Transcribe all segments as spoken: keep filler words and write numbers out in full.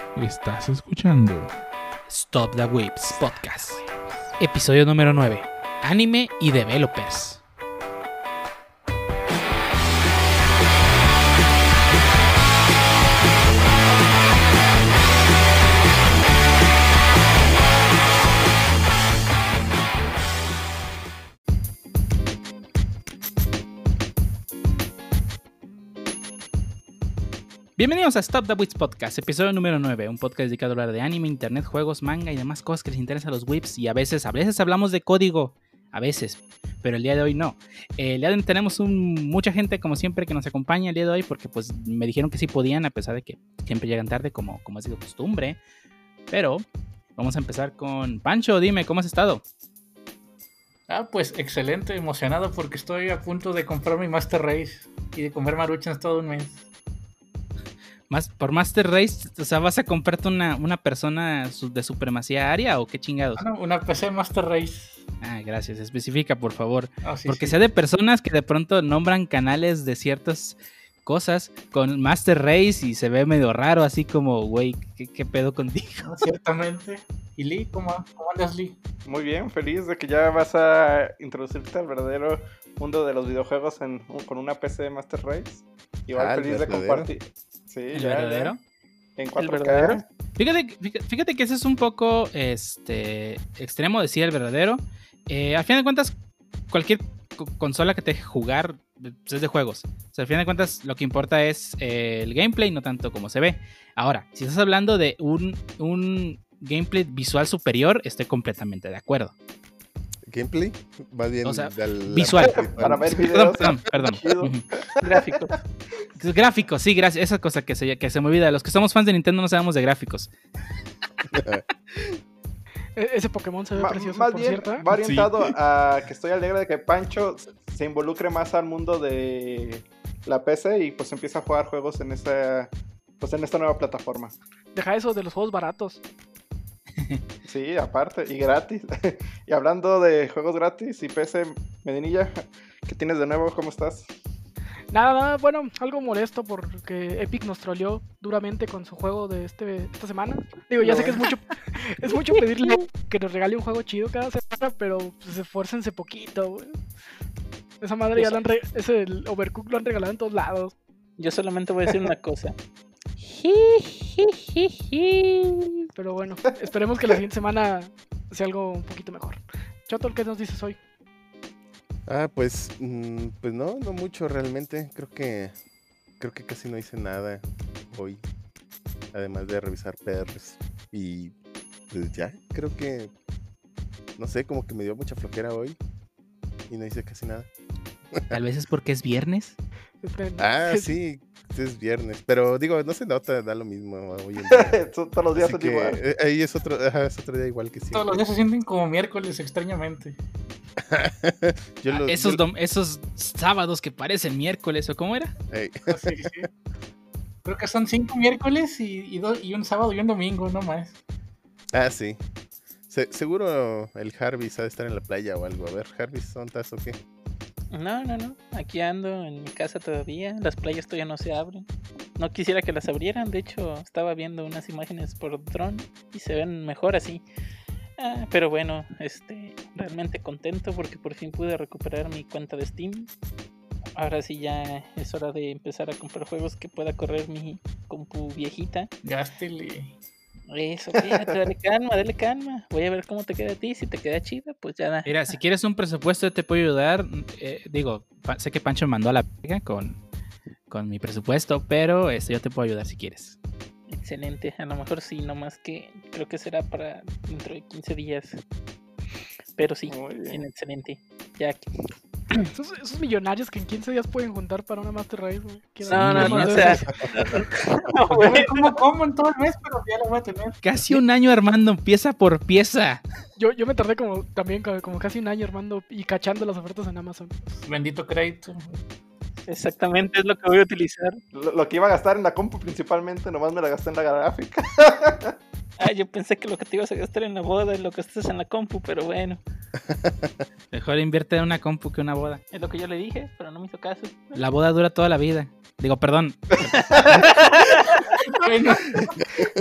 Estás escuchando Stop the Whips Podcast. Episodio número nueve. Anime y Developers. Bienvenidos a Stop the Whips Podcast, episodio número nueve, un podcast dedicado a hablar de anime, internet, juegos, manga y demás cosas que les interesan a los whips. Y a veces, a veces hablamos de código, a veces, pero el día de hoy no. Eh, el día de hoy tenemos un, mucha gente, como siempre, que nos acompaña el día de hoy, porque pues me dijeron que sí podían, a pesar de que siempre llegan tarde, como, como ha sido costumbre. Pero vamos a empezar con Pancho. Dime, ¿cómo has estado? Ah, pues excelente, emocionado porque estoy a punto de comprar mi Master Race y de comer maruchans todo un mes. Más, por Master Race, o sea, ¿vas a comprarte una, una persona de supremacía aria o qué chingados? Ah, no, una P C Master Race. Ah, gracias, especifica por favor. Oh, sí, Porque sí. sé de personas que de pronto nombran canales de ciertas cosas con Master Race y se ve medio raro, así como, güey, ¿qué, qué pedo contigo? No, ciertamente. ¿Y Lee? ¿Cómo, cómo andas, Lee? Muy bien, feliz de que ya vas a introducirte al verdadero mundo de los videojuegos en, con una P C Master Race. Igual Ah, feliz de ¿verdadero? compartir. Sí, ¿El ya, verdadero? ya. En ¿El cuatro K. verdadero? Fíjate, fíjate, fíjate que ese es un poco este, extremo decir el verdadero. Eh, al fin de cuentas, cualquier co- consola que te deje jugar pues, es de juegos. O sea, al fin de cuentas, lo que importa es eh, el gameplay, no tanto como se ve. Ahora, si estás hablando de un, un gameplay visual superior, estoy completamente de acuerdo. ¿Gameplay? Más bien O sea, del- visual. Para ver Perdón, videos. perdón, perdón. Chido. Ujú. Gráficos. Gráficos, sí, gracias. Esa cosa que se, que se me olvida. Los que somos fans de Nintendo no sabemos de gráficos. E- Ese Pokémon se ve Ma- precioso, más por bien cierto. ¿eh? va orientado a que estoy alegre de que Pancho se involucre más al mundo de la P C y pues empieza a jugar juegos en esta, pues en esta nueva plataforma. Deja eso de los juegos baratos. Sí, aparte, y gratis. Y hablando de juegos gratis y P C, Medinilla, ¿qué tienes de nuevo? ¿Cómo estás? Nada, nada, bueno, algo molesto porque Epic nos troleó duramente con su juego de este esta semana. Digo, ya No. sé que es mucho es mucho pedirle que nos regale un juego chido cada semana, pero pues, esfuércense poquito, güey. Esa madre ya lo han re- ese el Overcooked lo han regalado en todos lados. Yo solamente voy a decir una cosa. Pero bueno, esperemos que la siguiente semana sea algo un poquito mejor. Chotol, ¿qué nos dices hoy? Ah, pues, mm, pues no, no mucho realmente. Creo que, creo que casi no hice nada hoy. Además de revisar P Rs. Y pues ya, creo que, no sé, como que me dio mucha flojera hoy. Y no hice casi nada. Tal vez es porque es viernes. Este, Ah, sí, es viernes. Pero digo, no se nota, da lo mismo hoy en día. Todos los días Así es que, igual. eh, ahí es otro, ajá, es otro día igual que siempre. Todos los días se sienten como miércoles, extrañamente. Yo Ah, lo- esos, yo- dom- esos sábados que parecen miércoles, ¿o cómo era? Ey, Ah, sí, sí. Creo que son cinco miércoles y, y, do- y un sábado y un domingo, no más. Ah, sí. Se- seguro el Jarvis ha de estar en la playa o algo. A ver, Jarvis, ¿dónde estás o qué? No, no, no. Aquí ando en mi casa todavía. Las playas todavía no se abren. No quisiera que las abrieran. De hecho, estaba viendo unas imágenes por dron y se ven mejor así. Ah, pero bueno, este, realmente contento porque por fin pude recuperar mi cuenta de Steam. Ahora sí ya es hora de empezar a comprar juegos que pueda correr mi compu viejita. Gástele. Eso, fíjate, dale calma, dale calma. Voy a ver cómo te queda a ti. Si te queda chida, pues ya da. Mira, si quieres un presupuesto, yo te puedo ayudar. Eh, digo, pa- sé que Pancho me mandó a la pega con, con mi presupuesto, pero este, yo te puedo ayudar si quieres. Excelente, a lo mejor sí, nomás que creo que será para dentro de quince días. Pero sí, Muy bien. bien, excelente. Ya aquí. Esos, esos millonarios que en quince días pueden juntar para una Master Race, güey. Quiero No, no, ver no, más o de sea, eso. No sé cómo como en todo el mes, pero ya lo voy a tener. Casi un año armando pieza por pieza. Yo, yo me tardé como también como como casi un año armando y cachando las ofertas en Amazon. Bendito crédito. exactamente es lo que voy a utilizar. Lo, lo que iba a gastar en la compu principalmente, nomás me la gasté en la gráfica. Ah, yo pensé que lo que te ibas a gastar en la boda es lo que estás en la compu, pero bueno, Mejor invierte en una compu que una boda. es lo que yo le dije, pero no me hizo caso. La boda dura toda la vida. Digo, perdón. Bueno,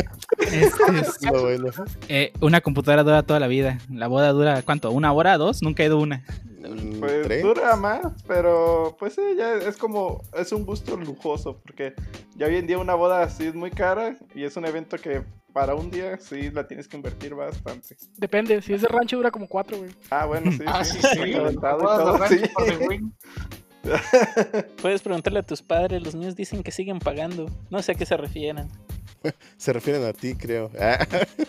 Este es- Lo bueno. eh, una computadora dura toda la vida. La boda dura, ¿cuánto? ¿Una hora? ¿Dos? Nunca he ido una. Mm, Pues ¿tres? dura más, pero pues sí, ya es como, es un gusto lujoso, porque ya hoy en día una boda así es muy cara y es un evento que para un día sí la tienes que invertir bastante. Depende, si es de rancho dura como cuatro, güey. Ah, bueno, sí. Ah, sí, sí. Calentado y Todas todo, las sí. ranchos por el wing. Puedes preguntarle a tus padres, los míos dicen que siguen pagando. No sé a qué se refieren. Se refieren a ti, creo. Ah,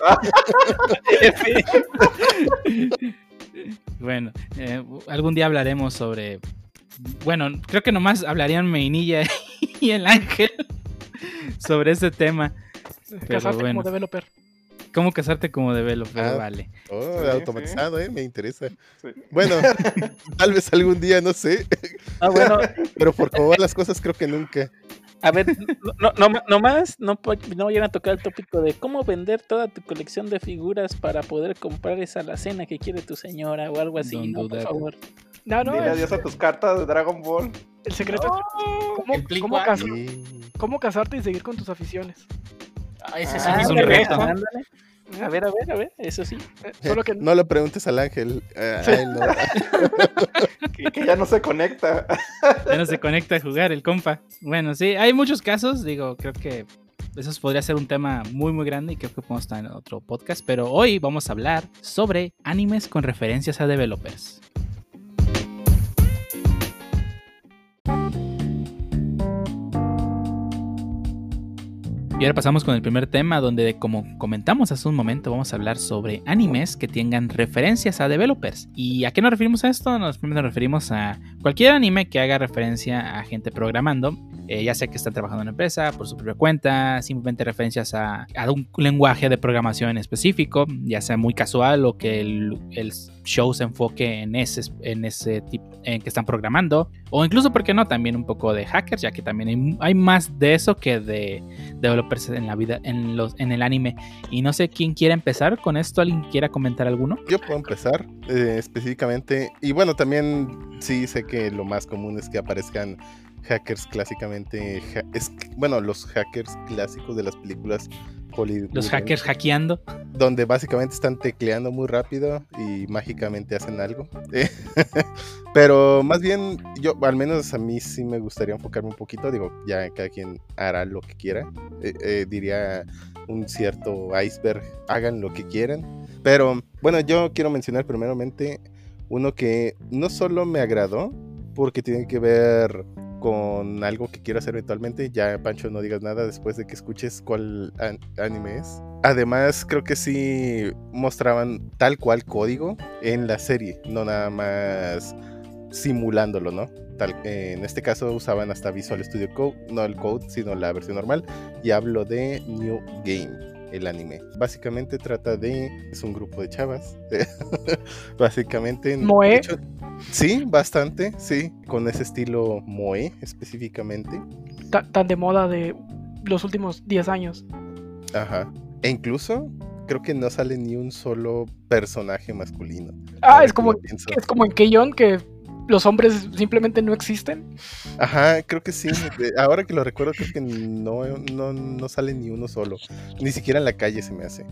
Bueno, eh, algún día hablaremos sobre. Bueno, creo que nomás hablarían Mainilla y el Ángel sobre ese tema. Pero Casarte bueno. como developer. ¿Cómo casarte como developer? Ah. Vale. oh, Sí, automatizado, ¿eh? Me interesa. Sí. Bueno, tal vez algún día, no sé. Ah, bueno, Pero por cómo van las cosas, creo que nunca. a ver, no, no, no, nomás no, po- no vayan a tocar el tópico de cómo vender toda tu colección de figuras para poder comprar esa alacena que quiere tu señora o algo así, Don't no, do por that. favor. No, no, Dile el, adiós a tus cartas de Dragon Ball. el secreto es cómo, el Play cómo cuatro. cas- Sí. cómo casarte y seguir con tus aficiones. Ah, ese Ah, sí es un me reto. reto. Ándale. A ver, a ver, a ver, eso sí. Eh, Solo que No lo preguntes al Ángel. ah, a él no. Que, que ya no se conecta. Ya no se conecta a jugar el compa. Bueno, sí, hay muchos casos. Digo, creo que eso podría ser un tema muy, muy grande y creo que podemos estar en otro podcast. Pero hoy vamos a hablar sobre animes con referencias a developers. Y ahora pasamos con el primer tema donde, como comentamos hace un momento, vamos a hablar sobre animes que tengan referencias a developers. ¿Y a qué nos referimos a esto? Nos, nos referimos a cualquier anime que haga referencia a gente programando, eh, ya sea que están trabajando en una empresa, por su propia cuenta, simplemente referencias a, a un lenguaje de programación específico, ya sea muy casual o que el, el show se enfoque en ese, en ese tipo en que están programando, o incluso, ¿por qué no?, también un poco de hackers, ya que también hay, hay más de eso que de developers en la vida, en los en el anime. Y no sé quién quiere empezar con esto. ¿Alguien quiera comentar alguno? Yo puedo empezar eh, específicamente. Y bueno, también sí sé que lo más común es que aparezcan hackers clásicamente. Ja- es, bueno, los hackers clásicos de las películas Hollywood. Los hackers hackeando. Donde básicamente están tecleando muy rápido y mágicamente hacen algo. Pero más bien, yo, al menos a mí sí me gustaría enfocarme un poquito. Digo, ya cada quien hará lo que quiera. Eh, eh, diría un cierto iceberg, hagan lo que quieran. Pero bueno, yo quiero mencionar primeramente uno que no solo me agradó, porque tiene que ver con algo que quiero hacer eventualmente. Ya, Pancho, no digas nada después de que escuches cuál an- anime es. Además, creo que sí mostraban tal cual código en la serie, no nada más simulándolo, ¿no? Tal, eh, en este caso usaban hasta Visual Studio Code, no el code, sino la versión normal. Y hablo de New Game, el anime. Básicamente trata de... es un grupo de chavas. Básicamente... Moe. de hecho, sí, bastante, sí. Con ese estilo Moe específicamente. ta- tan de moda de los últimos diez años. Ajá. E incluso creo que no sale ni un solo personaje masculino. Ah, Ahora es que como, lo pienso. es como en Keion que los hombres simplemente no existen. Ajá, creo que sí. De- ahora que lo recuerdo, creo que no, no, no sale ni uno solo. Ni siquiera en la calle se me hace.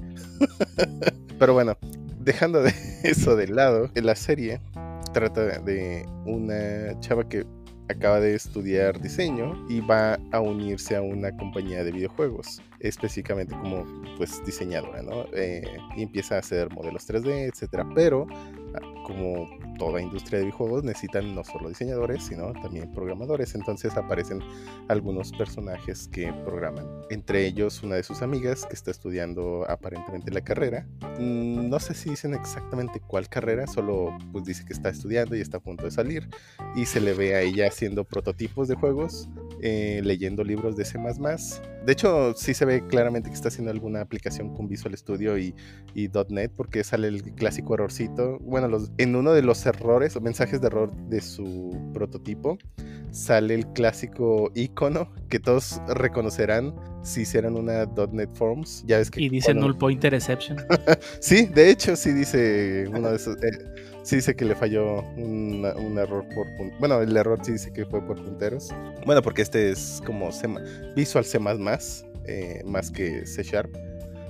Pero bueno, dejando de eso de lado, la serie trata de una chava que acaba de estudiar diseño y va a unirse a una compañía de videojuegos, específicamente como pues diseñadora, ¿no? Eh, y empieza a hacer modelos tres D, etcétera. Pero como toda industria de videojuegos necesitan no solo diseñadores, sino también programadores. Entonces aparecen algunos personajes que programan. Entre ellos una de sus amigas que está estudiando aparentemente la carrera. Mm, No sé si dicen exactamente cuál carrera, solo pues dice que está estudiando y está a punto de salir. Y se le ve a ella haciendo prototipos de juegos, eh, leyendo libros de C más más. De hecho, sí se ve claramente que está haciendo alguna aplicación con Visual Studio y, y .NET, porque sale el clásico errorcito. Bueno, los, en uno de los errores o mensajes de error de su prototipo sale el clásico icono que todos reconocerán si hicieran una .NET Forms. Ya ves que Y dice cuando- null pointer exception. Sí, de hecho sí dice uno de esos, eh, sí dice que le falló un, un error por pun- bueno, el error sí dice que fue por punteros. Bueno, porque este es como C, Visual C++, eh, más que C Sharp.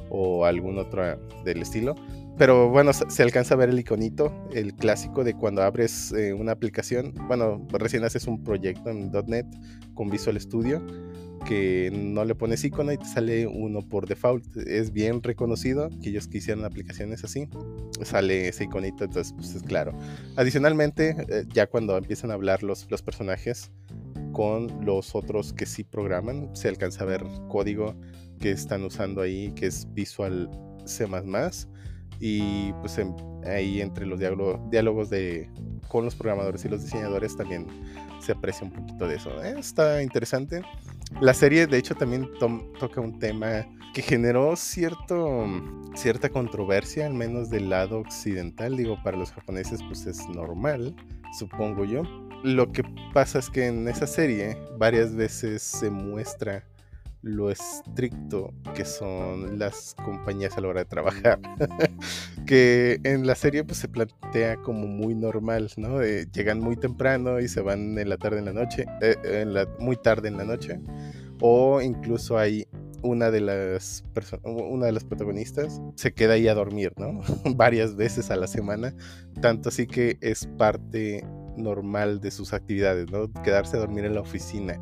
o algún otro del estilo. Pero bueno, se alcanza a ver el iconito, el clásico de cuando abres eh, una aplicación. Bueno, recién haces un proyecto en punto net con Visual Studio, que no le pones icono y te sale uno por default. Es bien reconocido, aquellos que hicieron aplicaciones así, sale ese iconito, entonces pues es claro. Adicionalmente, eh, ya cuando empiezan a hablar los, los personajes con los otros que sí programan, se alcanza a ver código que están usando ahí, que es Visual C más más. Y pues en, ahí entre los diálogo, diálogos de, con los programadores y los diseñadores también se aprecia un poquito de eso. ¿eh? Está interesante. La serie de hecho también to- toca un tema que generó cierto, cierta controversia, al menos del lado occidental. Digo, para los japoneses pues es normal, supongo yo. Lo que pasa es que en esa serie varias veces se muestra lo estricto que son las compañías a la hora de trabajar. Que en la serie pues se plantea como muy normal, ¿no? Eh, llegan muy temprano y se van en la tarde en la noche, eh, en la, muy tarde en la noche, o incluso hay una de las perso- una de las protagonistas se queda ahí a dormir, ¿no? Varias veces a la semana, tanto así que es parte normal de sus actividades, ¿no? Quedarse a dormir en la oficina.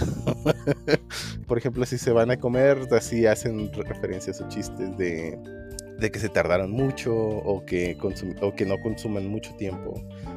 Por ejemplo, si se van a comer, así hacen referencias o chistes de, de que se tardaron mucho o que, consum- o que no consuman mucho tiempo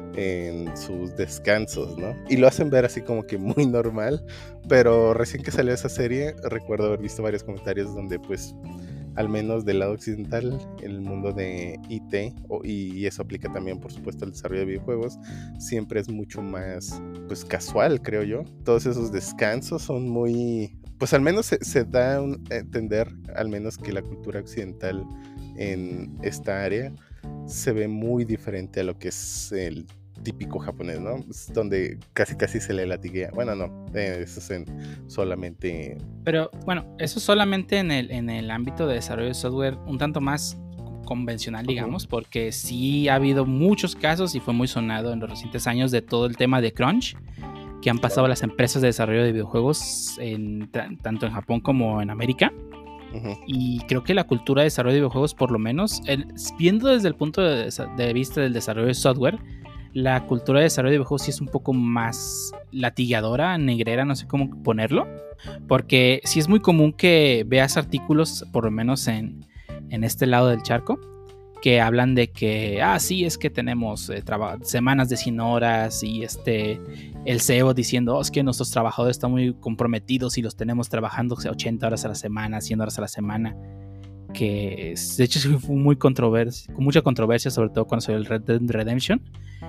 en sus descansos, ¿no? Y lo hacen ver así como que muy normal, pero recién que salió esa serie, recuerdo haber visto varios comentarios donde pues al menos del lado occidental, el mundo de I T, o, y eso aplica también por supuesto al desarrollo de videojuegos, siempre es mucho más pues casual, creo yo. Todos esos descansos son muy, pues al menos se, se da a entender al menos que la cultura occidental en esta área se ve muy diferente a lo que es el típico japonés, ¿no? Es donde casi casi se le latiguea. Bueno, no, eh, eso es en solamente... Pero bueno, eso solamente en el, en el ámbito de desarrollo de software un tanto más convencional, digamos, uh-huh. Porque sí ha habido muchos casos y fue muy sonado en los recientes años de todo el tema de crunch que han pasado claro. las empresas de desarrollo de videojuegos en, t- tanto en Japón como en América. Uh-huh. Y creo que la cultura de desarrollo de videojuegos, por lo menos, el, viendo desde el punto de, de vista del desarrollo de software, la cultura de desarrollo de videojuegos sí es un poco más latigadora, negrera, no sé cómo ponerlo, porque sí es muy común que veas artículos, por lo menos en, en este lado del charco, que hablan de que, ah, sí, es que tenemos eh, traba- semanas de cien horas y este, el C E O diciendo, oh, es que nuestros trabajadores están muy comprometidos y los tenemos trabajando ochenta horas a la semana, cien horas a la semana, que de hecho fue muy controversia, con mucha controversia, sobre todo cuando salió el Red Dead Redemption,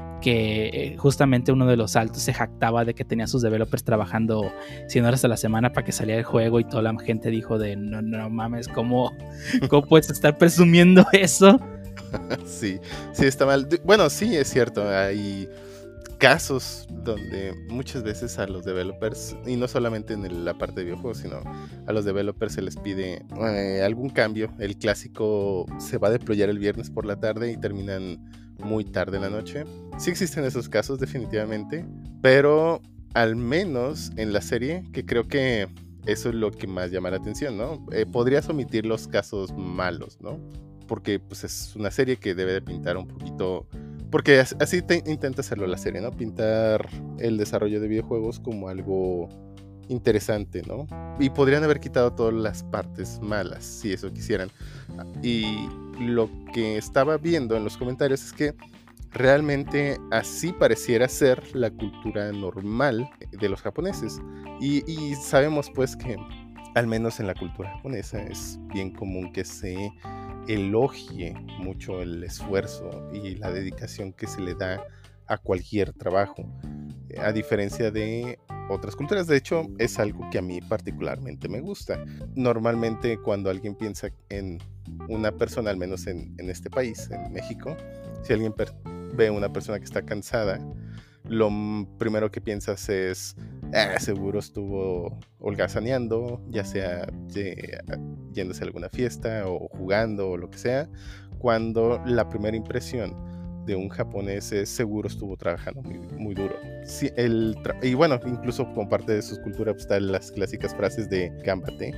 que justamente uno de los altos se jactaba de que tenía a sus developers trabajando cien horas a la semana para que saliera el juego y toda la gente dijo de no, no mames, ¿cómo, cómo puedes estar presumiendo eso? Sí, sí está mal. Bueno, sí es cierto, hay casos donde muchas veces a los developers, y no solamente en la parte de videojuegos, sino a los developers se les pide eh, algún cambio. El clásico se va a deployar el viernes por la tarde y terminan muy tarde en la noche. Sí existen esos casos definitivamente, pero al menos en la serie, que creo que eso es lo que más llama la atención, ¿no? Eh, podrías omitir los casos malos, ¿no? Porque pues es una serie que debe de pintar un poquito, porque así te intenta hacerlo la serie, ¿no? Pintar el desarrollo de videojuegos como algo interesante, ¿no? Y podrían haber quitado todas las partes malas, si eso quisieran. Y lo que estaba viendo en los comentarios es que realmente así pareciera ser la cultura normal de los japoneses. Y, y sabemos pues que al menos en la cultura japonesa es bien común que se elogie mucho el esfuerzo y la dedicación que se le da a cualquier trabajo, a diferencia de otras culturas. De hecho, es algo que a mí particularmente me gusta. Normalmente cuando alguien piensa en una persona, al menos en, en este país, en México, si alguien per- ve a una persona que está cansada, lo m- primero que piensas es, ah, seguro estuvo holgazaneando, ya sea de, yéndose a alguna fiesta o jugando o lo que sea, cuando la primera impresión de un japonés es seguro estuvo trabajando muy, muy duro. Sí, el tra- y bueno, incluso como parte de su cultura pues, están las clásicas frases de gambate,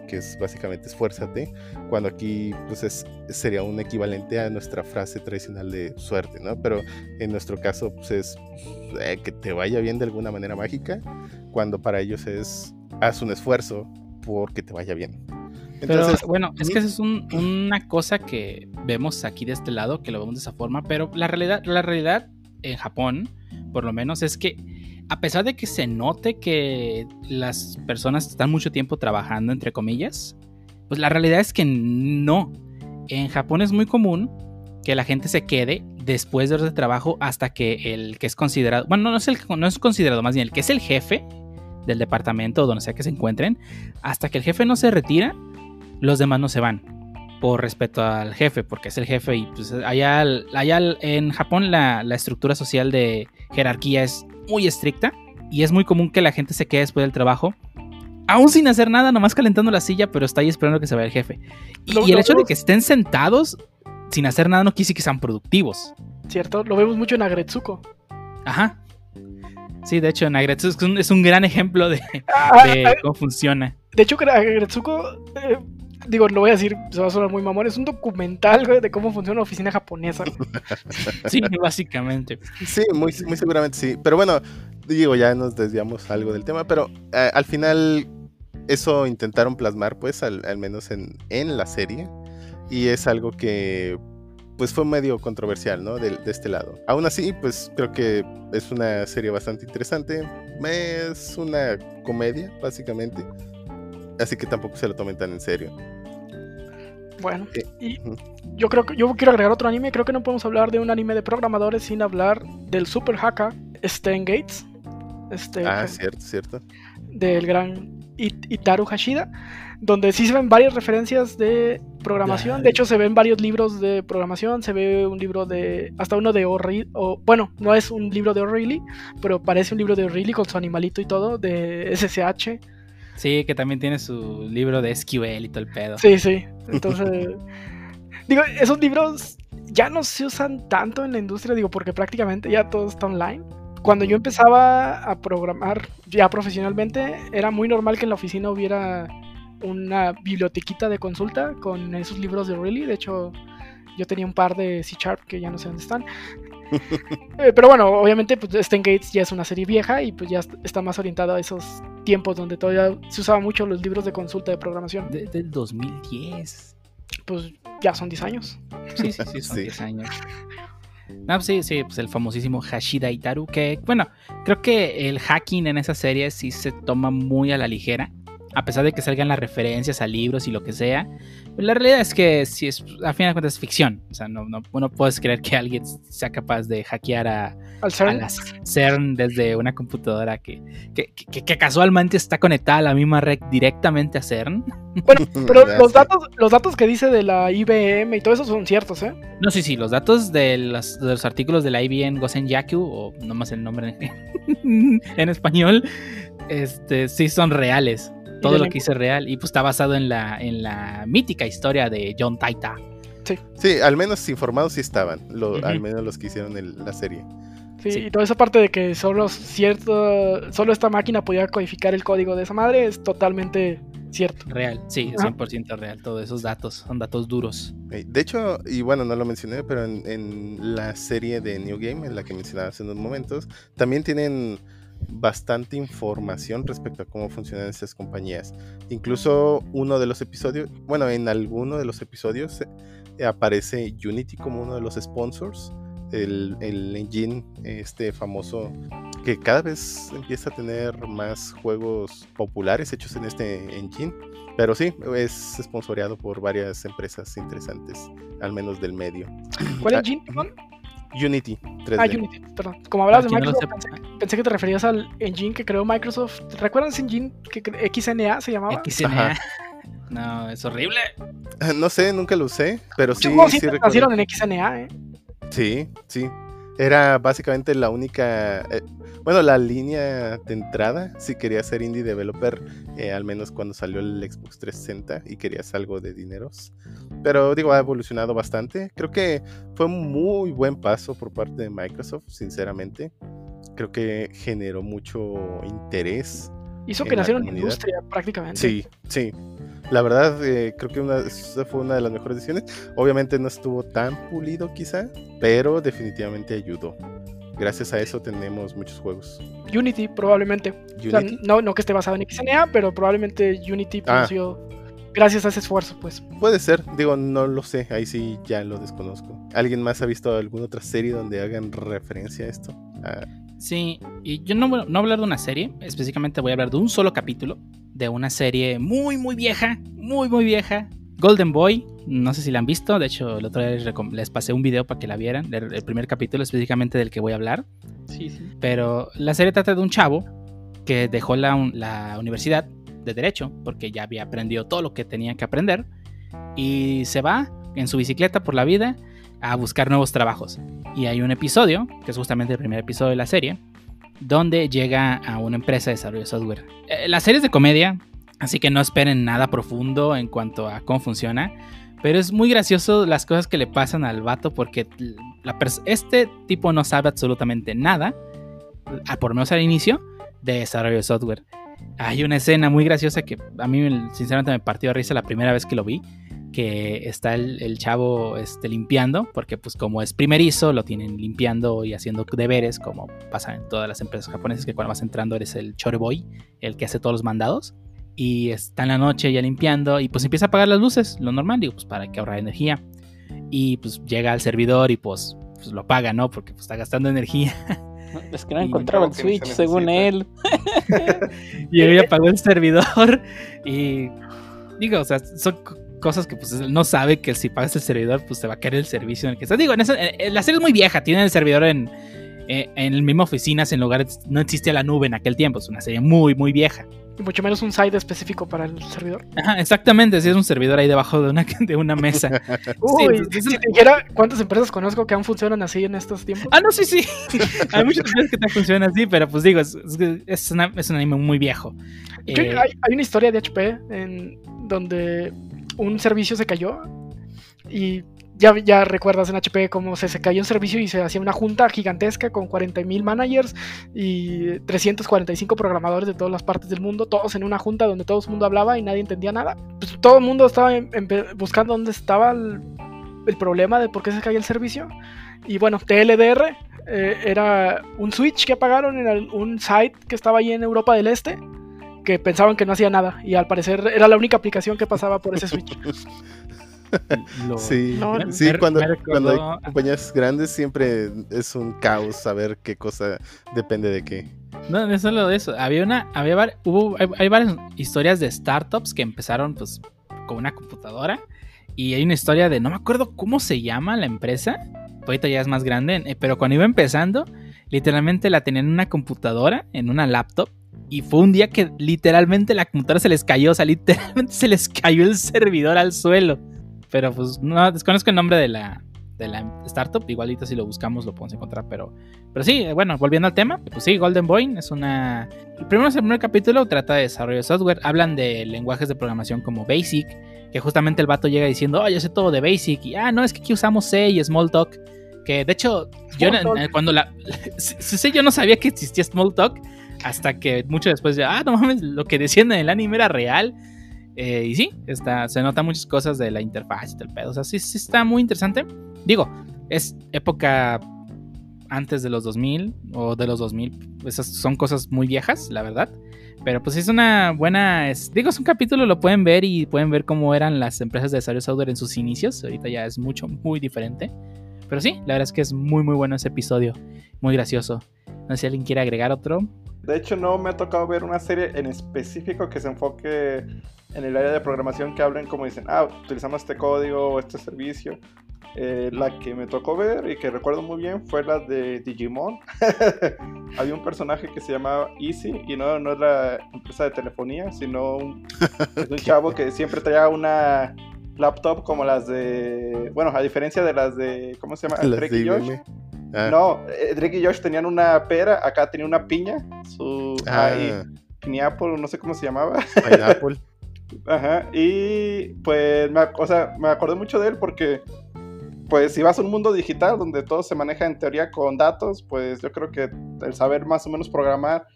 que es básicamente esfuérzate, cuando aquí pues es, sería un equivalente a nuestra frase tradicional de suerte, ¿no? Pero en nuestro caso pues es eh, que te vaya bien de alguna manera mágica, cuando para ellos es haz un esfuerzo porque te vaya bien. Entonces, pero bueno, es que esa es un, una cosa que vemos aquí de este lado, que lo vemos de esa forma, pero la realidad, la realidad en Japón, por lo menos, es que a pesar de que se note que las personas están mucho tiempo trabajando, entre comillas, pues la realidad es que no. En Japón es muy común que la gente se quede después de horas de trabajo hasta que el que es considerado, bueno, no es, el, no es considerado, más bien el que es el jefe del departamento o donde sea que se encuentren, hasta que el jefe no se retira, los demás no se van por respeto al jefe, porque es el jefe y pues allá, allá en Japón la, la estructura social de jerarquía es muy estricta y es muy común que la gente se quede después del trabajo aún sin hacer nada, nomás calentando la silla, pero está ahí esperando que se vaya el jefe. Y, Lo, y el lo hecho vemos, de que estén sentados sin hacer nada no quiere decir que sean productivos. Cierto, lo vemos mucho en Agretsuko. Ajá. Sí, de hecho en Agretsuko es un, es un gran ejemplo de, Ah, de ah, cómo funciona. De hecho, Agretsuko, eh, digo, lo voy a decir, se va a sonar muy mamón, es un documental, güey, de cómo funciona una oficina japonesa. Sí, básicamente. Sí, muy, muy seguramente sí. Pero bueno, digo, ya nos desviamos algo del tema, pero eh, al final eso intentaron plasmar, pues, al, al menos en, en la serie. Y es algo que, pues, fue medio controversial, ¿no? De, de este lado. Aún así, pues, creo que es una serie bastante interesante. Es una comedia, básicamente. Así que tampoco se lo tomen tan en serio. Bueno, Eh, y ujú. yo creo que yo quiero agregar otro anime. Creo que no podemos hablar de un anime de programadores sin hablar del super haka Stein Gates, este, Ah, que- cierto, cierto. del gran It- Itaru Hashida, donde sí se ven varias referencias de programación. Claro. De hecho, se ven varios libros de programación. Se ve un libro de, hasta uno de O'Reilly, o bueno, no es un libro de O'Reilly, pero parece un libro de O'Reilly con su animalito y todo, de S S H. Sí, que también tiene su libro de S Q L y todo el pedo. Sí, sí. Entonces, digo, esos libros ya no se usan tanto en la industria, digo, porque prácticamente ya todo está online. Cuando yo empezaba a programar ya profesionalmente, era muy normal que en la oficina hubiera una bibliotequita de consulta con esos libros de O'Reilly. De hecho, yo tenía un par de C Sharp que ya no sé dónde están. Eh, pero bueno, obviamente pues Stein Gates ya es una serie vieja y pues ya est- está más orientada a esos tiempos donde todavía se usaban mucho los libros de consulta de programación. De- del dos mil diez. Pues ya son diez años. Sí, sí, sí, son Sí. diez años. No, pues sí, sí, pues el famosísimo Hashida Itaru, que bueno, creo que el hacking en esa serie sí se toma muy a la ligera, a pesar de que salgan las referencias a libros y lo que sea. Pero la realidad es que sí es, a fin de cuentas es ficción. O sea, no, no, no puedes creer que alguien sea capaz de hackear a, Al a CERN, la CERN desde una computadora que, que, que- que casualmente está conectada a la misma red directamente a CERN. bueno, pero Ya los sé. datos, los datos que dice de la I B M y todo eso son ciertos, ¿eh? No, sí, sí, los datos de los, de los artículos de la I B M Gosen Yaku, o nomás el nombre en, en español, este, sí son reales. Todo de lo la- que hice es real. Y pues está basado en la, en la mítica historia de John Taita. Sí, al menos informados sí estaban, lo- Ujú. al menos los que hicieron el- la serie. Sí, Sí. y toda esa parte de que solo cierto, solo esta máquina podía codificar el código de esa madre es totalmente cierto. Real, sí, Ajá. cien por ciento real. Todos esos datos son datos duros. Eh, De hecho, y bueno, no lo mencioné, pero en, en la serie de New Game, en la que mencionaba hace unos momentos, también tienen bastante información respecto a cómo funcionan estas compañías. Incluso uno de los episodios, bueno, en alguno de los episodios eh, aparece Unity como uno de los sponsors, el, el engine este famoso que cada vez empieza a tener más juegos populares hechos en este engine. Pero sí, es sponsoreado por varias empresas interesantes, al menos del medio. ¿Cuál Ah, engine, perdón? Unity tres D. Ah, Unity, perdón. Como hablabas de Para quien no lo Microsoft, pensé, pensé que te referías al engine que creó Microsoft. ¿Recuerdan ese engine que cre- X N A se llamaba? X N A. No, es horrible. No sé, nunca lo usé, pero sí, Muchos juegos sí indie recuerdo. nacieron en X N A, ¿eh? Sí, sí. Era básicamente la única, eh, bueno, la línea de entrada si querías ser indie developer, eh, al menos cuando salió el Xbox trescientos sesenta y querías algo de dineros. Pero digo, ha evolucionado bastante. Creo que fue un muy buen paso por parte de Microsoft, sinceramente. Creo que generó mucho interés Hizo en que la naciera una comunidad. industria prácticamente. Sí, sí. La verdad, eh, creo que una, esa fue una de las mejores decisiones. Obviamente no estuvo tan pulido quizá, pero definitivamente ayudó. Gracias a eso tenemos muchos juegos. Unity probablemente. O sea, Unity, no, no que esté basado en X N A, pero probablemente Unity Ah. nació gracias a ese esfuerzo, pues. puede ser, digo, no lo sé, ahí sí ya lo desconozco. ¿Alguien más ha visto alguna otra serie donde hagan referencia a esto? Ah, Sí, y yo no, voy- no voy a hablar de una serie, específicamente voy a hablar de un solo capítulo, de una serie muy, muy vieja, muy, muy vieja, Golden Boy. No sé si la han visto, de hecho el otro día les, recom- les pasé un video para que la vieran, el, el primer capítulo específicamente del que voy a hablar. Sí, sí. Pero la serie trata de un chavo que dejó la, un- la universidad de Derecho, porque ya había aprendido todo lo que tenía que aprender, y se va en su bicicleta por la vida a buscar nuevos trabajos. Y hay un episodio, que es justamente el primer episodio de la serie, donde llega a una empresa de desarrollo de software. Eh, La serie es de comedia, así que no esperen nada profundo en cuanto a cómo funciona, pero es muy gracioso las cosas que le pasan al vato, porque la pers- este tipo no sabe absolutamente nada, a por lo menos al inicio, de desarrollo de software. Hay una escena muy graciosa que a mí sinceramente me partió de risa la primera vez que lo vi, que está el, el chavo este, limpiando, porque pues como es primerizo, lo tienen limpiando y haciendo deberes, como pasa en todas las empresas japonesas, que cuando vas entrando eres el choreboy, el que hace todos los mandados, y está en la noche ya limpiando, y pues empieza a apagar las luces, lo normal, digo, pues para que ahorrar energía, y pues llega al servidor y pues, pues lo apaga, ¿no? Porque pues está gastando energía. Es que no Y encontraba el creo que ni se Switch, según él. Y él apagó el servidor. Y digo, o sea, son c- cosas que pues él no sabe que si pagas el servidor, pues te va a caer el servicio en el que estás. Digo, en esa- en- la serie es muy vieja, tienen el servidor en, eh, en las mismas oficinas, en lugares, no existía la nube en aquel tiempo, es una serie muy, muy vieja. Y mucho menos un site específico para el servidor. Ajá, exactamente, sí es un servidor ahí debajo de una, de una mesa. Uy, entonces, es si una- te dijera cuántas empresas conozco que aún funcionan así en estos tiempos. Ah, no, sí, sí. Hay muchas veces que te funcionan así, pero pues digo, es, es, es una- es un anime muy viejo. Creo que Eh, hay, hay una historia de H P en donde un servicio se cayó y ya, ya recuerdas en H P cómo se, se cayó un servicio y se hacía una junta gigantesca con cuarenta mil managers y trescientos cuarenta y cinco programadores de todas las partes del mundo, todos en una junta donde todo el mundo hablaba y nadie entendía nada. Pues todo el mundo estaba en- en- buscando dónde estaba el, el problema de por qué se caía el servicio. Y bueno, T L D R eh, era un switch que apagaron en el- un site que estaba ahí en Europa del Este, que pensaban que no hacía nada y al parecer era la única aplicación que pasaba por ese switch. lo- Sí, No, sí, me- cuando, me recordó- cuando hay compañías grandes siempre es un caos saber qué cosa depende de qué. No, no es solo de eso. Había una, había var- hubo, hay, hay varias historias de startups que empezaron pues con una computadora. Y hay una historia de, no me acuerdo cómo se llama la empresa. Ahorita ya es más grande, eh, pero cuando iba empezando, literalmente la tenían en una computadora, en una laptop. Y fue un día que literalmente la computadora se les cayó, o sea, literalmente se les cayó el servidor al suelo. Pero pues no, desconozco el nombre de la, de la startup, igualito si lo buscamos lo podemos encontrar, pero, pero sí, bueno, volviendo al tema, pues sí, Golden Boy es una... El primer, el primer capítulo trata de desarrollo de software, hablan de lenguajes de programación como Basic, que justamente el vato llega diciendo, oh, yo sé todo de Basic, y ah, no, es que aquí usamos C y Smalltalk, que de hecho, yo Smalltalk. eh, cuando la... sí, sí, yo no sabía que existía Smalltalk, hasta que mucho después ya, ah, no mames, lo que decían en el anime era real. Eh, y sí, está, se notan muchas cosas de la interfaz y tal pedo. O sea, sí, sí está muy interesante. Digo, es época antes de los dos mil o de los dos mil. Esas son cosas muy viejas, la verdad. Pero pues es una buena... Es, digo, es un capítulo, lo pueden ver y pueden ver cómo eran las empresas de desarrollo de software en sus inicios. Ahorita ya es mucho, muy diferente. Pero sí, la verdad es que es muy, muy bueno ese episodio. Muy gracioso. No sé si alguien quiere agregar otro. De hecho, no me ha tocado ver una serie en específico que se enfoque en el área de programación, que hablen como dicen, ah, utilizamos este código o este servicio. Eh, la que me tocó ver y que recuerdo muy bien fue la de Digimon. Había un personaje que se llamaba Easy y no, no es la empresa de telefonía, sino un, es un chavo que siempre traía una laptop como las de... Bueno, a diferencia de las de... ¿Cómo se llama? Las Drake de y Josh. I B M. Ah, No, eh, Drake y Josh tenían una pera, acá tenía una piña, su ah, ahí, Pineapple, no sé cómo se llamaba. Pineapple. Ajá, y pues, me, ac- o sea, me acordé mucho de él porque, pues, si vas a un mundo digital donde todo se maneja en teoría con datos, pues yo creo que el saber más o menos programar,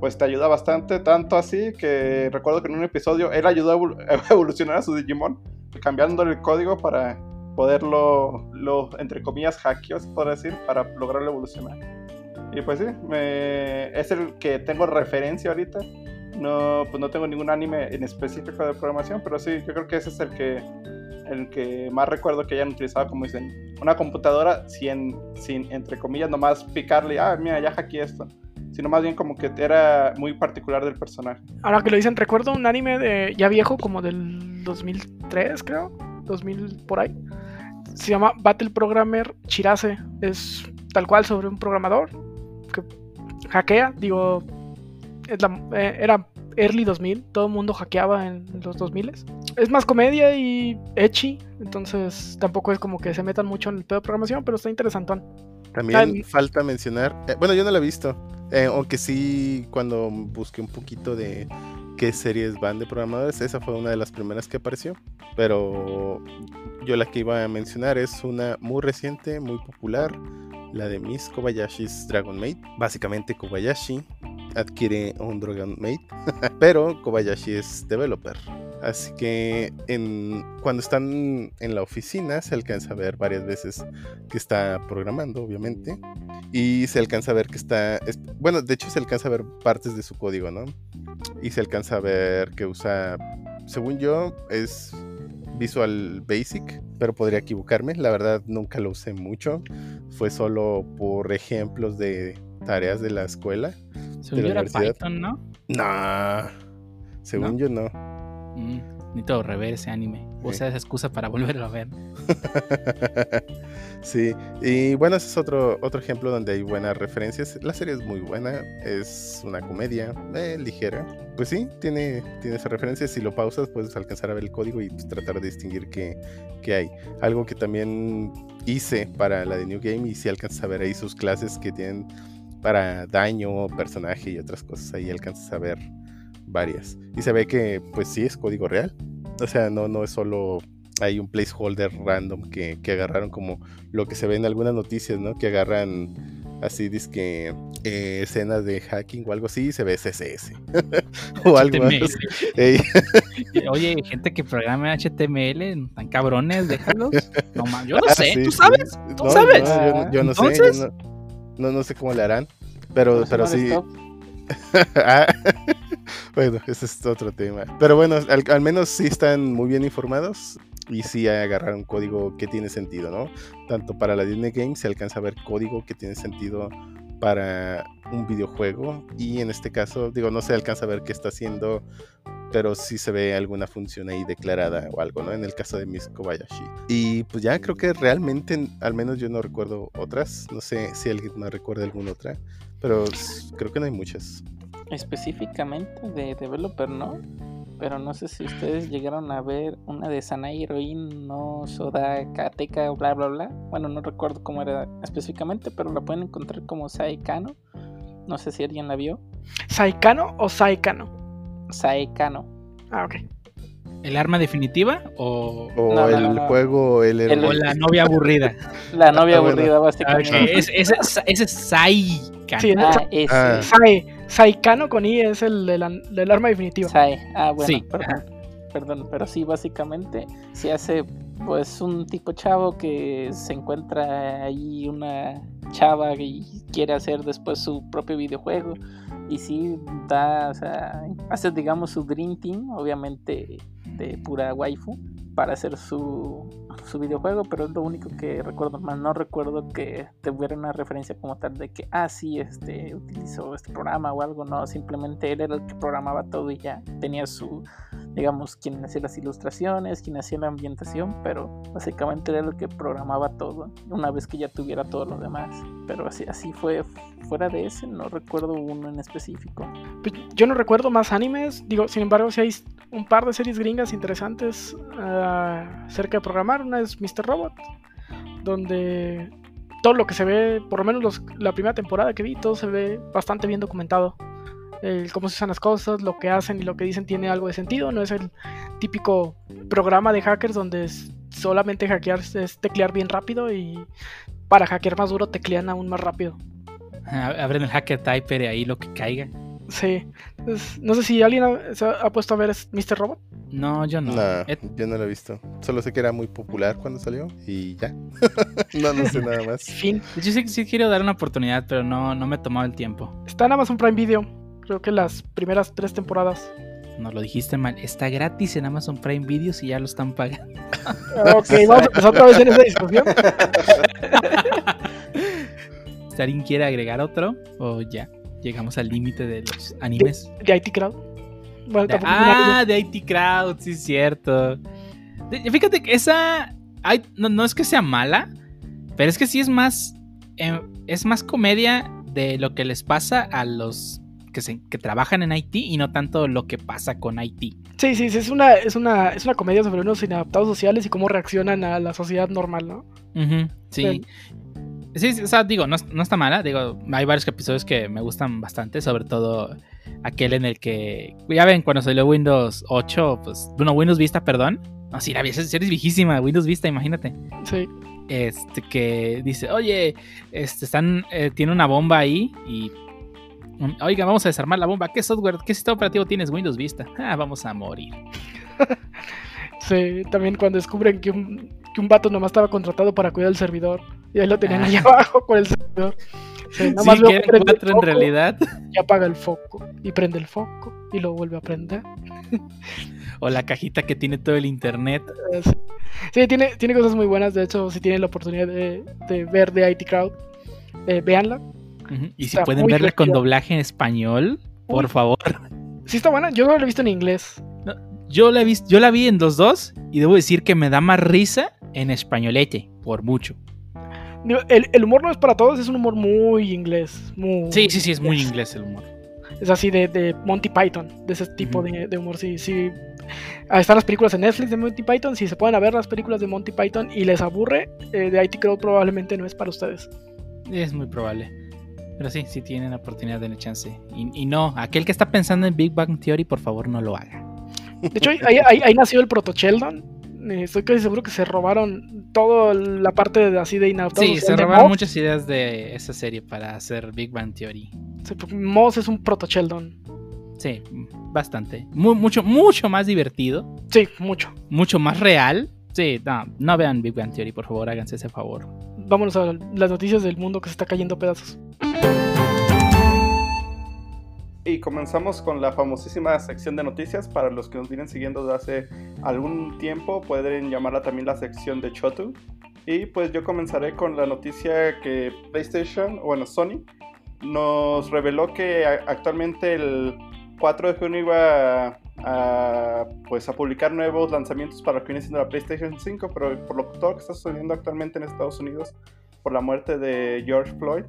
pues te ayuda bastante, tanto así que recuerdo que en un episodio él ayudó a evol- a evolucionar a su Digimon, cambiándole el código para poderlo, lo, entre comillas, hackeó, se puede decir, para lograrlo evolucionar. Y pues sí, me, es el que tengo referencia ahorita. No, pues no tengo ningún anime en específico de programación, pero sí, yo creo que ese es el que, el que más recuerdo que hayan utilizado, como dicen, una computadora sin, sin entre comillas, nomás picarle, ah, mira, ya hackeé esto, sino más bien como que era muy particular del personaje. Ahora que lo dicen, recuerdo un anime de ya viejo, como del dos mil tres, creo, dos mil por ahí. Se llama Battle Programmer Chirase. Es tal cual sobre un programador que hackea, digo, es la, eh, era early dos mil, todo el mundo hackeaba en los dos mil. Es más comedia y ecchi, entonces tampoco es como que se metan mucho en el pedo de programación, pero está interesantón. También Ay. falta mencionar, eh, bueno, yo no la he visto, eh, aunque sí, cuando busqué un poquito de qué series van de programadores, esa fue una de las primeras que apareció, pero yo la que iba a mencionar es una muy reciente, muy popular, la de Miss Kobayashi's Dragon Maid. Básicamente Kobayashi adquiere un Dragon Maid, pero Kobayashi es developer. Así que en, cuando están en la oficina se alcanza a ver varias veces que está programando, obviamente, y se alcanza a ver que está, es, bueno, de hecho se alcanza a ver partes de su código, ¿no? Y se alcanza a ver que usa, según yo, es Visual Basic, pero podría equivocarme, la verdad nunca lo usé mucho, fue solo por ejemplos de tareas de la escuela. Según yo era Python, ¿no? No, según ¿No? yo no. Mm, necesito rever ese anime. Usa esa excusa para volverlo a ver. Sí, y bueno, ese es otro, otro ejemplo donde hay buenas referencias. La serie es muy buena, es una comedia eh, ligera. Pues sí, tiene, tiene esas referencias. Si lo pausas, puedes alcanzar a ver el código y pues, tratar de distinguir qué, qué hay. Algo que también hice para la de New Game, y si alcanzas a ver ahí sus clases que tienen para daño, personaje y otras cosas, ahí alcanzas a ver varias. Y se ve que pues sí es código real. O sea, no, no es solo hay un placeholder random que, que agarraron, como lo que se ve en algunas noticias, ¿no? Que agarran así, dizque eh, escenas de hacking o algo así, y se ve C S S o algo más. Ey. Oye, gente que programa H T M L, tan cabrones, déjalos. No, man, yo no Ah, sé, sí, ¿tú sí. sabes? ¿Tú No, sabes? no, yo, yo no ¿Entonces? sé, yo no, no, no sé cómo le harán, pero, Por eso pero no eres sí. top. Ah, bueno, ese es otro tema. Pero bueno, al, al menos sí están muy bien informados y sí agarraron código que tiene sentido, ¿no? Tanto para la Disney Game se alcanza a ver código que tiene sentido para un videojuego, y en este caso, digo, no se alcanza a ver qué está haciendo, pero sí se ve alguna función ahí declarada o algo, ¿no? En el caso de Miss Kobayashi. Y pues ya creo que realmente, al menos yo no recuerdo otras, no sé si alguien más recuerda alguna otra, pero creo que no hay muchas. Específicamente de developer, ¿no? Pero no sé si ustedes llegaron a ver una de Sanai Heroine no Soda Kateka o bla bla bla. Bueno, no recuerdo cómo era específicamente, pero la pueden encontrar como Saekano. No sé si alguien la vio. ¿Saikano o Saikano? Saekano. Ah, ok. ¿El arma definitiva o, O No, no, el no, no. juego, el, El- o la novia aburrida? La novia Ah, bueno. aburrida, Ah, básicamente. ok, ese, ese, ese es Saikan. Sí, Ah, ese. Ah. Sai, Saikano con I es el del, del arma definitiva. Sae. Ah, bueno, Sí, perdón. Perdón, pero sí, básicamente se hace pues un tipo chavo que se encuentra ahí una chava y quiere hacer después su propio videojuego, y sí da, o sea, hace digamos su Dream Team, obviamente de pura waifu, para hacer su, su videojuego, pero es lo único que recuerdo más. No recuerdo que tuviera una referencia como tal de que, ah, sí, este, utilizó este programa o algo. No, simplemente él era el que programaba todo y ya tenía su, digamos, quien hacía las ilustraciones, quien hacía la ambientación, pero básicamente era el que programaba todo, una vez que ya tuviera todo lo demás. Pero así, así fue. Fuera de ese, no recuerdo uno en específico. Pues yo no recuerdo más animes, digo, sin embargo, si hay un par de series gringas interesantes uh, cerca de programar. Una es mister Robot, donde todo lo que se ve, por lo menos los, la primera temporada que vi, todo se ve bastante bien documentado. El cómo se usan las cosas, lo que hacen y lo que dicen tiene algo de sentido. No es el típico programa de hackers donde es solamente hackear es teclear bien rápido, y para hackear más duro teclean aún más rápido. Abren el hacker typer y ahí lo que caiga. Sí. Entonces, no sé si alguien ha, se ha, ha puesto a ver míster Robot. No, yo no. No, Et- yo no lo he visto. Solo sé que era muy popular cuando salió y ya. no, no sé nada más. Fin. Yo sí, sí quiero dar una oportunidad, pero no, no me he tomado el tiempo. Está en Amazon Prime Video. Creo que las primeras tres temporadas. No lo dijiste mal. Está gratis en Amazon Prime Video si ya lo están pagando. Ok, vamos a empezar otra vez en esa discusión. Si alguien quiere agregar otro, o ya llegamos al límite de los animes. De I T Crowd. Bueno, De- tampoco ah, de I T Crowd, sí es cierto. De- fíjate que esa ay, no, no es que sea mala, pero es que sí es más eh, es más comedia de lo que les pasa a los que, se, que trabajan en I T y no tanto lo que pasa con I T. Sí, sí, sí, es una, es una, es una comedia sobre unos inadaptados sociales y cómo reaccionan a la sociedad normal, ¿no? Ujú, sí. Bien. Sí, sí, o sea, digo, no, no está mala. Digo, hay varios episodios que me gustan bastante, sobre todo aquel en el que, ya ven, cuando salió Windows ocho, pues, bueno, Windows Vista, perdón. No, sí, la serie es viejísima, Windows Vista, imagínate. Sí. Este, que dice, oye, este, están, eh, tiene una bomba ahí y, um, oiga, vamos a desarmar la bomba. ¿Qué software, qué sistema operativo tienes? Windows Vista. Ah, vamos a morir. Sí, también cuando descubren que un, que un vato nomás estaba contratado para cuidar el servidor y ahí lo tenían Ah. allá abajo con el servidor. Sí, Sí, nomás que veo eran que prende el cuatro en foco realidad. y apaga el foco y prende el foco y lo vuelve a prender. O la cajita que tiene todo el internet. Eh, Sí, sí, tiene, tiene cosas muy buenas. De hecho, si tienen la oportunidad de, de ver de I T Crowd, eh, véanla. Ujú. Y si Está pueden muy verla con divertida. doblaje en español, por Uy. favor. Sí está buena, yo no la he visto en inglés. Yo la, vi, yo la vi en los dos y debo decir que me da más risa en españolete, por mucho. Digo, El, el humor no es para todos, es un humor muy inglés. Muy Sí, sí, sí, es muy inglés el humor. Es así de, de Monty Python, de ese tipo Ujú. de, de humor. Sí, sí. Ahí están las películas en Netflix de Monty Python. Si se pueden ver las películas de Monty Python y les aburre, eh, de I T Crowd probablemente no es para ustedes. Es muy probable. Pero sí, sí tienen la oportunidad de la chance. Y, y no, aquel que está pensando en Big Bang Theory, por favor, no lo haga. De hecho, ahí, ahí, ahí nació el Proto Sheldon. Eh, estoy casi seguro que se robaron toda la parte de, así de inadaptados. Sí, se social de robaron Moss. muchas ideas de esa serie para hacer Big Bang Theory. Sí, porque Moss es un Proto Sheldon. Sí, bastante. Mu- mucho, mucho más divertido. Sí, mucho. Mucho más real. Sí, no, no vean Big Bang Theory, por favor, háganse ese favor. Vámonos a las noticias del mundo que se está cayendo a pedazos. Y comenzamos con la famosísima sección de noticias. Para los que nos vienen siguiendo desde hace algún tiempo, pueden llamarla también la sección de Chotu. Y pues yo comenzaré con la noticia que PlayStation, bueno, Sony, nos reveló que a- actualmente el cuatro de junio iba a, a, pues a publicar nuevos lanzamientos para lo que viene siendo la PlayStation cinco, pero por lo, todo lo que está sucediendo actualmente en Estados Unidos por la muerte de George Floyd,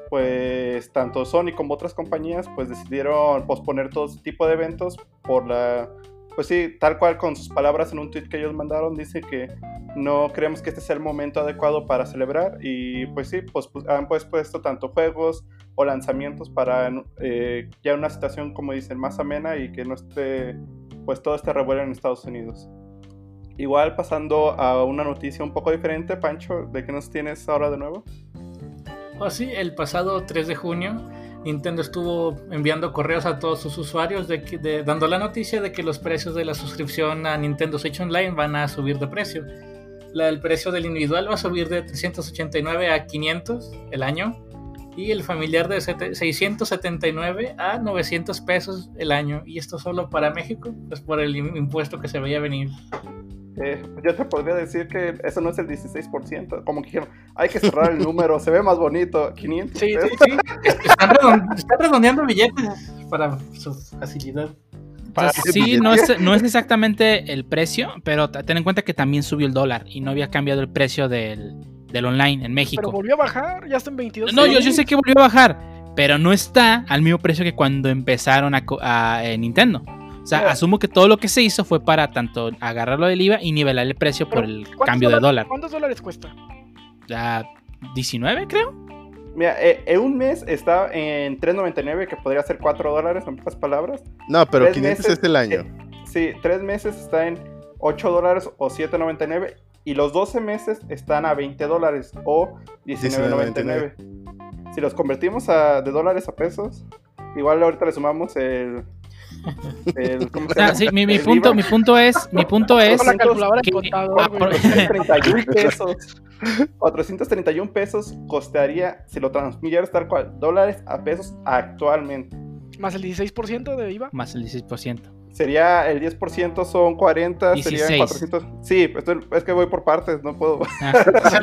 pues tanto Sony como otras compañías pues decidieron posponer todo este tipo de eventos por la, pues sí, tal cual con sus palabras en un tweet que ellos mandaron, dice que no creemos que este sea el momento adecuado para celebrar y pues sí, pues, pues han pues puesto tanto juegos o lanzamientos para eh, ya una situación, como dicen, más amena y que no esté, pues todo este revuelo en Estados Unidos. Igual pasando a una noticia un poco diferente, Pancho, ¿de qué nos tienes ahora de nuevo? Oh, sí, el pasado tres de junio Nintendo estuvo enviando correos a todos sus usuarios de que, de, dando la noticia de que los precios de la suscripción a Nintendo Switch Online van a subir de precio. La, el precio del individual va a subir de trescientos ochenta y nueve a quinientos el año y el familiar de seiscientos setenta y nueve a novecientos pesos el año, y esto solo para México, pues por el impuesto que se veía venir. Eh, yo te podría decir que eso no es el dieciséis por ciento, como que dijeron, hay que cerrar el número, se ve más bonito, quinientos. Sí, pesos. sí, Sí, están, redonde- están redondeando billetes para su facilidad. O sea, sí, no es, no es exactamente el precio, pero t- ten en cuenta que también subió el dólar y no había cambiado el precio del, del online en México. pero volvió a bajar, ya está en veintidós. No, yo, yo sé que volvió a bajar, pero no está al mismo precio que cuando empezaron a, co- a eh, Nintendo. O sea, Yeah. asumo que todo lo que se hizo fue para tanto agarrarlo del I V A y nivelar el precio por el cambio de dólar. ¿Cuántos dólares cuesta? Ya diecinueve, creo. Mira, eh, en un mes está en tres noventa y nueve, que podría ser cuatro dólares, en pocas palabras. No, pero Tres quinientos meses, es el año. eh, sí, tres meses está en ocho dólares o siete noventa y nueve, y los doce meses están a veinte dólares o diecinueve noventa y nueve. Si los convertimos a, de dólares a pesos, igual ahorita le sumamos el... el ¿cómo se Ah, llama? sí, mi, mi El punto, IVA. mi punto es, mi punto es Con la calculadora que- de contador, güey. ah, por- cuatrocientos treinta y uno pesos. cuatrocientos treinta y uno pesos costaría, si lo transmitieras tal cual, dólares a pesos actualmente. Más el dieciséis por ciento de IVA. más el dieciséis por ciento. Sería el diez por ciento, son cuarenta, dieciséis. serían cuatrocientos. Sí, esto- es que voy por partes, no puedo. Ah.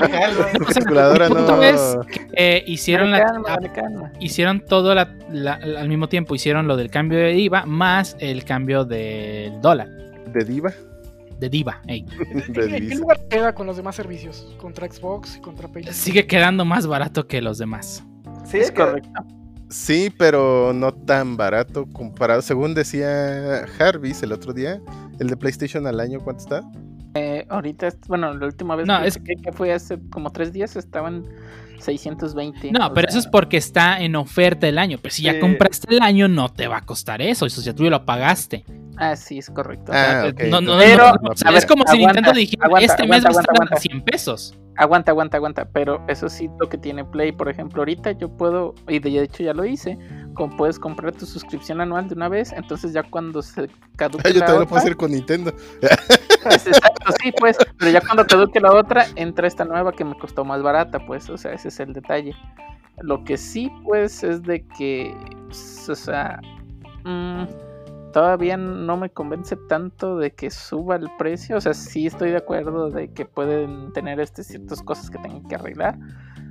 Tu calculadora Mi punto no. es que eh, hicieron la, Calma, dale calma. hicieron todo la- la- la- al mismo tiempo, hicieron lo del cambio de IVA más el cambio del dólar, De diva. de DIVA. ey. De ¿En qué divisa. lugar queda con los demás servicios? Contra Xbox y contra P C. Sigue quedando más barato que los demás. Sí, Es que- correcto. Sí, pero no tan barato comparado. Según decía Jarvis el otro día, el de PlayStation al año, ¿cuánto está? Eh, ahorita, es- bueno, la última vez No, que, es- chequé, que fue hace como tres días, estaban seiscientos veinte. No, o pero sea, eso es porque está en oferta el año. Pero si ya Sí. compraste el año, no te va a costar eso. Eso ya tú ya lo pagaste. Ah, sí, es correcto. Ah, Eh, ok, no, no, entonces- no, Pero, no, o a sea, ver, es como si aguanta, Nintendo dijera, aguanta, este mes va a aguanta, estar aguanta. a cien pesos. Aguanta, aguanta, aguanta. Pero eso sí, lo que tiene Play, por ejemplo, ahorita yo puedo, y de hecho ya lo hice, como puedes comprar tu suscripción anual de una vez, entonces ya cuando se caduque Ah, yo la también lo puedo otra, hacer con Nintendo. pues, exacto, sí, pues, pero ya cuando caduque la otra, entra esta nueva que me costó más barata, pues, o sea, ese es el detalle. Lo que sí, pues, es de que, pues, o sea, mm, todavía no me convence tanto de que suba el precio, o sea, sí estoy de acuerdo de que pueden tener este, ciertas cosas que tengan que arreglar,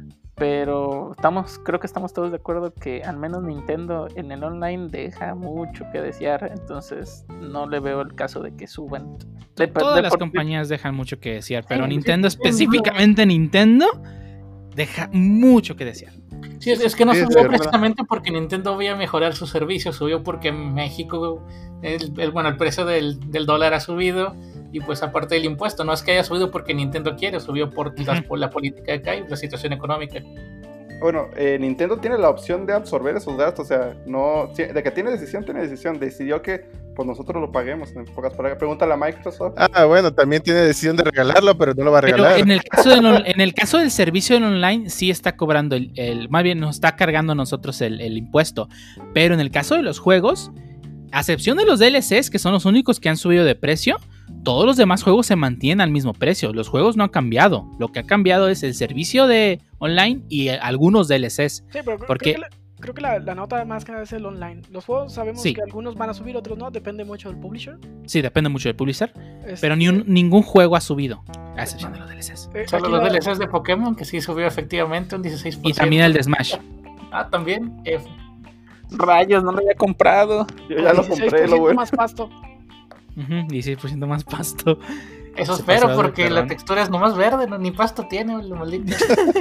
pero estamos, creo que estamos todos de acuerdo que al menos Nintendo en el online deja mucho que desear, entonces no le veo el caso de que suban. De- Todas de las por- compañías dejan mucho que desear, pero Sí, Nintendo, sí. específicamente Nintendo, deja mucho que desear. Sí, es, es que no Sí, es subió verdad. precisamente porque Nintendo voy a mejorar su servicio, subió porque en México el, el- bueno, el precio del, del dólar ha subido y pues aparte del impuesto, no es que haya subido porque Nintendo quiere, subió por, las- Ujú. por la política de acá y la situación económica. Bueno, eh, Nintendo tiene la opción de absorber esos gastos, o sea, no, si- de que tiene decisión, tiene decisión, decidió que pues nosotros lo paguemos, en pocas palabras. Pregúntale a Microsoft. Ah, bueno, también tiene decisión de regalarlo, pero no lo va a Pero regalar. en el caso del, on- en el caso del servicio en online, sí está cobrando el, el- más bien nos está cargando a nosotros el, el impuesto. Pero en el caso de los juegos, a excepción de los D L Cs, que son los únicos que han subido de precio, todos los demás juegos se mantienen al mismo precio. Los juegos no han cambiado. Lo que ha cambiado es el servicio de online y eh, algunos D L Cs. Sí, pero creo- Porque- creo que, la, creo que la, la nota más que nada es el online. Los juegos sabemos Sí. que algunos van a subir, otros no, depende mucho del publisher. Sí, depende mucho del publisher. Este, Pero ni un- ningún juego ha subido, a excepción de los D L Cs. eh, Solo aquí los la- D L Cs de Pokémon, que sí subió efectivamente un dieciséis por Y ciento. también el de Smash. Ah, también. eh, Rayos, no lo había comprado. Yo ya lo dieciséis por compré, ciento lo bueno. más pasto. Ujú, dieciséis por ciento más pasto. eso Se espero, pasó de porque la perrón. textura es nomás verde, no, ni pasto tiene, lo maldito.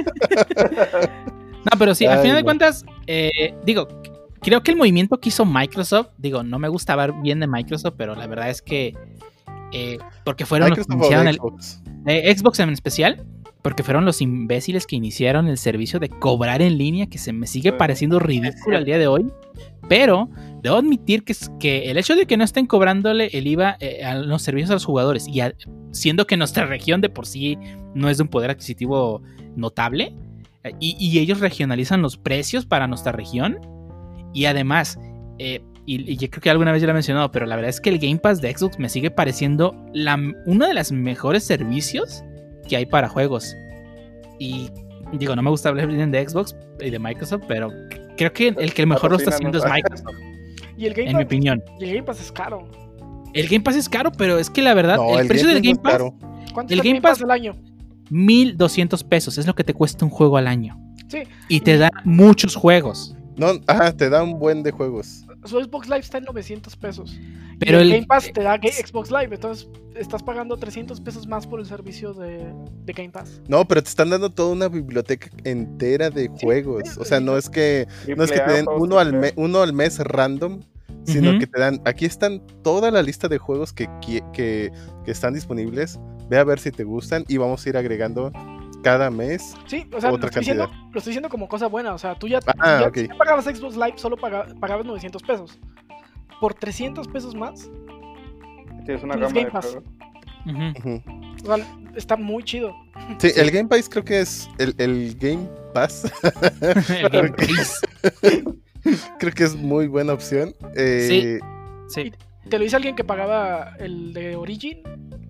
No, pero sí, al Ay, final de no. cuentas, eh, digo, creo que el movimiento que hizo Microsoft, digo, no me gusta ver bien de Microsoft, pero la verdad es que, eh, porque fueron los que Microsoft o iniciaron de el Xbox. de Xbox en especial, porque fueron los imbéciles que iniciaron el servicio de cobrar en línea, que se me sigue Sí. pareciendo ridículo al día de hoy. Pero debo admitir que, es- que el hecho de que no estén cobrándole el IVA eh, a los servicios a los jugadores, y a- siendo que nuestra región de por sí no es de un poder adquisitivo notable, eh, y, y ellos regionalizan los precios para nuestra región, y además, eh, y, y yo creo que alguna vez ya lo he mencionado, pero la verdad es que el Game Pass de Xbox me sigue pareciendo la, uno de los mejores servicios que hay para juegos. Y digo, no me gusta hablar bien de Xbox y de Microsoft, pero creo que el que mejor lo está haciendo es Microsoft, Y el Game en mi Pass, opinión. y el Game Pass es caro. El Game Pass es caro, pero es que la verdad, No, el, precio del Game Pass Pass, no es caro. ¿Cuánto El está el Game Game Pass Pass- al año? mil doscientos pesos es lo que te cuesta un juego al año. Sí, Y te da muchos juegos. No, ajá, te da un buen de juegos. su Xbox Live está en novecientos pesos. Pero y el, el- Game Pass te da Ga- Xbox Live, entonces estás pagando trescientos pesos más por el servicio de, de Game Pass. No, pero te están dando toda una biblioteca entera de juegos. sí, O sea, no es que no es que te den Triple A, uno al, triple me- A. uno al mes random, sino Ujú. que te dan, aquí están toda la lista de juegos que, qui- que, que están disponibles. Ve a ver si te gustan y vamos a ir agregando cada mes. Sí, o sea, lo Otra estoy, diciendo, lo estoy diciendo como cosa buena. O sea, tú ya, Ah, ya, ok. si ya pagabas Xbox Live, solo paga- pagabas novecientos pesos. Por trescientos pesos más, Tienes una Tienes gama Game de Pass. juegos. Ujú. Ujú. o sea, está muy chido. Sí, el Game Pass creo que es el, el Game Pass. El Game Pass. Creo que es muy buena opción. Eh, Sí. Te lo dice alguien que pagaba el de Origin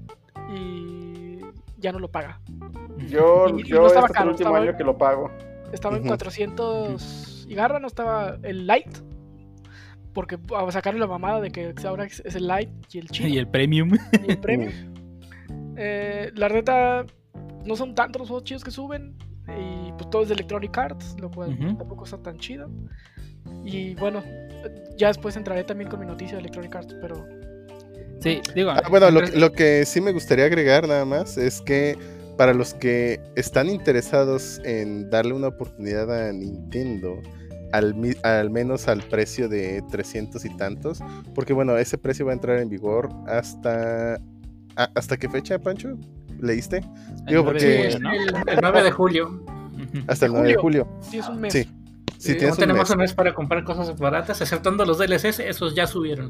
y ya no lo paga. Yo, Y- y yo no estaba este es el caro, último estaba- año que lo pago. Estaba en Ujú. cuatrocientos y garra, no estaba el Lite. Porque a sacarle la mamada de que ahora es es el Lite y el chino Y el premium. y el Premium. Eh, la neta, no son tantos los juegos chidos que suben. Y pues todo es de Electronic Arts, lo cual Ujú. tampoco está tan chido. Y bueno, ya después entraré también con mi noticia de Electronic Arts, pero Sí, digo. Ah, bueno, lo, entonces- lo que sí me gustaría agregar nada más es que para los que están interesados en darle una oportunidad a Nintendo, al, mi- al menos al precio de trescientos y tantos, porque bueno, ese precio va a entrar en vigor hasta... ¿a- ¿Hasta qué fecha, Pancho? ¿Leíste? el digo, nueve porque- de Es julio, ¿no? el, el nueve de julio. Ujú. Hasta el nueve de julio. sí es un mes. Sí, sí, Eh, tienes no un tenemos mes. un mes para comprar cosas baratas, exceptuando los D L Cs, esos ya subieron.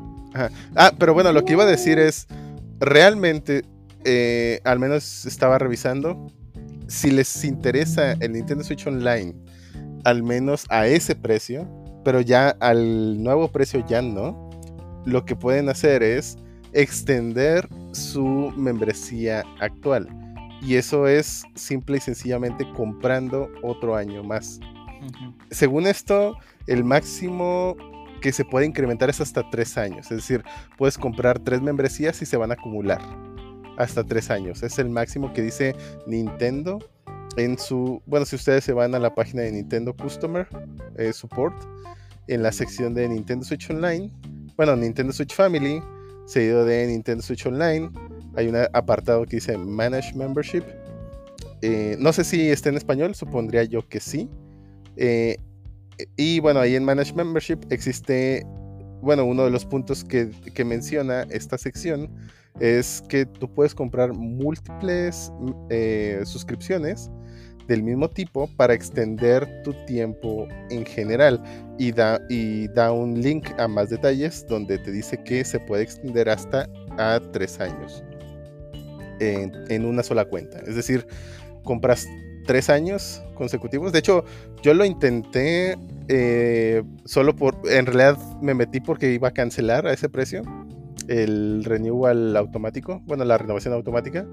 Ah, pero bueno, lo que iba a decir es, realmente, eh, al menos estaba revisando, si les interesa el Nintendo Switch Online, al menos a ese precio, pero ya al nuevo precio ya no, lo que pueden hacer es extender su membresía actual. Y eso es simple y sencillamente comprando otro año más. Ujú. Según esto, el máximo que se puede incrementar es hasta tres años. Es decir, puedes comprar tres membresías y se van a acumular hasta tres años. Es el máximo que dice Nintendo en su... Bueno, si ustedes se van a la página de Nintendo Customer eh, Support, en la sección de Nintendo Switch Online, bueno, Nintendo Switch Family, seguido de Nintendo Switch Online, hay un apartado que dice Manage Membership. Eh, no sé si está en español, supondría yo que sí. Eh, y bueno, ahí en Manage Membership existe, bueno, uno de los puntos que, que menciona esta sección es que tú puedes comprar múltiples eh, suscripciones del mismo tipo para extender tu tiempo en general, y da, y da un link a más detalles donde te dice que se puede extender hasta a tres años en, en una sola cuenta. Es decir, compras tres años consecutivos. De hecho, yo lo intenté eh, solo por... En realidad me metí porque iba a cancelar a ese precio el renewal automático, bueno, la renovación automática,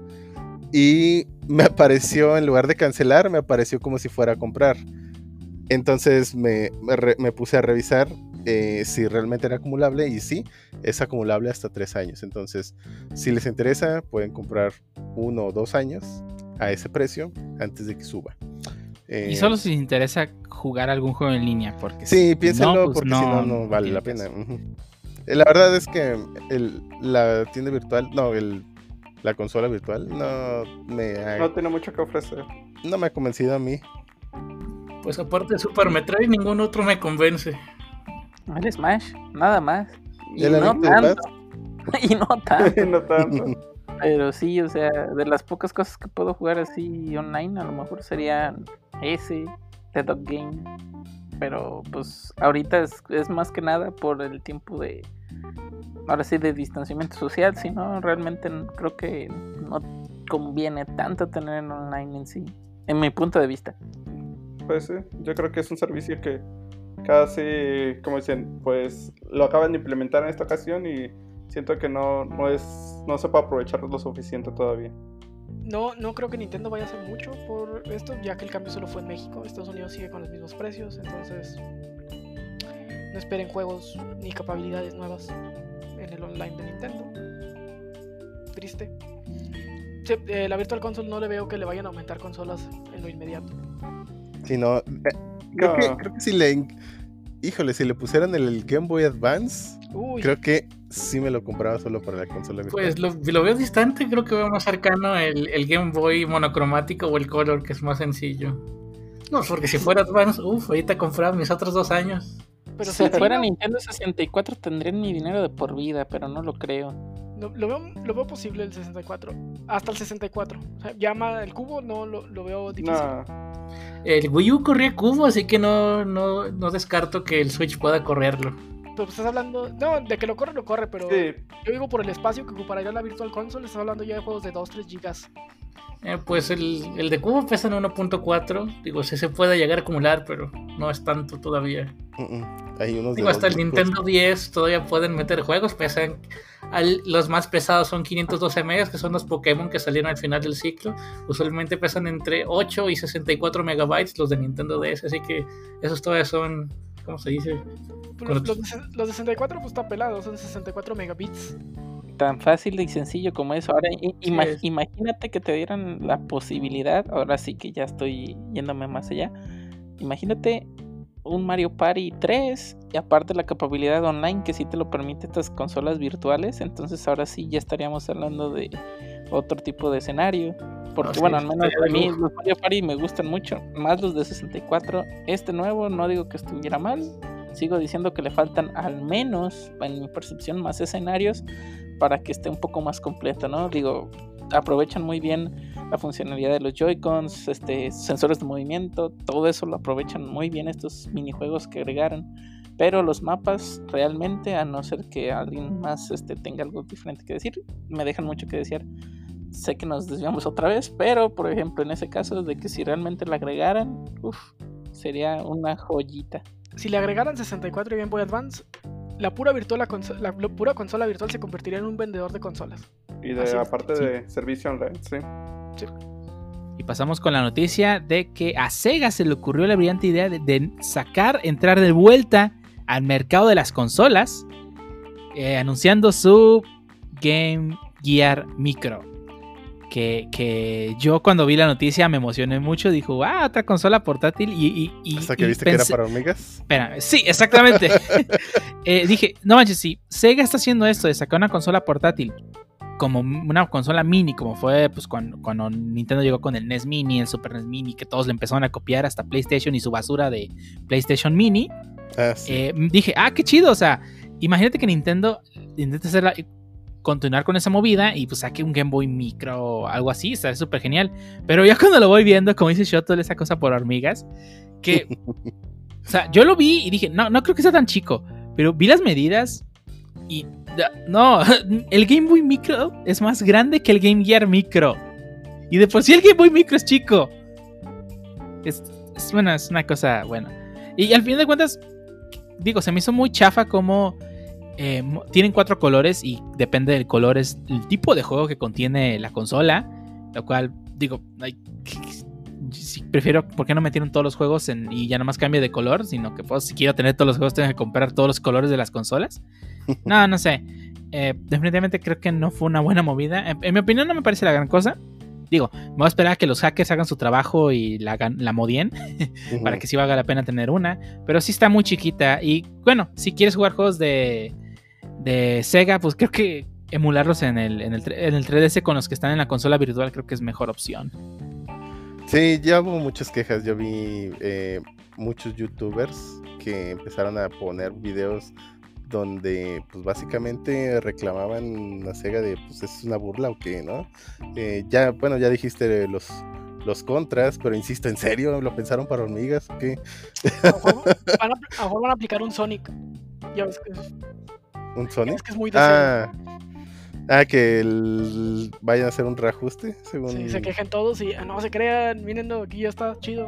y me apareció, en lugar de cancelar, me apareció como si fuera a comprar. Entonces me, me, re, me puse a revisar eh, si realmente era acumulable, y sí, es acumulable hasta tres años. Entonces, si les interesa, pueden comprar uno o dos años a ese precio antes de que suba. Eh, Y solo si les interesa jugar algún juego en línea, porque sí, si piénsenlo, no, pues porque si no, no vale tiene la caso. pena. Ujú. Eh, La verdad es que el, la tienda virtual, no, el, la consola virtual no me ha, No tiene mucho que ofrecer. no me ha convencido a mí. Pues aparte de Super Metroid, ningún otro me convence. El Smash, nada más. Y El no Link to the tanto. Y no tanto. No tanto. Pero sí, o sea, de las pocas cosas que puedo jugar así online, a lo mejor serían ese, The Dog Game. Pero pues ahorita es, es más que nada por el tiempo de, ahora sí, de distanciamiento social. Si no, realmente n- creo que no conviene tanto tener online en sí, en mi punto de vista. Pues sí, yo creo que es un servicio que casi, como dicen, pues lo acaban de implementar en esta ocasión y siento que no, no es, no se puede aprovechar lo suficiente todavía. No, no creo que Nintendo vaya a hacer mucho por esto, ya que el cambio solo fue en México. Estados Unidos sigue con los mismos precios, entonces no esperen juegos ni capacidades nuevas en el online de Nintendo. Triste. Sí, eh, la Virtual Console no le veo que le vayan a aumentar consolas en lo inmediato. Si no, eh, creo, No. que, creo que si le, híjole, si le pusieran el, el Game Boy Advance, Uy, creo que sí me lo compraba solo para la consola virtual. Pues lo, lo veo distante, creo que veo más cercano el, el Game Boy monocromático o el Color, que es más sencillo. No, porque si fuera Advance, uff, ahorita compraba mis otros dos años. pero Si si fuera Nintendo sesenta y cuatro tendrían mi dinero de por vida, pero no lo creo. No, lo, veo, lo veo posible el sesenta y cuatro. Hasta el sesenta y cuatro. O sea, llama el cubo, no lo, lo veo difícil. No, El Wii U corría cubo, así que no, no, no descarto que el Switch pueda correrlo. Pero estás hablando. No, de que lo corre, lo corre, pero. sí, Yo digo por el espacio que ocuparía la Virtual Console. Estás hablando ya de juegos de dos tres gigas. Eh, pues el, el de cubo pesa en uno punto cuatro. Digo, sí se puede llegar a acumular, pero no es tanto todavía. Uh-uh. Hay unos Digo, de hasta el dos Nintendo diez todavía pueden meter juegos, pesan, al, los más pesados son quinientos doce megas, que son los Pokémon que salieron al final del ciclo. Usualmente pesan entre ocho y sesenta y cuatro megabytes los de Nintendo D S, así que esos todavía son, ¿cómo se dice? Los, los, de, los de sesenta y cuatro pues está pelado, son sesenta y cuatro megabits. Tan fácil y sencillo como eso. Ahora ima- Sí, imagínate que te dieran la posibilidad, ahora sí que ya estoy yéndome más allá. Imagínate un Mario Party tres y aparte la capacidad online que sí te lo permite estas consolas virtuales, entonces ahora sí ya estaríamos hablando de otro tipo de escenario. Porque Ah, sí, bueno, al menos estaría a mí lujo. los Mario Party me gustan mucho, más los de sesenta y cuatro. Este nuevo no digo que estuviera mal, sigo diciendo que le faltan al menos, en mi percepción, más escenarios para que esté un poco más completo, ¿no? Digo, aprovechan muy bien la funcionalidad de los Joy-Cons, este, sensores de movimiento, todo eso lo aprovechan muy bien estos minijuegos que agregaron, pero los mapas realmente, a no ser que alguien más este, tenga algo diferente que decir, me dejan mucho que desear. Sé que nos desviamos otra vez, pero por ejemplo en ese caso de que si realmente la agregaran, uff, sería una joyita. Si le agregaran sesenta y cuatro y Game Boy Advance, la pura, virtual, la, conso- la, la pura consola virtual se convertiría en un vendedor de consolas. Y de, Así es, aparte sí. de servicio online, sí. Sí. Y pasamos con la noticia de que a Sega se le ocurrió la brillante idea de, de sacar, entrar de vuelta al mercado de las consolas, eh, anunciando su Game Gear Micro. Que, que yo cuando vi la noticia me emocioné mucho. Dijo, ah, otra consola portátil. Y, y, y Hasta que y viste pensé, que era para hormigas. Espera, sí, exactamente. eh, dije, no manches, si Sega está haciendo esto de sacar una consola portátil como una consola mini, como fue pues cuando, cuando Nintendo llegó con el N E S Mini, el Super N E S Mini, que todos le empezaron a copiar hasta PlayStation y su basura de PlayStation Mini. Ah, sí. Eh, dije, ah, qué chido, o sea, imagínate que Nintendo intenta hacerla, continuar con esa movida y pues saque un Game Boy Micro o algo así, está súper genial. Pero ya cuando lo voy viendo, como dice Shoto, esa cosa por hormigas, que, o sea, yo lo vi y dije, no, no creo que sea tan chico, pero vi las medidas y, no, el Game Boy Micro es más grande que el Game Gear Micro. Y de por sí el Game Boy Micro es chico. Es, es, bueno, es una cosa buena. Y al fin de cuentas, digo, se me hizo muy chafa como eh, tienen cuatro colores y depende del color es el tipo de juego que contiene la consola, lo cual digo, ay, si prefiero, ¿por qué no metieron todos los juegos en, y ya nomás cambio de color? Sino que pues, si quiero tener todos los juegos tengo que comprar todos los colores de las consolas. No, no sé, eh, definitivamente creo que no fue una buena movida. En, en mi opinión no me parece la gran cosa. Digo, me voy a esperar a que los hackers hagan su trabajo y la, la modien uh-huh. para que sí valga la pena tener una. Pero sí está muy chiquita. Y bueno, si quieres jugar juegos de, de Sega, pues creo que emularlos en el, en, el, en el tres D S con los que están en la consola virtual creo que es mejor opción. Sí, ya hubo muchas quejas. Yo vi eh, muchos youtubers que empezaron a poner videos donde pues básicamente reclamaban a Sega de pues es una burla o qué, ¿no? Eh, ya, bueno, ya dijiste los, los contras, pero insisto, ¿en serio? ¿Lo pensaron para hormigas o qué? A lo mejor van a, a, lo mejor van a aplicar un Sonic. Ya ves que es, ¿Un Sonic? Es que es muy de ah, ah, que el, vayan a hacer un reajuste, según... Sí, se quejen todos y no se crean, miren, no, aquí ya está chido.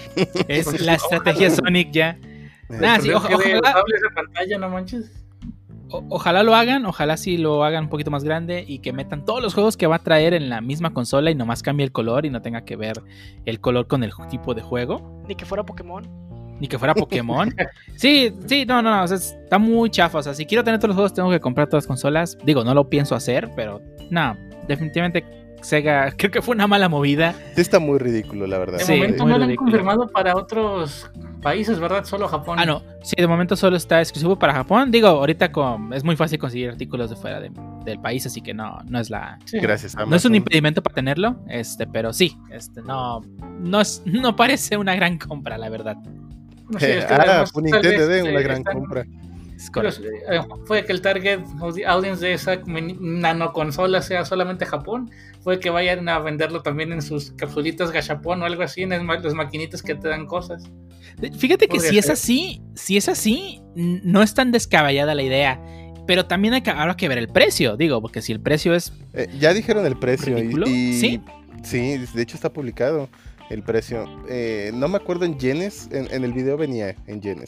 Es la estrategia Sonic ya. Nah, sí, ojalá, ojalá, esa pantalla, no manches. O, ojalá lo hagan, ojalá sí lo hagan un poquito más grande y que metan todos los juegos que va a traer en la misma consola y nomás cambie el color y no tenga que ver el color con el tipo de juego. Ni que fuera Pokémon. Ni que fuera Pokémon. Sí, sí, no, no, no, o sea, está muy chafa. O sea, si quiero tener todos los juegos tengo que comprar todas las consolas. Digo, no lo pienso hacer, pero no, definitivamente Sega, creo que fue una mala movida. Sí, está muy ridículo, la verdad. De sí, momento no lo han ridículo. confirmado para otros países, ¿verdad? Solo Japón. Ah, no, sí, de momento solo está exclusivo para Japón. Digo, ahorita con, es muy fácil conseguir artículos de fuera de, del país, así que no, no es la... Sí. Gracias, Amazon. No es un impedimento para tenerlo, este, pero sí, este, no, no, es, no parece una gran compra, la verdad. No sé, es que ah, además, fue Nintendo de una eh, gran están, compra. Pero, eh, fue que el target audience de esa nanoconsola sea solamente Japón. Fue que vayan a venderlo también en sus capsulitas gachapón o algo así, en las maquinitas que te dan cosas. Fíjate que Podría si es ser. así, si es así, no es tan descabellada la idea. Pero también hay que, habrá que ver el precio, digo, porque si el precio es... Eh, ya dijeron el precio y, y ¿Sí? Sí, de hecho está publicado el precio. Eh, no me acuerdo en yenes, en, en el video venía en yenes,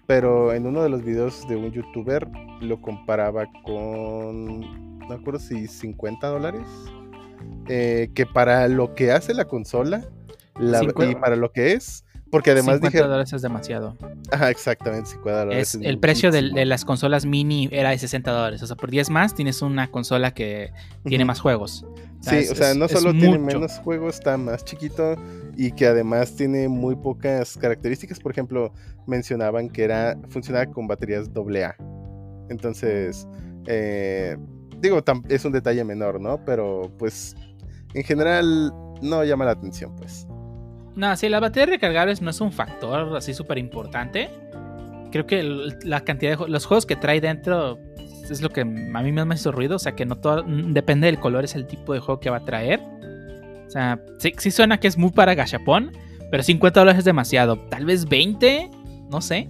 pero en uno de los videos de un youtuber lo comparaba con, no me acuerdo si cincuenta dólares, eh, que para lo que hace la consola la, y para lo que es, porque además cincuenta dije, dólares es demasiado. Ajá, exactamente, cincuenta dólares. Es, el precio de, de las consolas mini era de sesenta dólares. O sea, por diez más tienes una consola que tiene uh-huh. más juegos. O sea, sí, es, o sea, no solo tiene mucho. menos juegos, está más chiquito y que además tiene muy pocas características. Por ejemplo, mencionaban que era funcionaba con baterías doble A. Entonces, eh, digo, es un detalle menor, ¿no? Pero pues en general no llama la atención, pues. No, sí, las baterías recargables no es un factor así súper importante. Creo que el, la cantidad de los juegos que trae dentro es lo que a mí más me hizo ruido. O sea, que no todo, depende del color, es el tipo de juego que va a traer. O sea, sí, sí suena que es muy para gachapón, pero cincuenta dólares es demasiado. Tal vez veinte, no sé.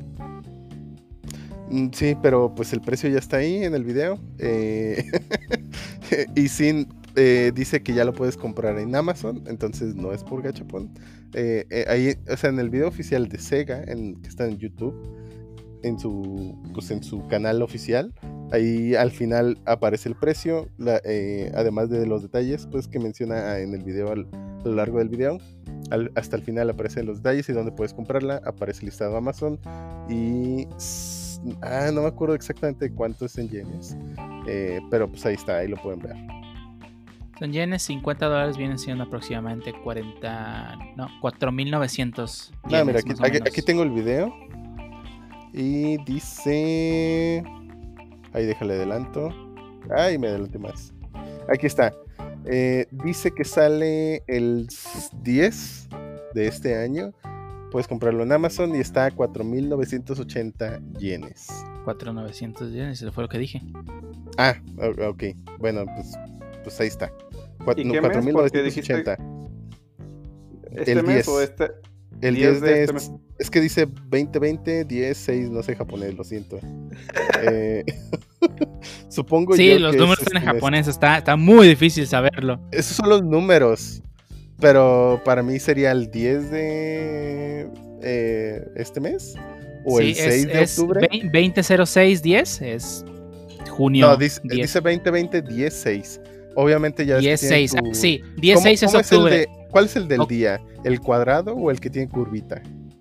Sí, pero pues el precio ya está ahí en el video. Eh, y sin... Eh, dice que ya lo puedes comprar en Amazon, entonces no es por gachapón. Eh, eh, ahí, o sea, en el video oficial de Sega, en, que está en YouTube, en su, pues en su canal oficial, ahí al final aparece el precio, la, eh, además de los detalles, pues que menciona en el video al, a lo largo del video. Al, hasta el final aparecen los detalles y dónde puedes comprarla, aparece listado Amazon y ah, no me acuerdo exactamente cuánto es en yenes, eh, pero pues ahí está, ahí lo pueden ver. En yenes, cincuenta dólares vienen siendo aproximadamente cuarenta, no, cuatro mil novecientos yenes. Ah, mira, aquí, aquí, aquí tengo el video. Y dice... Ahí déjale adelanto. Ay, me adelanté más. Aquí está. Eh, dice que sale el diez de este año. Puedes comprarlo en Amazon y está a cuatro mil novecientos ochenta yenes. cuatro mil novecientos yenes, eso fue lo que dije. Ah, ok. Bueno, pues... Pues ahí está. cuatro mil novecientos ochenta. ¿Este el mes diez. O este? El diez de este mes. Es que dice veinte veinte, diez, seis, no sé japonés, lo siento. eh, supongo sí, yo los que números es en este japonés, está, está muy difícil saberlo. Esos son los números. Pero para mí sería el diez de eh, este mes. O sí, el seis es, de es octubre. veinte cero seis diez es junio. No, dice, dice veinte veinte, diez seis. Obviamente ya diez seis, tu... ah, sí, diez seis es octubre. Es de, ¿cuál es el del o... día? ¿El cuadrado o el que tiene curvita?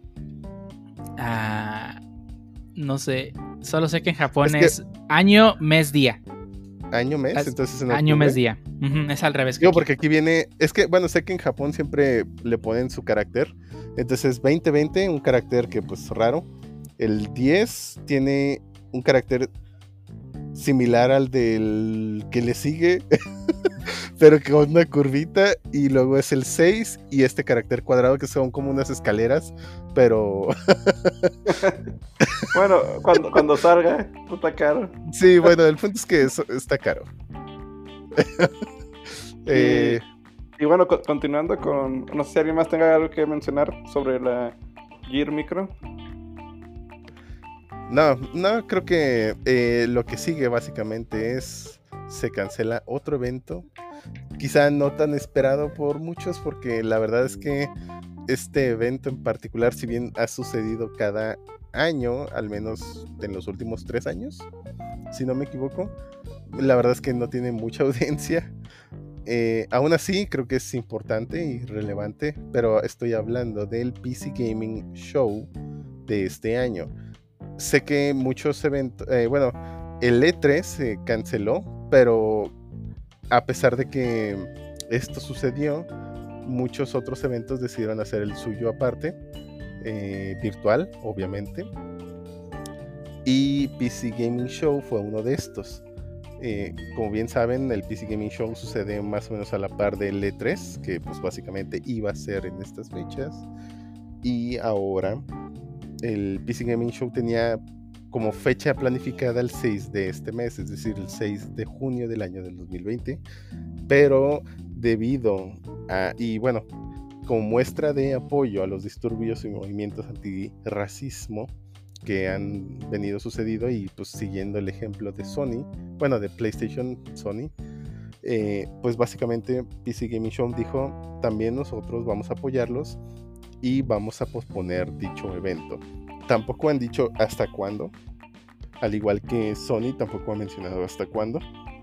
Ah, no sé, solo sé que en Japón es, es que... año, mes, día. Año, mes, es, entonces en año, mes, día. Uh-huh, es al revés. Digo, porque aquí viene, es que, bueno, sé que en Japón siempre le ponen su carácter. Entonces veinte veinte, un carácter que pues raro. El diez tiene un carácter similar al del que le sigue, pero con una curvita, y luego es el seis y este carácter cuadrado que son como unas escaleras, pero bueno, cuando, cuando salga está caro. Sí, bueno, el punto es que es, está caro. eh... y, y bueno, co- continuando con, no sé si alguien más tenga algo que mencionar sobre la Gear Micro. No, no, creo que eh, lo que sigue básicamente es, se cancela otro evento, quizá no tan esperado por muchos, porque la verdad es que este evento en particular, si bien ha sucedido cada año, al menos en los últimos tres años, si no me equivoco, la verdad es que no tiene mucha audiencia. Eh, aún así, creo que es importante y relevante, pero estoy hablando del P C Gaming Show de este año. Sé que muchos eventos, eh, bueno, el E tres se canceló, pero a pesar de que esto sucedió, muchos otros eventos decidieron hacer el suyo aparte, eh, virtual, obviamente. Y P C Gaming Show fue uno de estos. Eh, como bien saben, el P C Gaming Show sucede más o menos a la par del E tres, que pues básicamente iba a ser en estas fechas. Y ahora el P C Gaming Show tenía como fecha planificada el seis de este mes, es decir, el seis de junio del año del dos mil veinte, pero debido a, y bueno, como muestra de apoyo a los disturbios y movimientos antirracismo que han venido sucediendo, y pues siguiendo el ejemplo de Sony, bueno, de PlayStation Sony, eh, pues básicamente P C Gaming Show dijo, también nosotros vamos a apoyarlos y vamos a posponer dicho evento. tampoco han dicho hasta cuándo, al igual que Sony tampoco ha mencionado hasta cuándo.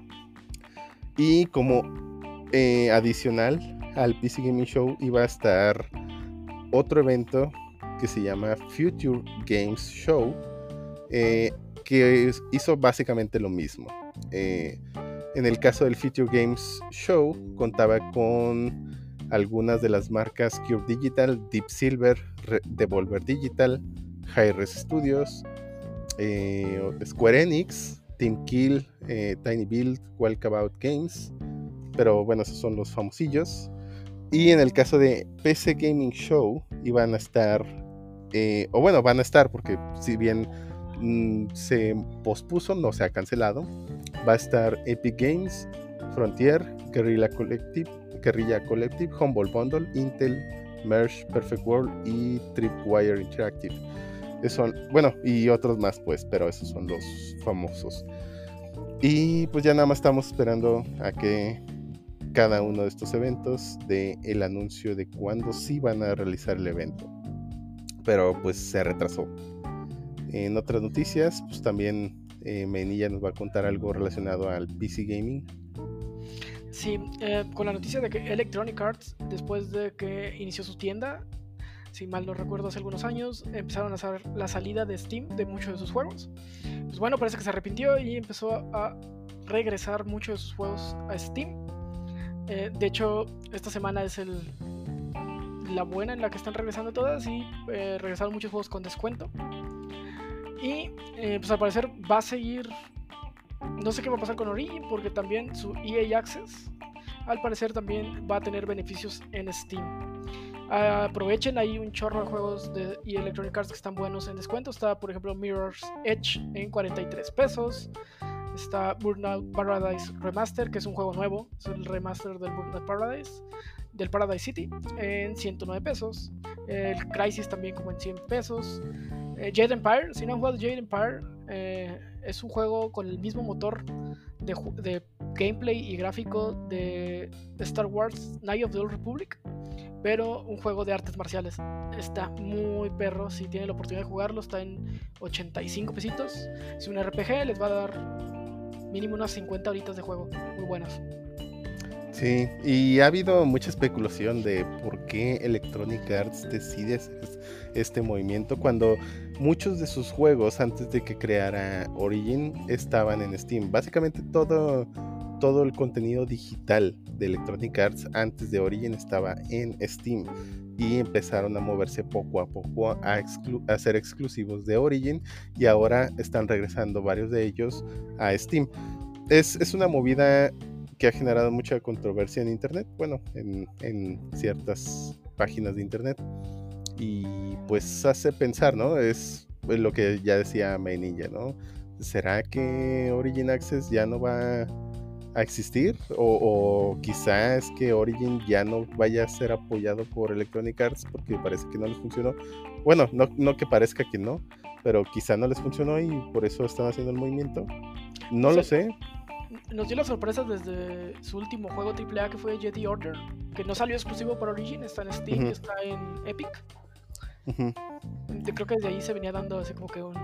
Y como eh, adicional al P C Gaming Show iba a estar otro evento que se llama Future Games Show, eh, que hizo básicamente lo mismo. Eh, en el caso del Future Games Show contaba con algunas de las marcas Cube Digital, Deep Silver, Re- Devolver Digital, Hi-Res Studios, eh, Square Enix, Team Kill, eh, Tiny Build, Walkabout Games, pero bueno, esos son los famosillos. Y en el caso de P C Gaming Show iban a estar, eh, o bueno, van a estar porque si bien mmm, se pospuso, no se ha cancelado, va a estar Epic Games, Frontier, Guerrilla Collective, Guerrilla Collective, Humble Bundle, Intel, Merge, Perfect World y Tripwire Interactive. Esos son, bueno, y otros más pues, pero esos son los famosos. Y pues ya nada más estamos esperando a que cada uno de estos eventos dé el anuncio de cuándo sí van a realizar el evento. Pero pues se retrasó. En otras noticias, pues también eh, Menilla nos va a contar algo relacionado al P C Gaming. Sí, eh, con la noticia de que Electronic Arts, después de que inició su tienda, si mal no recuerdo hace algunos años, empezaron a hacer la salida de Steam de muchos de sus juegos. Pues bueno, parece que se arrepintió y empezó a regresar muchos de sus juegos a Steam. Eh, de hecho, esta semana es el, la buena en la que están regresando todas y eh, regresaron muchos juegos con descuento. Y eh, pues al parecer va a seguir. No sé qué va a pasar con Origin, porque también su E A Access al parecer también va a tener beneficios en Steam. Uh, aprovechen, hay un chorro de juegos de Electronic Arts que están buenos en descuento. Está por ejemplo Mirror's Edge en cuarenta y tres pesos. Está Burnout Paradise Remaster, que es un juego nuevo, es el remaster del Burnout Paradise, del Paradise City, en ciento nueve pesos. El Crysis también como en cien pesos. eh, Jade Empire, si no han jugado Jade Empire, eh, es un juego con el mismo motor de, de gameplay y gráfico de Star Wars Knights of the Old Republic, pero un juego de artes marciales. Está muy perro, si tienen la oportunidad de jugarlo, está en ochenta y cinco pesitos. Es un R P G, les va a dar mínimo unas cincuenta horitas de juego, muy buenas. Sí, y ha habido mucha especulación de por qué Electronic Arts decide hacer este movimiento cuando muchos de sus juegos antes de que creara Origin estaban en Steam. Básicamente todo, todo el contenido digital de Electronic Arts antes de Origin estaba en Steam y empezaron a moverse poco a poco a, exclu- a ser exclusivos de Origin y ahora están regresando varios de ellos a Steam. Es, es una movida que ha generado mucha controversia en internet, bueno, en, en ciertas páginas de internet, y pues hace pensar, ¿no? Es lo que ya decía Mainilla, ¿no? ¿Será que Origin Access ya no va a existir? O, o quizá es que Origin ya no vaya a ser apoyado por Electronic Arts porque parece que no les funcionó. Bueno, no, no que parezca que no, pero quizá no les funcionó y por eso están haciendo el movimiento. No o sea, lo sé. Nos dio la sorpresa desde su último juego triple A que fue Jedi Order, que no salió exclusivo para Origin, está en Steam, uh-huh. está en Epic. Uh-huh. Creo que desde ahí se venía dando así como que un,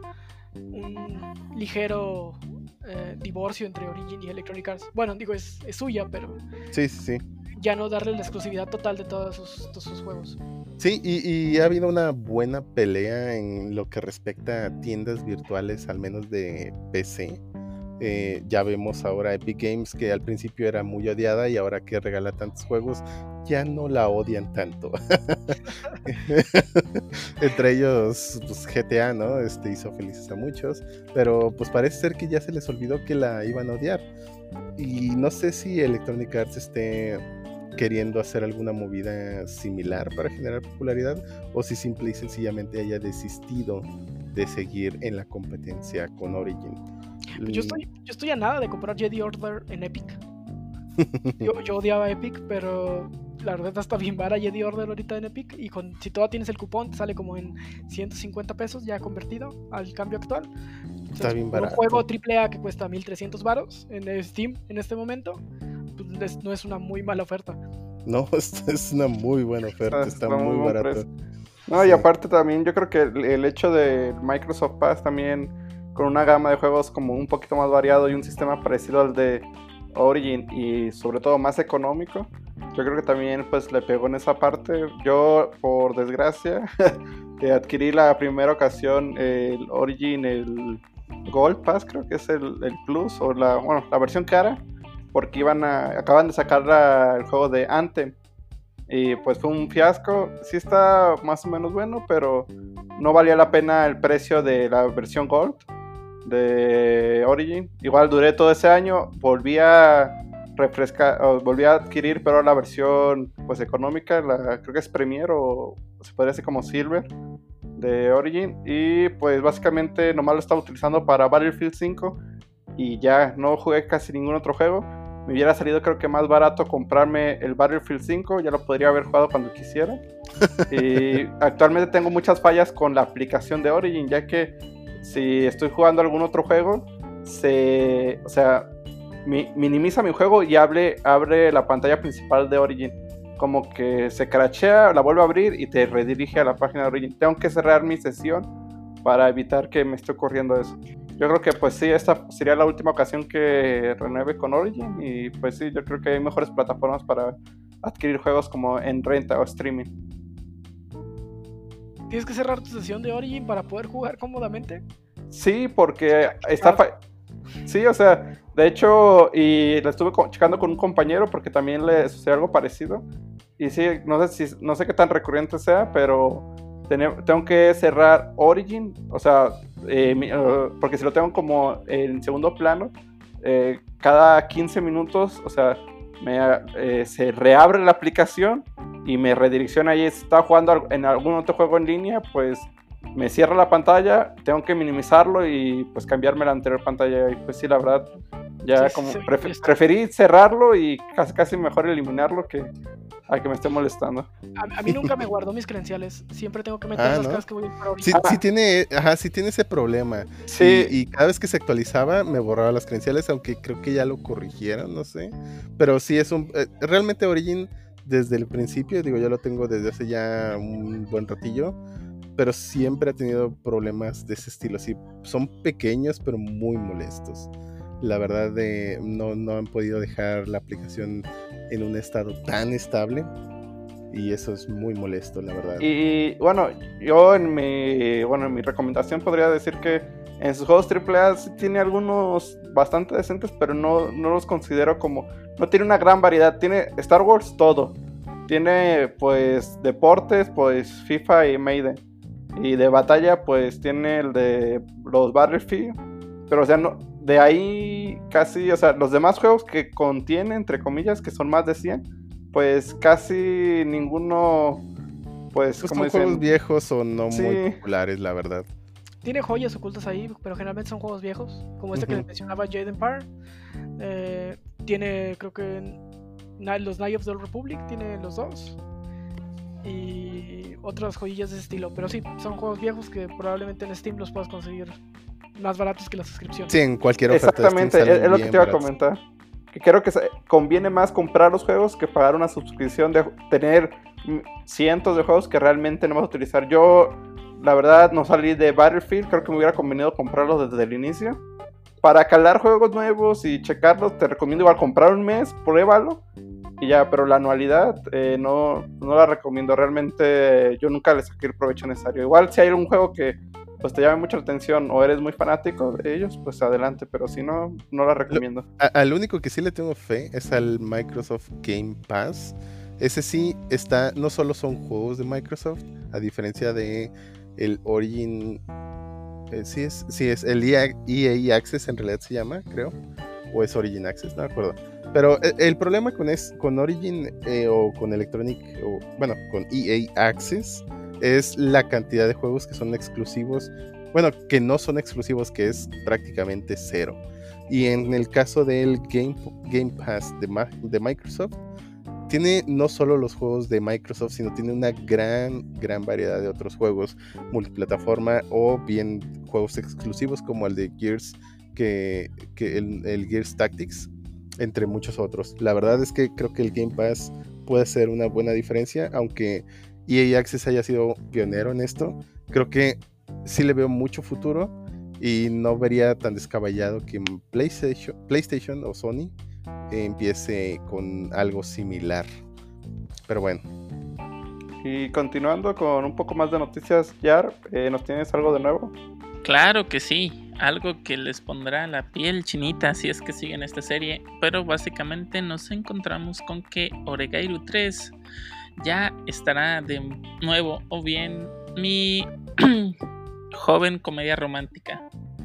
un ligero eh, divorcio entre Origin y Electronic Arts. Bueno, digo, es, es suya, pero sí, sí, sí. ya no darle la exclusividad total de todos sus, todos sus juegos. Sí, y, y ha habido una buena pelea en lo que respecta a tiendas virtuales, al menos de P C. Eh, ya vemos ahora Epic Games, que al principio era muy odiada y ahora que regala tantos juegos ya no la odian tanto. Entre ellos pues, G T A, ¿no? Este hizo felices a muchos, pero pues parece ser que ya se les olvidó que la iban a odiar. Y no sé si Electronic Arts esté queriendo hacer alguna movida similar para generar popularidad o si simple y sencillamente haya desistido de seguir en la competencia con Origin. Yo estoy, yo estoy a nada de comprar Jedi Order en Epic. Yo, yo odiaba Epic, pero la verdad está bien vara Jedi Order ahorita en Epic. Y con, si todavía tienes el cupón, te sale como en ciento cincuenta pesos ya convertido al cambio actual. Entonces, está bien barato. Un juego triple A que cuesta mil trescientos varos en Steam en este momento, pues no es una muy mala oferta. No, es una muy buena oferta, está, está muy, muy barato. No, Sí. y aparte también yo creo que el, el hecho de Microsoft Pass también con una gama de juegos como un poquito más variado y un sistema parecido al de Origin y sobre todo más económico, yo creo que también pues le pegó en esa parte. Yo por desgracia eh, adquirí la primera ocasión el Origin, el Gold Pass, creo que es el, el Plus o la, bueno, la versión cara, porque iban a, acaban de sacar la- el juego de Anthem. Y pues fue un fiasco. Sí está más o menos bueno, pero no valía la pena el precio de la versión Gold de Origin. Igual duré todo ese año, volví a refrescar, o volví a adquirir, pero la versión pues económica, la, creo que es Premier o se podría decir como Silver de Origin. Y pues básicamente nomás lo estaba utilizando para Battlefield cinco y ya no jugué casi ningún otro juego. Me hubiera salido creo que más barato comprarme el Battlefield cinco, ya lo podría haber jugado cuando quisiera. Y actualmente tengo muchas fallas con la aplicación de Origin, ya que si estoy jugando algún otro juego, se, o sea, mi, minimiza mi juego y abre, abre la pantalla principal de Origin. Como que se crashea, la vuelve a abrir y te redirige a la página de Origin. Tengo que cerrar mi sesión para evitar que me esté ocurriendo eso. Yo creo que pues sí, esta sería la última ocasión que renueve con Origin y pues sí, yo creo que hay mejores plataformas para adquirir juegos como en renta o streaming. ¿Tienes que cerrar tu sesión de Origin para poder jugar cómodamente? Sí, porque está... Fa- sí, o sea, de hecho, y lo estuve co- checando con un compañero porque también le sucedió algo parecido. Y sí, no sé si, no sé qué tan recurrente sea, pero tene- tengo que cerrar Origin, o sea, eh, mi- uh, porque si lo tengo como en segundo plano, eh, cada quince minutos, o sea, me, eh, se reabre la aplicación y me redirecciona y si estaba jugando al- en algún otro juego en línea, pues me cierra la pantalla, tengo que minimizarlo y pues cambiarme la anterior pantalla y pues sí, la verdad, ya Sí, como sí, prefe- sí. preferí cerrarlo y casi, casi mejor eliminarlo que a que me esté molestando. A, a mí nunca me guardó mis credenciales. Siempre tengo que meterlas Ah, ¿no? cada vez que voy a jugar Sí, Origin. Ah. sí tiene, ajá, sí tiene ese problema. Sí, Y, y cada vez que se actualizaba me borraba las credenciales, aunque creo que ya lo corrigieron, no sé. Pero sí es un... eh, realmente Origin, desde el principio, digo, yo lo tengo desde hace ya un buen ratillo, pero siempre ha tenido problemas de ese estilo. Así, son pequeños, pero muy molestos. La verdad, de, no, no han podido dejar la aplicación en un estado tan estable. Y eso es muy molesto, la verdad. y bueno, yo en mi, bueno, en mi recomendación podría decir que en sus juegos triple A sí tiene algunos bastante decentes, pero no, no los considero como... No tiene una gran variedad. Tiene Star Wars todo. Tiene pues deportes, pues FIFA y Maiden. Y de batalla pues tiene el de los Battlefield. Pero o sea, no, de ahí casi, o sea, los demás juegos que contiene, entre comillas, que son más de cien, pues casi ninguno, pues, Pues como son juegos dicen, viejos o no Sí. muy populares, la verdad. Tiene joyas ocultas ahí, pero generalmente son juegos viejos, como este que Ujú. les mencionaba, Jade Empire. Eh, tiene, creo que Ni- los Knights of the Old Republic, tiene los dos. Y otras joyillas de ese estilo. Pero sí, son juegos viejos que probablemente en Steam los puedas conseguir más baratos que la suscripción. Sí, en cualquier oferta de Steam exactamente, es, salen es lo que bien te iba a baratos. comentar. Que creo que se- conviene más comprar los juegos que pagar una suscripción de tener mm, cientos de juegos que realmente no vas a utilizar. Yo, la verdad, no salí de Battlefield, creo que me hubiera convenido comprarlos desde el inicio. Para calar juegos nuevos y checarlos, te recomiendo igual comprar un mes, pruébalo y ya, pero la anualidad eh, no, no la recomiendo. Realmente yo nunca le saqué el provecho necesario. Igual si hay un juego que pues te llame mucho la atención o eres muy fanático de ellos, pues adelante, pero si no, no la recomiendo. A- al único que sí le tengo fe es al Microsoft Game Pass. Ese sí está, no solo son juegos de Microsoft, a diferencia de el Origin, eh, sí es, sí es el E A Access en realidad se llama, creo, o es Origin Access, no me acuerdo. Pero el, el problema con, es, con Origin eh, o con Electronic, o bueno, con E A Access, es la cantidad de juegos que son exclusivos, bueno, que no son exclusivos, que es prácticamente cero. Y en el caso del Game, Game Pass de, Ma- de Microsoft, tiene no solo los juegos de Microsoft, sino tiene una gran, gran variedad de otros juegos multiplataforma o bien juegos exclusivos como el de Gears, que, que el, el Gears Tactics, entre muchos otros. La verdad es que creo que el Game Pass puede ser una buena diferencia, aunque E A Access haya sido pionero en esto. Creo que sí le veo mucho futuro y no vería tan descabellado que PlayStation, PlayStation o Sony eh, empiece con algo similar. Pero bueno. Y continuando con un poco más de noticias, Yar, eh, ¿nos tienes algo de nuevo? Claro que sí, algo que les pondrá la piel chinita si es que siguen esta serie, pero básicamente nos encontramos con que Oregairu tres ya estará de nuevo, o bien mi joven comedia romántica.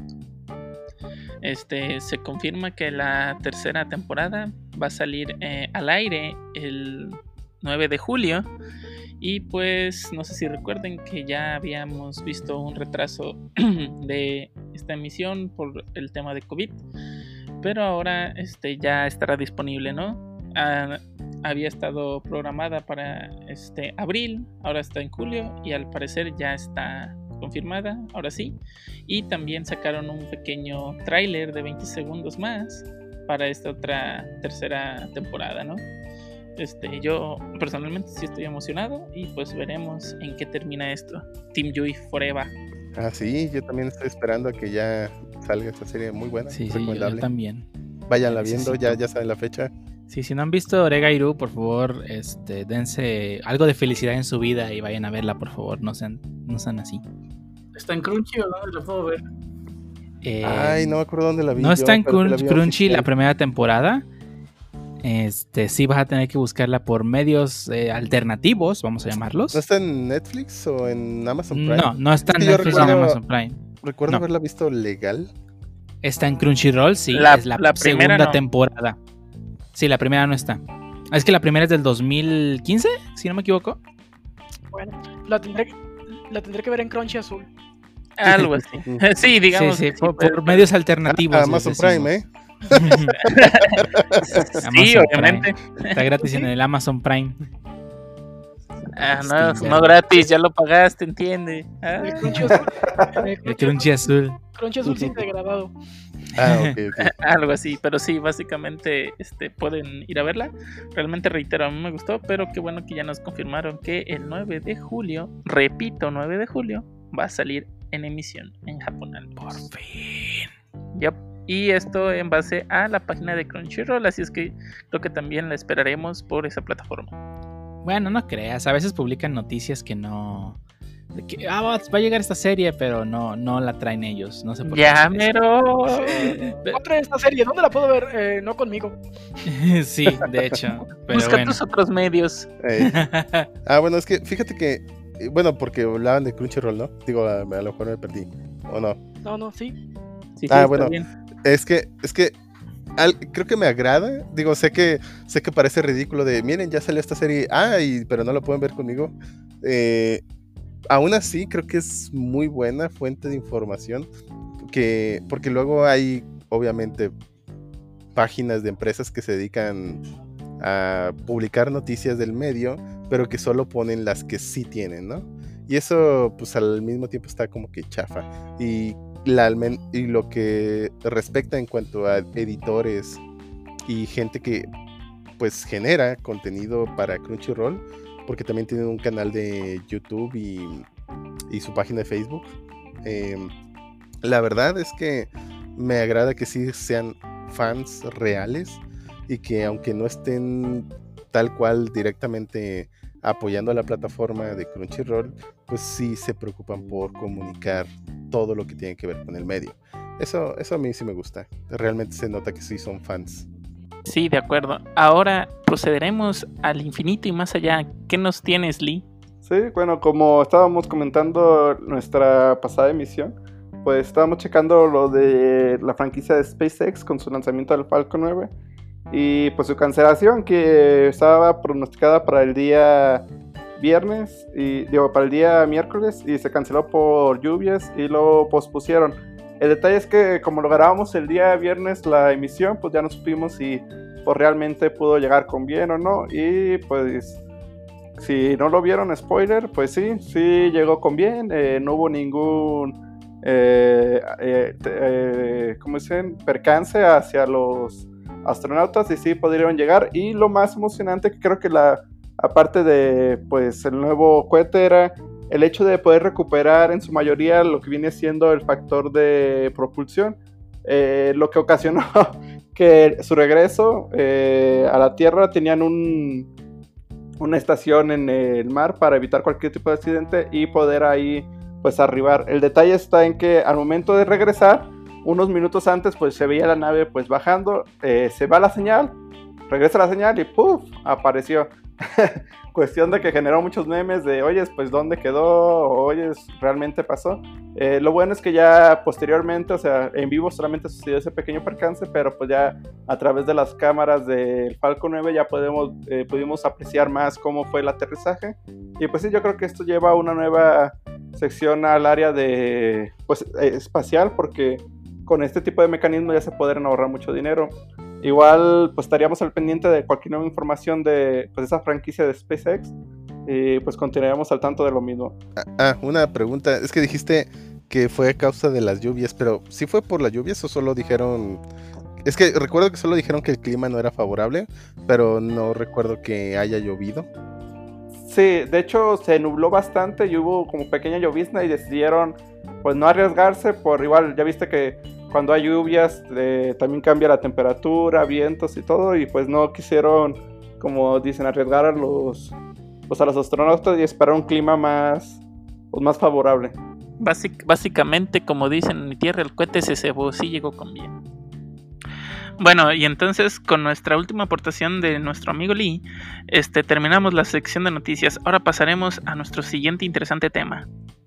Este, se confirma que la tercera temporada va a salir eh, al aire el nueve de julio. Y pues no sé si recuerden que ya habíamos visto un retraso de esta emisión por el tema de COVID, pero ahora este, ya estará disponible, ¿no? Ah, había estado programada para este abril, ahora está en julio y al parecer ya está confirmada, ahora sí. Y también sacaron un pequeño tráiler de veinte segundos más para esta otra tercera temporada, ¿no? Este, yo personalmente sí estoy emocionado y pues veremos en qué termina esto. Team Yui Forever. Ah, sí, yo también estoy esperando a que ya salga esta serie muy buena. Sí, sí, yo, yo también. Váyanla viendo, ya, ya saben la fecha. Sí, si no han visto Oregairu, por favor, este, dense algo de felicidad en su vida y vayan a verla, por favor, no sean, no sean así. ¿Está en Crunchy o dónde la puedo ver? Eh, Ay, no me acuerdo dónde la vi. No yo, está en Crunch, la Crunchy la primera temporada. Este, sí vas a tener que buscarla por medios eh, alternativos, vamos a llamarlos. ¿No está en Netflix o en Amazon Prime? No, no está en es que Netflix o en Amazon Prime. Recuerdo no. haberla visto legal. Está en Crunchyroll, sí, la, es la, la segunda no. temporada. Sí, la primera no está. Es que la primera es del dos mil quince, si no me equivoco. Bueno, la tendré, la tendré que ver en Crunchy Azul. Algo así. Sí, digamos. Sí, sí, sí, por, pero... por medios alternativos. Ah, Amazon Prime, ¿eh? Sí, obviamente. Prime. Está gratis en el Amazon Prime. Ah, no, no gratis, ya lo pagaste, entiende. Ah. El Crunchy Azul. El Crunchy Azul. Crunchy Azul sin degradado. Ah, okay, okay. Algo así, pero sí, básicamente este, pueden ir a verla. Realmente reitero, a mí me gustó, pero qué bueno que ya nos confirmaron que el nueve de julio, repito, nueve de julio, va a salir en emisión en Japón. Por fin. Yep. Y esto en base a la página de Crunchyroll, así es que creo que también la esperaremos por esa plataforma. Bueno, no creas, a veces publican noticias que no... De que, ah, va a llegar esta serie, pero no, no la traen ellos, no sé por ya, qué. mero. Otra de esta serie, ¿dónde la puedo ver? Eh, no conmigo. Sí, de hecho. Pero busca bueno. tus otros medios. Hey. Ah, bueno, es que fíjate que, bueno, porque hablaban de Crunchyroll, ¿no? Digo, a, a lo mejor me perdí, ¿o no? No, no, sí. Sí, sí, ah, está bueno, bien. es que, es que al, creo que me agrada. Digo, sé que sé que parece ridículo de, miren, ya salió esta serie, ah, y, pero no la pueden ver conmigo. Eh, aún así, creo que es muy buena fuente de información, que, porque luego hay, obviamente, páginas de empresas que se dedican a publicar noticias del medio, pero que solo ponen las que sí tienen, ¿no? Y eso, pues, al mismo tiempo está como que chafa. Y La, y lo que respecta en cuanto a editores y gente que pues genera contenido para Crunchyroll, porque también tienen un canal de YouTube y, y su página de Facebook, eh, la verdad es que me agrada que sí sean fans reales y que aunque no estén tal cual directamente apoyando a la plataforma de Crunchyroll, pues sí se preocupan por comunicar todo lo que tiene que ver con el medio. Eso, eso a mí sí me gusta. Realmente se nota que sí son fans. Sí, de acuerdo. Ahora procederemos al infinito y más allá. ¿Qué nos tienes, Lee? Sí, bueno, como estábamos comentando nuestra pasada emisión, pues estábamos checando lo de la franquicia de SpaceX con su lanzamiento del Falcon nueve y pues su cancelación, que estaba pronosticada para el día viernes y digo para el día miércoles, y se canceló por lluvias y lo pospusieron. El detalle es que como lo grabamos el día viernes la emisión, pues ya no supimos si pues, realmente pudo llegar con bien o no, y pues si no lo vieron, spoiler, pues sí, sí llegó con bien, eh, no hubo ningún eh, eh, eh, ¿cómo dicen? percance hacia los astronautas, y sí pudieron llegar. Y lo más emocionante, que creo que la aparte de pues el nuevo cohete, era el hecho de poder recuperar en su mayoría lo que viene siendo el factor de propulsión, eh, lo que ocasionó que su regreso eh, a la Tierra tenían un, una estación en el mar para evitar cualquier tipo de accidente y poder ahí pues arribar. El detalle está en que al momento de regresar, unos minutos antes pues se veía la nave pues bajando, eh, se va la señal, regresa la señal y ¡puf! Apareció. Cuestión de que generó muchos memes de oyes, pues ¿dónde quedó? O, oyes, ¿realmente pasó? Eh, lo bueno es que ya posteriormente, o sea, en vivo solamente sucedió ese pequeño percance, pero pues ya a través de las cámaras del Falcon nueve ya podemos, eh, pudimos apreciar más cómo fue el aterrizaje. Y pues sí, yo creo que esto lleva una nueva sección al área de pues eh, espacial, porque con este tipo de mecanismos ya se podrán ahorrar mucho dinero. Igual pues estaríamos al pendiente de cualquier nueva información de pues, esa franquicia de SpaceX y pues continuaríamos al tanto de lo mismo. Ah, ah, una pregunta, es que dijiste que fue a causa de las lluvias, pero ¿sí fue por las lluvias o solo dijeron? Es que recuerdo que solo dijeron que el clima no era favorable, pero no recuerdo que haya llovido. Sí, de hecho se nubló bastante y hubo como pequeña llovizna y decidieron pues no arriesgarse por igual, ya viste que cuando hay lluvias eh, también cambia la temperatura, vientos y todo, y pues no quisieron, como dicen, arriesgar a los, pues a los astronautas y esperar un clima más, pues más favorable. Básic, básicamente, como dicen en mi tierra, el cohete se cebó, sí llegó con bien. Bueno, y entonces con nuestra última aportación de nuestro amigo Lee, este, terminamos la sección de noticias. Ahora pasaremos a nuestro siguiente interesante tema.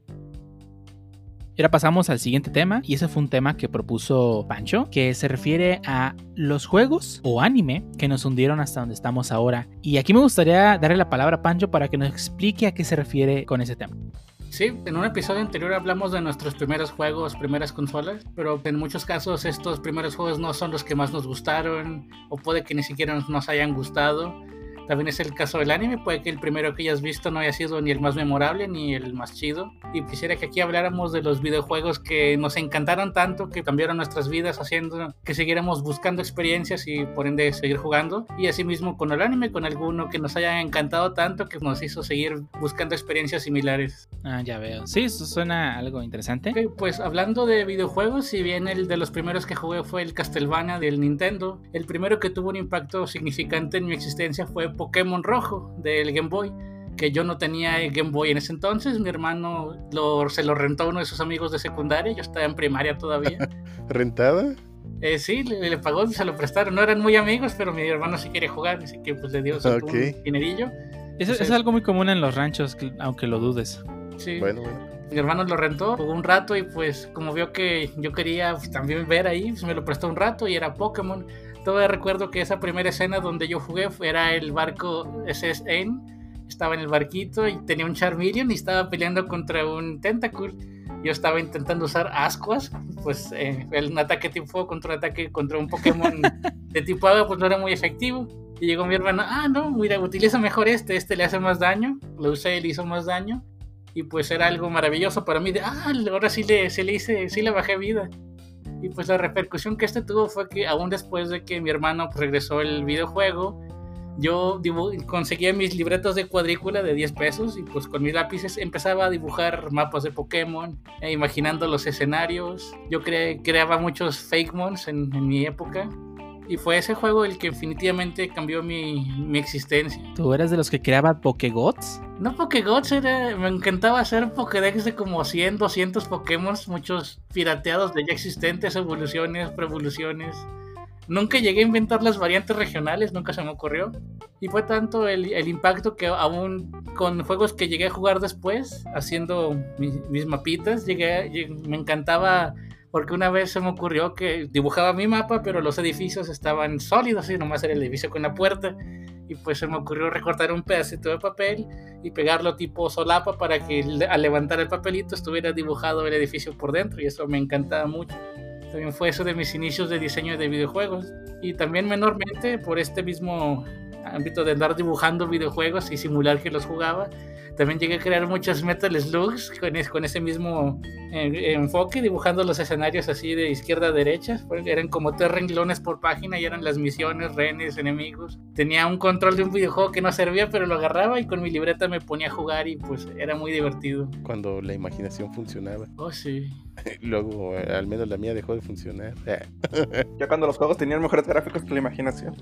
Y ahora pasamos al siguiente tema, y ese fue un tema que propuso Pancho, que se refiere a los juegos o anime que nos hundieron hasta donde estamos ahora. Y aquí me gustaría darle la palabra a Pancho para que nos explique a qué se refiere con ese tema. Sí, en un episodio anterior hablamos de nuestros primeros juegos, primeras consolas, pero en muchos casos estos primeros juegos no son los que más nos gustaron, o puede que ni siquiera nos hayan gustado. También es el caso del anime, puede que el primero que hayas visto no haya sido ni el más memorable ni el más chido. Y quisiera que aquí habláramos de los videojuegos que nos encantaron tanto, que cambiaron nuestras vidas, haciendo que siguiéramos buscando experiencias y por ende seguir jugando. Y asimismo con el anime, con alguno que nos haya encantado tanto que nos hizo seguir buscando experiencias similares. Ah, ya veo. Sí, eso suena algo interesante. Okay, pues hablando de videojuegos, si bien el de los primeros que jugué fue el Castlevania del Nintendo, el primero que tuvo un impacto significante en mi existencia fue Pokémon Rojo del Game Boy, que yo no tenía el Game Boy en ese entonces. Mi hermano lo, se lo rentó a uno de sus amigos de secundaria, yo estaba en primaria todavía. ¿Rentada? Eh, sí, le, le pagó, se lo prestaron, no eran muy amigos, pero mi hermano sí quería jugar, así que pues le dio okay. un dinerillo. Eso Entonces, es algo muy común en los ranchos, aunque lo dudes. Sí. Bueno, bueno. Mi hermano lo rentó, jugó un rato y pues como vio que yo quería pues, también ver ahí, pues me lo prestó un rato y era Pokémon. Todavía recuerdo que esa primera escena donde yo jugué era el barco S S N. Estaba en el barquito y tenía un Charmeleon y estaba peleando contra un Tentacool. Yo estaba intentando usar Ascuas, pues eh, el ataque tipo fuego contra un ataque contra un Pokémon de tipo agua pues no era muy efectivo. Y llegó mi hermano, ah no, mira, utiliza mejor este, este le hace más daño. Lo usé y le hizo más daño. Y pues era algo maravilloso para mí de, ah, ahora sí le, sí le hice, sí le bajé vida. Y pues la repercusión que este tuvo fue que aún después de que mi hermano pues, regresó el videojuego, yo dibu- conseguía mis libretos de cuadrícula de diez pesos y pues con mis lápices empezaba a dibujar mapas de Pokémon, eh, imaginando los escenarios. Yo cre- creaba muchos Fakemons en, en mi época. Y fue ese juego el que definitivamente cambió mi, mi existencia. ¿Tú eras de los que creaba Pokégots? No Pokégots, era, me encantaba hacer Pokédex de como cien, doscientos Pokémon, muchos pirateados de ya existentes, evoluciones, preevoluciones. Nunca llegué a inventar las variantes regionales, nunca se me ocurrió. Y fue tanto el, el impacto que aún con juegos que llegué a jugar después, haciendo mis, mis mapitas, llegué, llegué, me encantaba... Porque una vez se me ocurrió que dibujaba mi mapa, pero los edificios estaban sólidos y nomás era el edificio con la puerta. Y pues se me ocurrió recortar un pedacito de papel y pegarlo tipo solapa para que al levantar el papelito estuviera dibujado el edificio por dentro. Y eso me encantaba mucho. También fue eso de mis inicios de diseño de videojuegos. Y también menormente por este mismo ámbito de andar dibujando videojuegos y simular que los jugaba, También llegué a crear muchos Metal Slugs con, es, con ese mismo eh, enfoque, dibujando los escenarios así de izquierda a derecha. Eran como tres renglones por página y eran las misiones, rehenes, enemigos. Tenía un control de un videojuego que no servía, pero lo agarraba y con mi libreta me ponía a jugar y pues era muy divertido. Cuando la imaginación funcionaba. Oh, sí. Luego, al menos la mía dejó de funcionar. Ya cuando los juegos tenían mejores gráficos que la imaginación.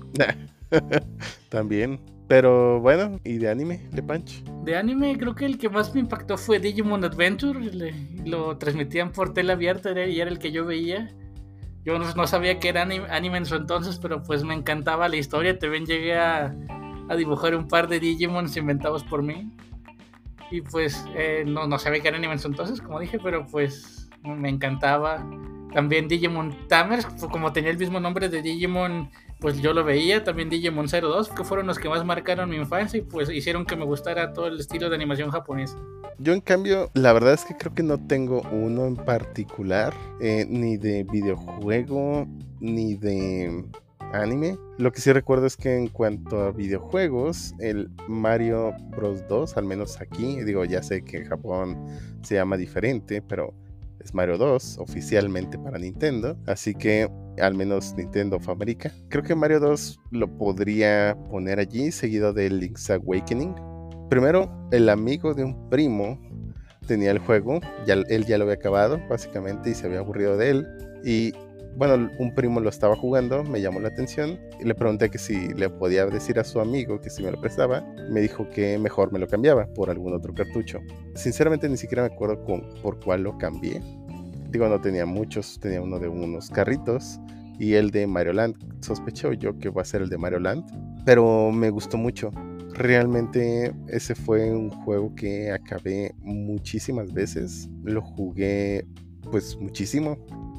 También. Pero bueno, ¿y de anime, Le Punch? De anime creo que el que más me impactó fue Digimon Adventure. Le, lo transmitían por tela abierta y era el que yo veía. Yo no, no sabía que era anime, anime en su entonces, pero pues me encantaba la historia. También llegué a, a dibujar un par de Digimons inventados por mí. Y pues eh, no, no sabía que era anime en su entonces, como dije, pero pues me encantaba. También Digimon Tamers, como tenía el mismo nombre de Digimon, pues yo lo veía. También Digimon cero dos, que fueron los que más marcaron mi infancia y pues hicieron que me gustara todo el estilo de animación japonesa. Yo en cambio, la verdad es que creo que no tengo uno en particular, eh, ni de videojuego, ni de anime. Lo que sí recuerdo es que en cuanto a videojuegos, el Mario Bros. dos, al menos aquí, digo, ya sé que en Japón se llama diferente, pero es Mario dos oficialmente para Nintendo, así que al menos Nintendo of America. Creo que Mario dos lo podría poner allí, seguido de Link's Awakening. Primero, el amigo de un primo tenía el juego, ya, él ya lo había acabado básicamente y se había aburrido de él, y bueno, un primo lo estaba jugando, me llamó la atención y le pregunté que si le podía decir a su amigo que si me lo prestaba. Me dijo que mejor me lo cambiaba por algún otro cartucho. Sinceramente ni siquiera me acuerdo con, por cuál lo cambié. Digo, no tenía muchos, tenía uno de unos carritos y el de Mario Land. Sospecho yo que va a ser el de Mario Land, pero me gustó mucho. Realmente ese fue un juego que acabé muchísimas veces. Lo jugué pues muchísimo.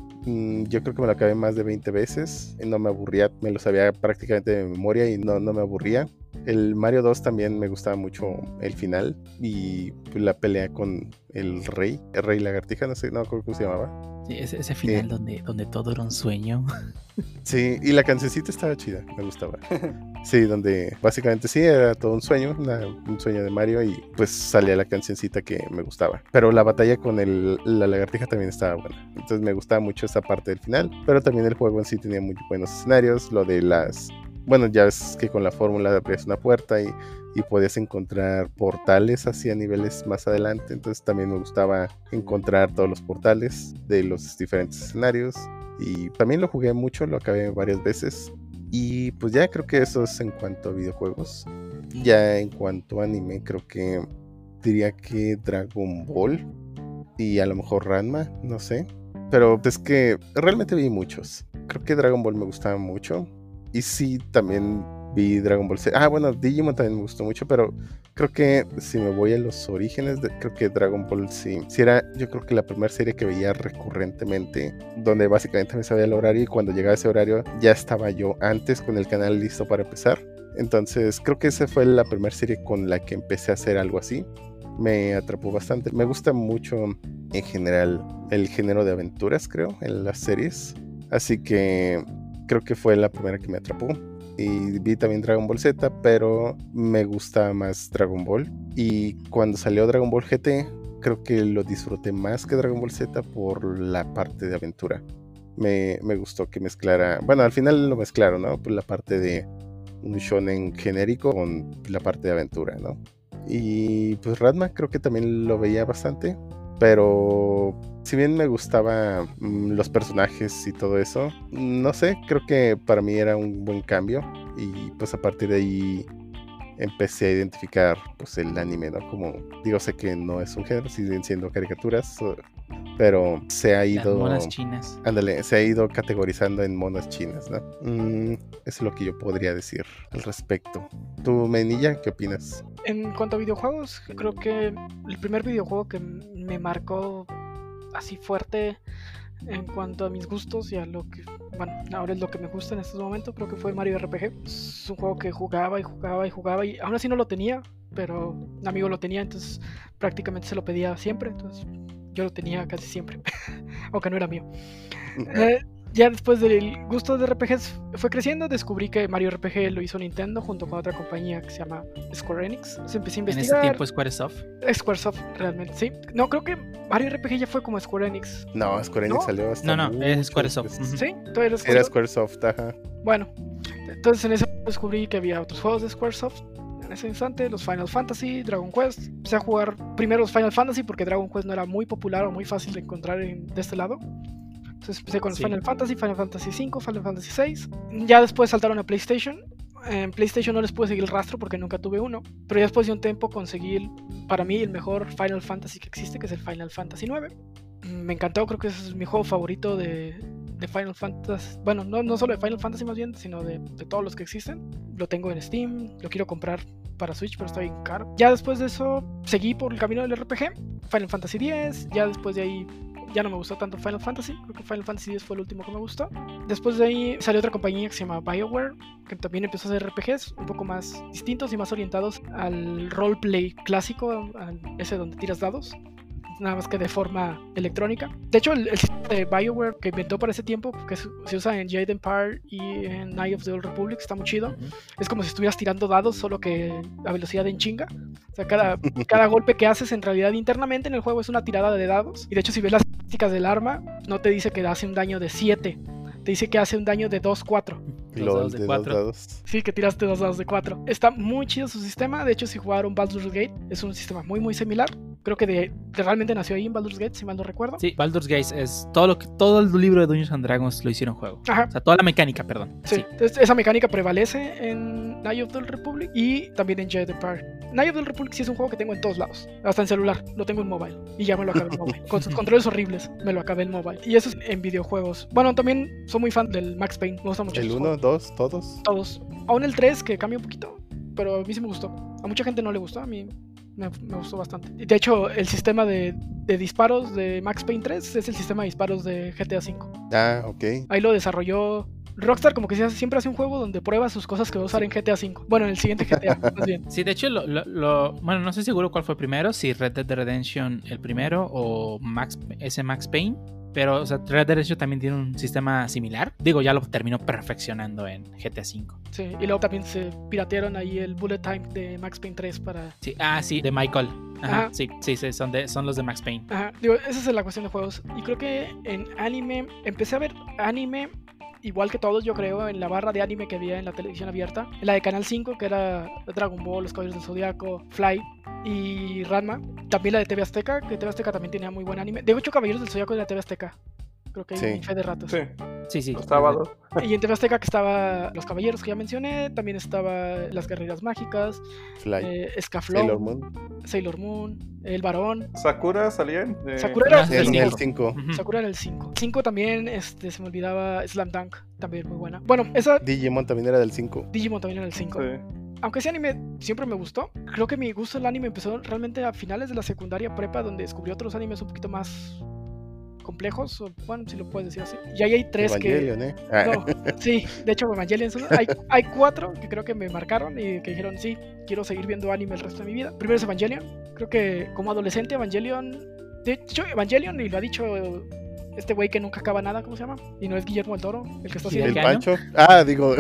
Yo creo que me lo acabé más de veinte veces. No me aburría, me lo sabía prácticamente de memoria y no, no me aburría. El Mario dos también me gustaba mucho el final y la pelea con el rey, el rey lagartija, no sé, no recuerdo cómo se llamaba. Sí, ese, ese final Sí. donde, donde todo era un sueño. Sí, y la cancioncita estaba chida, me gustaba. Sí, donde básicamente sí, era todo un sueño, una, un sueño de Mario y pues salía la cancioncita que me gustaba. Pero la batalla con el, la lagartija también estaba buena. Entonces me gustaba mucho esa parte del final, pero también el juego en sí tenía muy buenos escenarios, lo de las... Bueno, ya ves que con la fórmula abrías una puerta y, y podías encontrar portales hacia niveles más adelante. Entonces también me gustaba encontrar todos los portales de los diferentes escenarios. Y también lo jugué mucho, lo acabé varias veces. Y pues ya creo que eso es en cuanto a videojuegos. Ya en cuanto a anime, creo que diría que Dragon Ball y a lo mejor Ranma, no sé. Pero es que realmente vi muchos. Creo que Dragon Ball me gustaba mucho. Y sí, también vi Dragon Ball Z. Ah, bueno, Digimon también me gustó mucho, pero creo que si me voy a los orígenes, de, creo que Dragon Ball sí. Sí era, yo creo que la primera serie que veía recurrentemente, donde básicamente me sabía el horario y cuando llegaba ese horario ya estaba yo antes con el canal listo para empezar. Entonces creo que esa fue la primera serie con la que empecé a hacer algo así. Me atrapó bastante. Me gusta mucho en general el género de aventuras, creo, en las series. Así que creo que fue la primera que me atrapó. Y vi también Dragon Ball Z, pero me gusta más Dragon Ball. Y cuando salió Dragon Ball G T, creo que lo disfruté más que Dragon Ball Z por la parte de aventura. Me, me gustó que mezclara... Bueno, al final lo mezclaron, ¿no? Por la parte de un shonen genérico con la parte de aventura, ¿no? Y pues Ranma creo que también lo veía bastante. Pero si bien me gustaba mmm, los personajes y todo eso, no sé, creo que para mí era un buen cambio. Y pues a partir de ahí empecé a identificar pues el anime, ¿no? Como digo, sé que no es un género, siguen siendo caricaturas, pero se ha ido... Las monas chinas. Ándale, se ha ido categorizando en monas chinas, ¿no? Mm, eso es lo que yo podría decir al respecto. ¿Tú, Menilla, qué opinas? En cuanto a videojuegos, creo que el primer videojuego que me marcó así fuerte en cuanto a mis gustos y a lo que, bueno, ahora es lo que me gusta en estos momentos, creo que fue Mario R P G. Es un juego que jugaba y jugaba y jugaba y aún así no lo tenía, pero un amigo lo tenía, entonces prácticamente se lo pedía siempre, entonces yo lo tenía casi siempre, aunque no era mío. Eh, ya después del gusto de R P Gs fue creciendo, descubrí que Mario R P G lo hizo Nintendo junto con otra compañía que se llama Square Enix. Entonces empecé a En ese investigar. tiempo Squaresoft. Squaresoft, realmente, sí. No, creo que Mario R P G ya fue como Square Enix. No, Square Enix ¿No? salió hasta No, no, es mucho Squaresoft. después. Ujú. Sí, todavía era Era Squaresoft. Squaresoft, ajá. Bueno, entonces en ese descubrí que había otros juegos de Squaresoft. En ese instante, los Final Fantasy, Dragon Quest. Empecé a jugar primero los Final Fantasy porque Dragon Quest no era muy popular o muy fácil de encontrar en- de este lado. Entonces empecé con los Sí. Final Fantasy, Final Fantasy cinco, Final Fantasy seis. Ya después saltaron a PlayStation. En PlayStation no les pude seguir el rastro porque nunca tuve uno. Pero ya después de un tiempo conseguí, el- para mí, el mejor Final Fantasy que existe, que es el Final Fantasy nueve. Me encantó, creo que ese es mi juego favorito de, de Final Fantasy. Bueno, no, no solo de Final Fantasy más bien, sino de, de todos los que existen. Lo tengo en Steam, lo quiero comprar para Switch, pero está bien caro. Ya después de eso, seguí por el camino del R P G. Final Fantasy diez, ya después de ahí ya no me gustó tanto Final Fantasy. Creo que Final Fantasy diez fue el último que me gustó. Después de ahí salió otra compañía que se llama BioWare, que también empezó a hacer R P Gs un poco más distintos y más orientados al roleplay clásico, al- ese donde tiras dados, nada más que de forma electrónica. De hecho, el, el sistema de BioWare que inventó para ese tiempo, que se, se usa en Jade Empire y en Knight of the Old Republic, está muy chido. Ujú. Es como si estuvieras tirando dados, solo que a velocidad en chinga. O sea, cada, cada golpe que haces en realidad internamente en el juego es una tirada de dados. Y de hecho, si ves las estadísticas del arma, no te dice que hace un daño de siete. Te dice que hace un daño de dos cuatro. Los LOL dados de de cuatro. dos dados. Sí, que tiraste dos dados de cuatro. Está muy chido su sistema. De hecho, si jugaron Baldur's Gate, es un sistema muy, muy similar. Creo que de, de realmente nació ahí en Baldur's Gate, si mal no recuerdo. Sí, Baldur's Gate es todo lo que todo el libro de Dungeons and Dragons lo hicieron juego. Ajá. O sea, toda la mecánica, perdón. Sí, Sí. entonces esa mecánica prevalece en Knight of the Old Republic y también en Jade Empire. Knight of the Old Republic sí es un juego que tengo en todos lados, hasta en celular, lo tengo en mobile y ya me lo acabé en mobile. Con sus controles horribles, me lo acabé en mobile. Y eso es en videojuegos. Bueno, también soy muy fan del Max Payne, me gusta mucho. El esos uno, juegos. dos, todos. Todos. Aún el tres, que cambia un poquito, pero a mí sí me gustó. A mucha gente no le gustó, a mí me, me gustó bastante. Y de hecho, el sistema de, de disparos de Max Payne tres es el sistema de disparos de G T A cinco. Ah, ok. Ahí lo desarrolló Rockstar, como que se hace- siempre hace un juego donde prueba sus cosas que va a usar en G T A cinco. Bueno, en el siguiente G T A, más bien. Sí, de hecho, lo, lo- lo- bueno, no estoy seguro cuál fue primero, si Red Dead Redemption el primero o Max, ese Max Payne. Pero, o sea, Red Dead Redemption también tiene un sistema similar. Digo, ya lo terminó perfeccionando en G T A cinco. Sí, y luego también se piratearon ahí el bullet time de Max Payne tres para... Sí, ah, sí, de Michael. Ajá, Ajá. sí, sí, sí, son, de, son los de Max Payne. Ajá, digo, esa es la cuestión de juegos. Y creo que en anime, empecé a ver anime, igual que todos, yo creo, en la barra de anime que había en la televisión abierta. En la de Canal cinco, que era Dragon Ball, Los Caballeros del Zodiaco, Fly y Ranma. También la de T V Azteca, que T V Azteca también tenía muy buen anime. De hecho, Caballeros del Zodiaco de la T V Azteca. Creo que hay Sí. un fe de ratos. Sí, Sí, sí. los sábados. Y en T V Azteca que estaba Los Caballeros que ya mencioné, también estaba Las Guerreras Mágicas, Fly. eh, Scaflón, Sailor Moon. Sailor Moon, El Varón. Sakura salían. de- Sakura era Ah, sí, el En sí. el cinco. cinco. Ujú. Sakura era el cinco. cinco también, este, se me olvidaba Slam Dunk, también muy buena. Bueno, esa Digimon también era del cinco. Digimon también era el cinco. Sí. Aunque ese anime siempre me gustó, creo que mi gusto del anime empezó realmente a finales de la secundaria prepa, donde descubrí otros animes un poquito más complejos, o, bueno, si lo puedes decir así. Y ahí hay tres que... Evangelion, ¿eh? Ah, No, sí, de hecho Evangelion son- hay, hay cuatro que creo que me marcaron y que dijeron, sí, quiero seguir viendo anime el resto de mi vida. Primero es Evangelion, creo que como adolescente Evangelion, de hecho Evangelion, y lo ha dicho este güey que nunca acaba nada, ¿cómo se llama? Y no es Guillermo del Toro, el que está Sí, ¿El haciendo... ¿Qué año? Pancho? Ah, digo.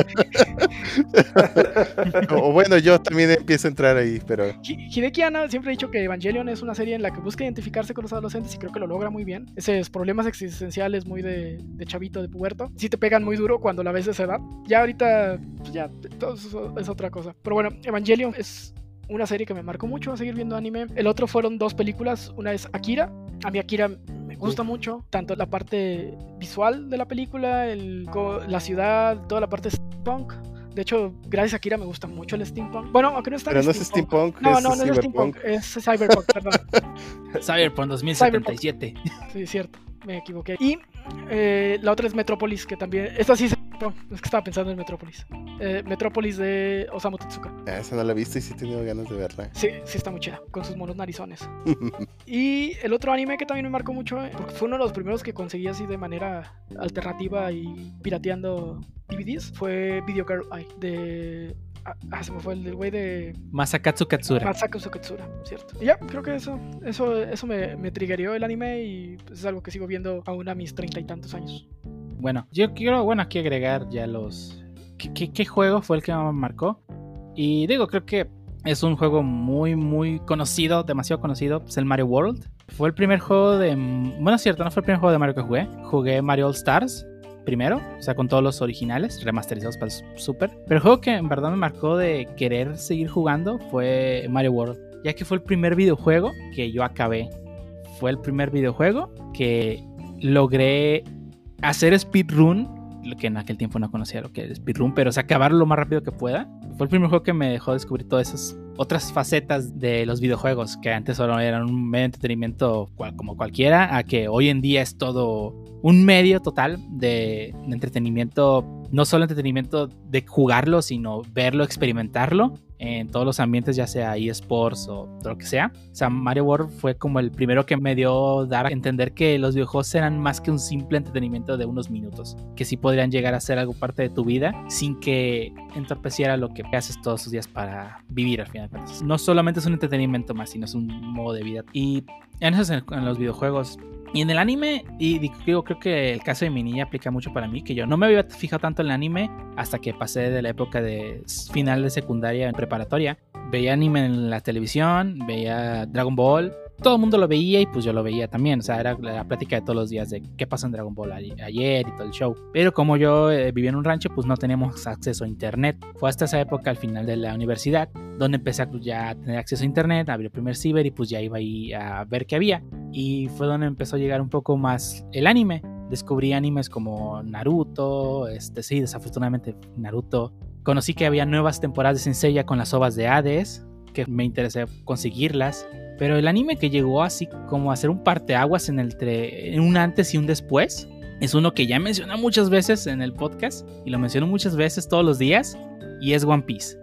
O bueno, yo también empiezo a entrar ahí, pero. Hi- Hideki Anno siempre ha dicho que Evangelion es una serie en la que busca identificarse con los adolescentes y creo que lo logra muy bien. Esos problemas existenciales muy de, de chavito, de puberto, sí te pegan muy duro cuando la ves de esa edad. Ya ahorita, pues ya, todo eso es otra cosa. Pero bueno, Evangelion es una serie que me marcó mucho a seguir viendo anime. El otro fueron dos películas, una es Akira. A mí Akira me gusta mucho, tanto la parte visual de la película, el, co- la ciudad, toda la parte steampunk. De hecho, gracias a Akira me gusta mucho el steampunk. Bueno, aunque no está Pero no es steampunk, No, es no, no es cyberpunk. steampunk, es cyberpunk, perdón. Cyberpunk dos mil setenta y siete. Sí, cierto, me equivoqué. Y eh, la otra es Metrópolis, que también... Esta sí es cyberpunk, es que estaba pensando en Metrópolis. Eh, Metrópolis de Osamu Tezuka. Ah, esa no la he visto y sí he tenido ganas de verla. Sí, sí está muy chida, con sus monos narizones. Y el otro anime que también me marcó mucho, eh, porque fue uno de los primeros que conseguí así de manera alternativa y pirateando D V Ds, fue Video Girl Eye, de... Ah, ah, se me fue el del güey de Masakatsu Katsura. Masako Soketsura, cierto. Y ya, creo que eso, eso, eso me, me triggerió el anime y pues, es algo que sigo viendo aún a mis treinta y tantos años. Bueno, yo quiero, bueno, aquí agregar ya los... ¿Qué, qué, qué juego fue el que me marcó? Y digo, creo que es un juego muy, muy conocido, demasiado conocido, es el Mario World. Fue el primer juego de... Bueno, es cierto, no fue el primer juego de Mario que jugué. Jugué Mario All Stars primero, o sea, con todos los originales, remasterizados para el Super. Pero el juego que en verdad me marcó de querer seguir jugando fue Mario World, ya que fue el primer videojuego que yo acabé. Fue el primer videojuego que logré hacer speedrun, lo que en aquel tiempo no conocía lo que era speedrun, pero o sea, acabarlo lo más rápido que pueda. Fue el primer juego que me dejó descubrir todas esas otras facetas de los videojuegos, que antes solo eran un medio de entretenimiento cual, como cualquiera, a que hoy en día es todo un medio total de, de entretenimiento, no solo entretenimiento de jugarlo, sino verlo, experimentarlo en todos los ambientes, ya sea eSports o todo lo que sea. O sea, Mario World fue como el primero que me dio dar a entender que los videojuegos eran más que un simple entretenimiento de unos minutos, que sí podrían llegar a ser algo parte de tu vida sin que entorpeciera lo que haces todos los días para vivir al final. No solamente es un entretenimiento más, sino es un modo de vida. Y en eso es en, en los videojuegos. Y en el anime, y digo, creo que el caso de mi niña aplica mucho para mí, que yo no me había fijado tanto en el anime hasta que pasé de la época de final de secundaria en preparatoria. Veía anime en la televisión, veía Dragon Ball, todo el mundo lo veía y pues yo lo veía también. O sea, era la plática de todos los días de qué pasó en Dragon Ball ayer y todo el show. Pero como yo eh, vivía en un rancho, pues no teníamos acceso a internet. Fue hasta esa época, al final de la universidad, donde empecé a, pues, ya a tener acceso a internet, abrí el primer ciber y pues ya iba ahí a ver qué había. Y fue donde empezó a llegar un poco más el anime. Descubrí animes como Naruto, este sí, desafortunadamente Naruto. Conocí que había nuevas temporadas de Saint Seiya con las ovas de Hades, que me interesé conseguirlas. Pero el anime que llegó así como a hacer un parteaguas en, el tre- en un antes y un después, es uno que ya mencioné muchas veces en el podcast, y lo menciono muchas veces todos los días, y es One Piece.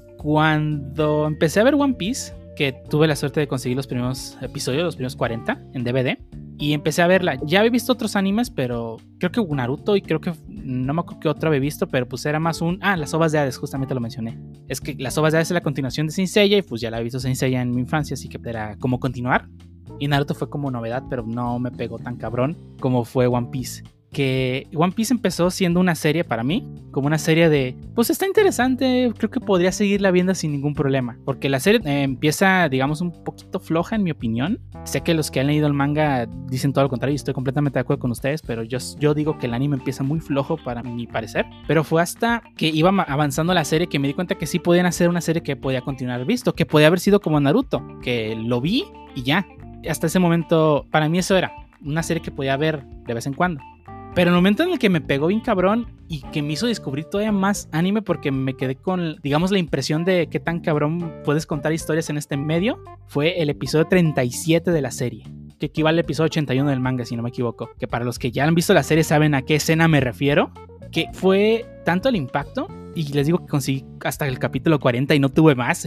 Cuando empecé a ver One Piece, que tuve la suerte de conseguir los primeros episodios, los primeros cuarenta en D V D, y empecé a verla. Ya había visto otros animes, pero creo que Naruto y creo que no me acuerdo qué otro había visto, pero pues era más un... Ah, las ovas de Hades, justamente lo mencioné. Es que las ovas de Hades es la continuación de Saint Seiya y pues ya la había visto Saint Seiya en mi infancia, así que era como continuar. Y Naruto fue como novedad, pero no me pegó tan cabrón como fue One Piece. Que One Piece empezó siendo una serie para mí, como una serie de, pues está interesante, creo que podría seguirla viendo sin ningún problema, porque la serie eh, empieza, digamos, un poquito floja en mi opinión. Sé que los que han leído el manga dicen todo lo contrario y estoy completamente de acuerdo con ustedes, pero yo, yo digo que el anime empieza muy flojo para mi parecer. Pero fue hasta que iba avanzando la serie que me di cuenta que sí podían hacer una serie que podía continuar visto, que podía haber sido como Naruto, que lo vi y ya. Hasta ese momento, para mí eso era una serie que podía ver de vez en cuando. Pero el momento en el que me pegó bien cabrón y que me hizo descubrir todavía más anime, porque me quedé con, digamos, la impresión de qué tan cabrón puedes contar historias en este medio, fue el episodio treinta y siete de la serie, que equivale al episodio ochenta y uno del manga, si no me equivoco. Que para los que ya han visto la serie saben a qué escena me refiero, que fue tanto el impacto, y les digo que conseguí hasta el capítulo cuarenta y no tuve más.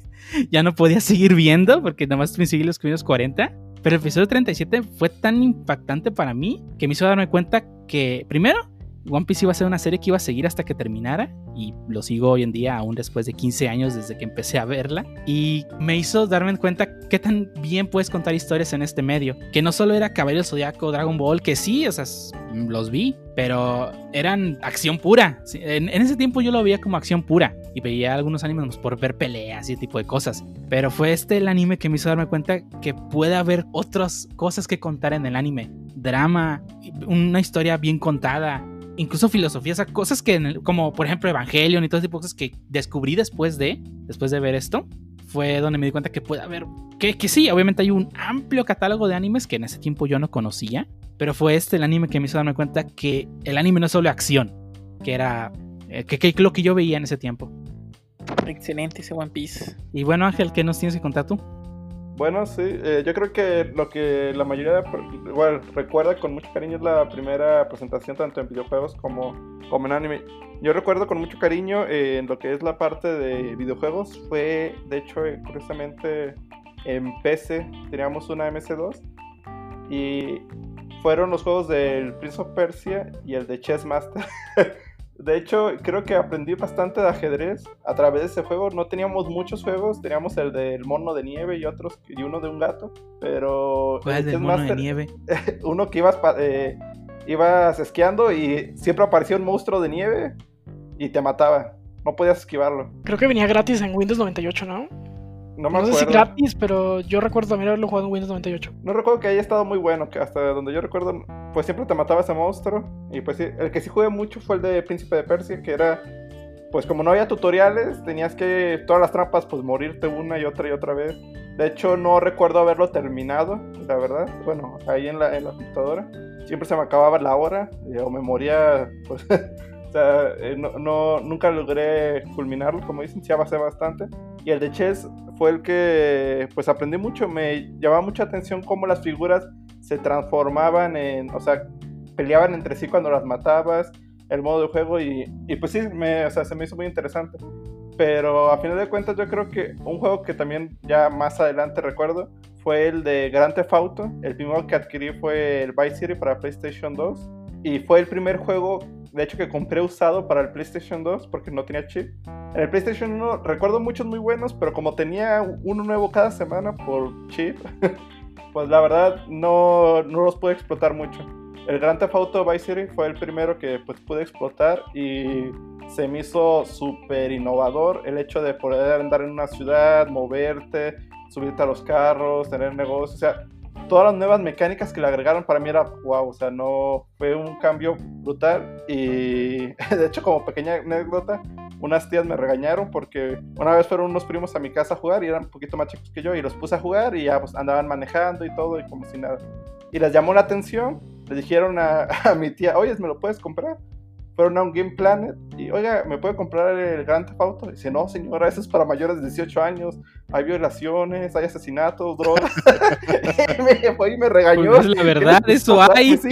Ya no podía seguir viendo porque nada más conseguí los primeros cuarenta. Pero el episodio treinta y siete fue tan impactante para mí que me hizo darme cuenta que, primero, One Piece iba a ser una serie que iba a seguir hasta que terminara, y lo sigo hoy en día aún después de quince años desde que empecé a verla, y me hizo darme cuenta qué tan bien puedes contar historias en este medio, que no solo era Caballero Zodiaco, Dragon Ball, que sí, o sea, los vi, pero eran acción pura. En, en ese tiempo yo lo veía como acción pura y veía algunos animes por ver peleas y ese tipo de cosas, pero fue este el anime que me hizo darme cuenta que puede haber otras cosas que contar en el anime, drama, una historia bien contada, incluso filosofía, o sea, cosas que en el, como por ejemplo Evangelion y todo ese tipo de cosas que descubrí después de después de ver esto, fue donde me di cuenta que puede haber, que, que sí, obviamente hay un amplio catálogo de animes que en ese tiempo yo no conocía, pero fue este el anime que me hizo darme cuenta que el anime no es solo acción, que era eh, que, que lo que yo veía en ese tiempo. Excelente ese One Piece. Y bueno, Ángel, ¿qué nos tienes que contar tú? Bueno, sí, eh, yo creo que lo que la mayoría de, igual, recuerda con mucho cariño es la primera presentación tanto en videojuegos como, como en anime. Yo recuerdo con mucho cariño eh, en lo que es la parte de videojuegos, fue de hecho eh, curiosamente en P C, teníamos una M S dos y fueron los juegos del Prince of Persia y el de Chess Master. De hecho, creo que aprendí bastante de ajedrez a través de ese juego. No teníamos muchos juegos, teníamos el del mono de nieve y otros, y uno de un gato, pero... ¿Cuál es el del mono Master, de nieve? Uno que ibas, pa- eh, ibas esquiando y siempre aparecía un monstruo de nieve y te mataba. No podías esquivarlo. Creo que venía gratis en Windows noventa y ocho, ¿no? No me No sé acuerdo. si gratis, pero yo recuerdo también haberlo jugado en Windows noventa y ocho. No recuerdo que haya estado muy bueno, que hasta donde yo recuerdo, pues siempre te mataba ese monstruo. Y pues sí, el que sí jugué mucho fue el de Príncipe de Persia, que era, pues como no había tutoriales, tenías que, todas las trampas, pues morirte una y otra y otra vez. De hecho, no recuerdo haberlo terminado, la verdad. Bueno, ahí en la, en la computadora. Siempre se me acababa la hora, o me moría, pues... O sea, eh, no, no, nunca logré culminarlo, como dicen, sí avancé bastante. Y el de chess fue el que, pues aprendí mucho, me llamaba mucha atención cómo las figuras se transformaban en, o sea, peleaban entre sí cuando las matabas, el modo de juego y, y pues sí, me, o sea, se me hizo muy interesante. Pero a final de cuentas yo creo que un juego que también ya más adelante recuerdo fue el de Grand Theft Auto. El primero que adquirí fue el Vice City para PlayStation dos y fue el primer juego, de hecho, que compré usado para el PlayStation dos porque no tenía chip. En el PlayStation uno recuerdo muchos muy buenos, pero como tenía uno nuevo cada semana por chip, pues la verdad no, no los pude explotar mucho. El Grand Theft Auto Vice City fue el primero que pues, pude explotar y se me hizo súper innovador el hecho de poder andar en una ciudad, moverte, subirte a los carros, tener negocios, o sea... Todas las nuevas mecánicas que le agregaron para mí era wow, o sea, no fue un cambio brutal y de hecho como pequeña anécdota, unas tías me regañaron porque una vez fueron unos primos a mi casa a jugar y eran un poquito más chicos que yo y los puse a jugar y ya pues andaban manejando y todo y como si nada. Y les llamó la atención, le dijeron a, a mi tía, oye, ¿me lo puedes comprar? Fueron a un Game Planet y, oiga, ¿me puede comprar el Grand Theft Auto? Y dice, no, señora, eso es para mayores de dieciocho años. Hay violaciones, hay asesinatos, drogas. Y me fue y me regañó. Pues es la verdad, eso hay. Sí.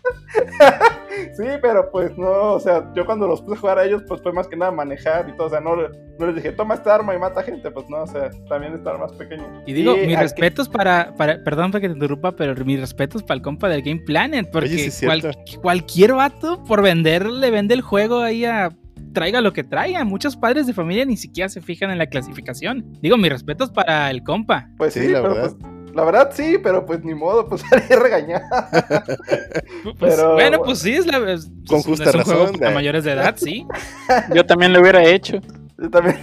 Sí, pero pues no, o sea, yo cuando los puse a jugar a ellos, pues fue más que nada manejar y todo, o sea, no, no les dije, toma esta arma y mata gente, pues no, o sea, también estaban más pequeños. Y digo, y mis aquí... respetos para, para, perdón para que te interrumpa, pero mis respetos para el compa del Game Planet, porque Oye, sí, cual, cualquier vato por vender le vende el juego ahí a... traiga lo que traiga, muchos padres de familia ni siquiera se fijan en la clasificación. Digo, mis respetos para el compa. Pues sí, sí la pero verdad. pues... La verdad sí, pero pues ni modo, pues salí regañada. Pues, Pero, bueno, pues sí, es la es, con es justa un razón, juego para eh. mayores de edad, sí. Yo también lo hubiera hecho. Yo también.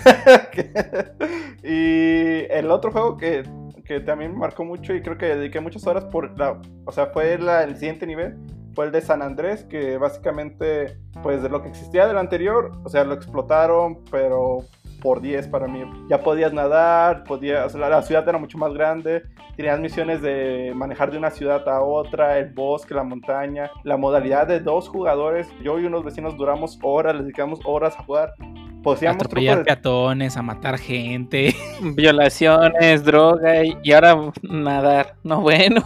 Y el otro juego que, que también me marcó mucho y creo que dediqué muchas horas por la, o sea, fue la, el siguiente nivel, fue el de San Andrés, que básicamente, pues de lo que existía del anterior, o sea, lo explotaron, pero por diez para mí. Ya podías nadar, podías, o sea, la, la ciudad era mucho más grande, tenías misiones de manejar de una ciudad a otra, el bosque, la montaña, la modalidad de dos jugadores. Yo y unos vecinos duramos horas, les dedicamos horas a jugar. Poseíamos A atropellar trucos de... peatones, a matar gente. Violaciones, droga y, y ahora nadar. No, bueno.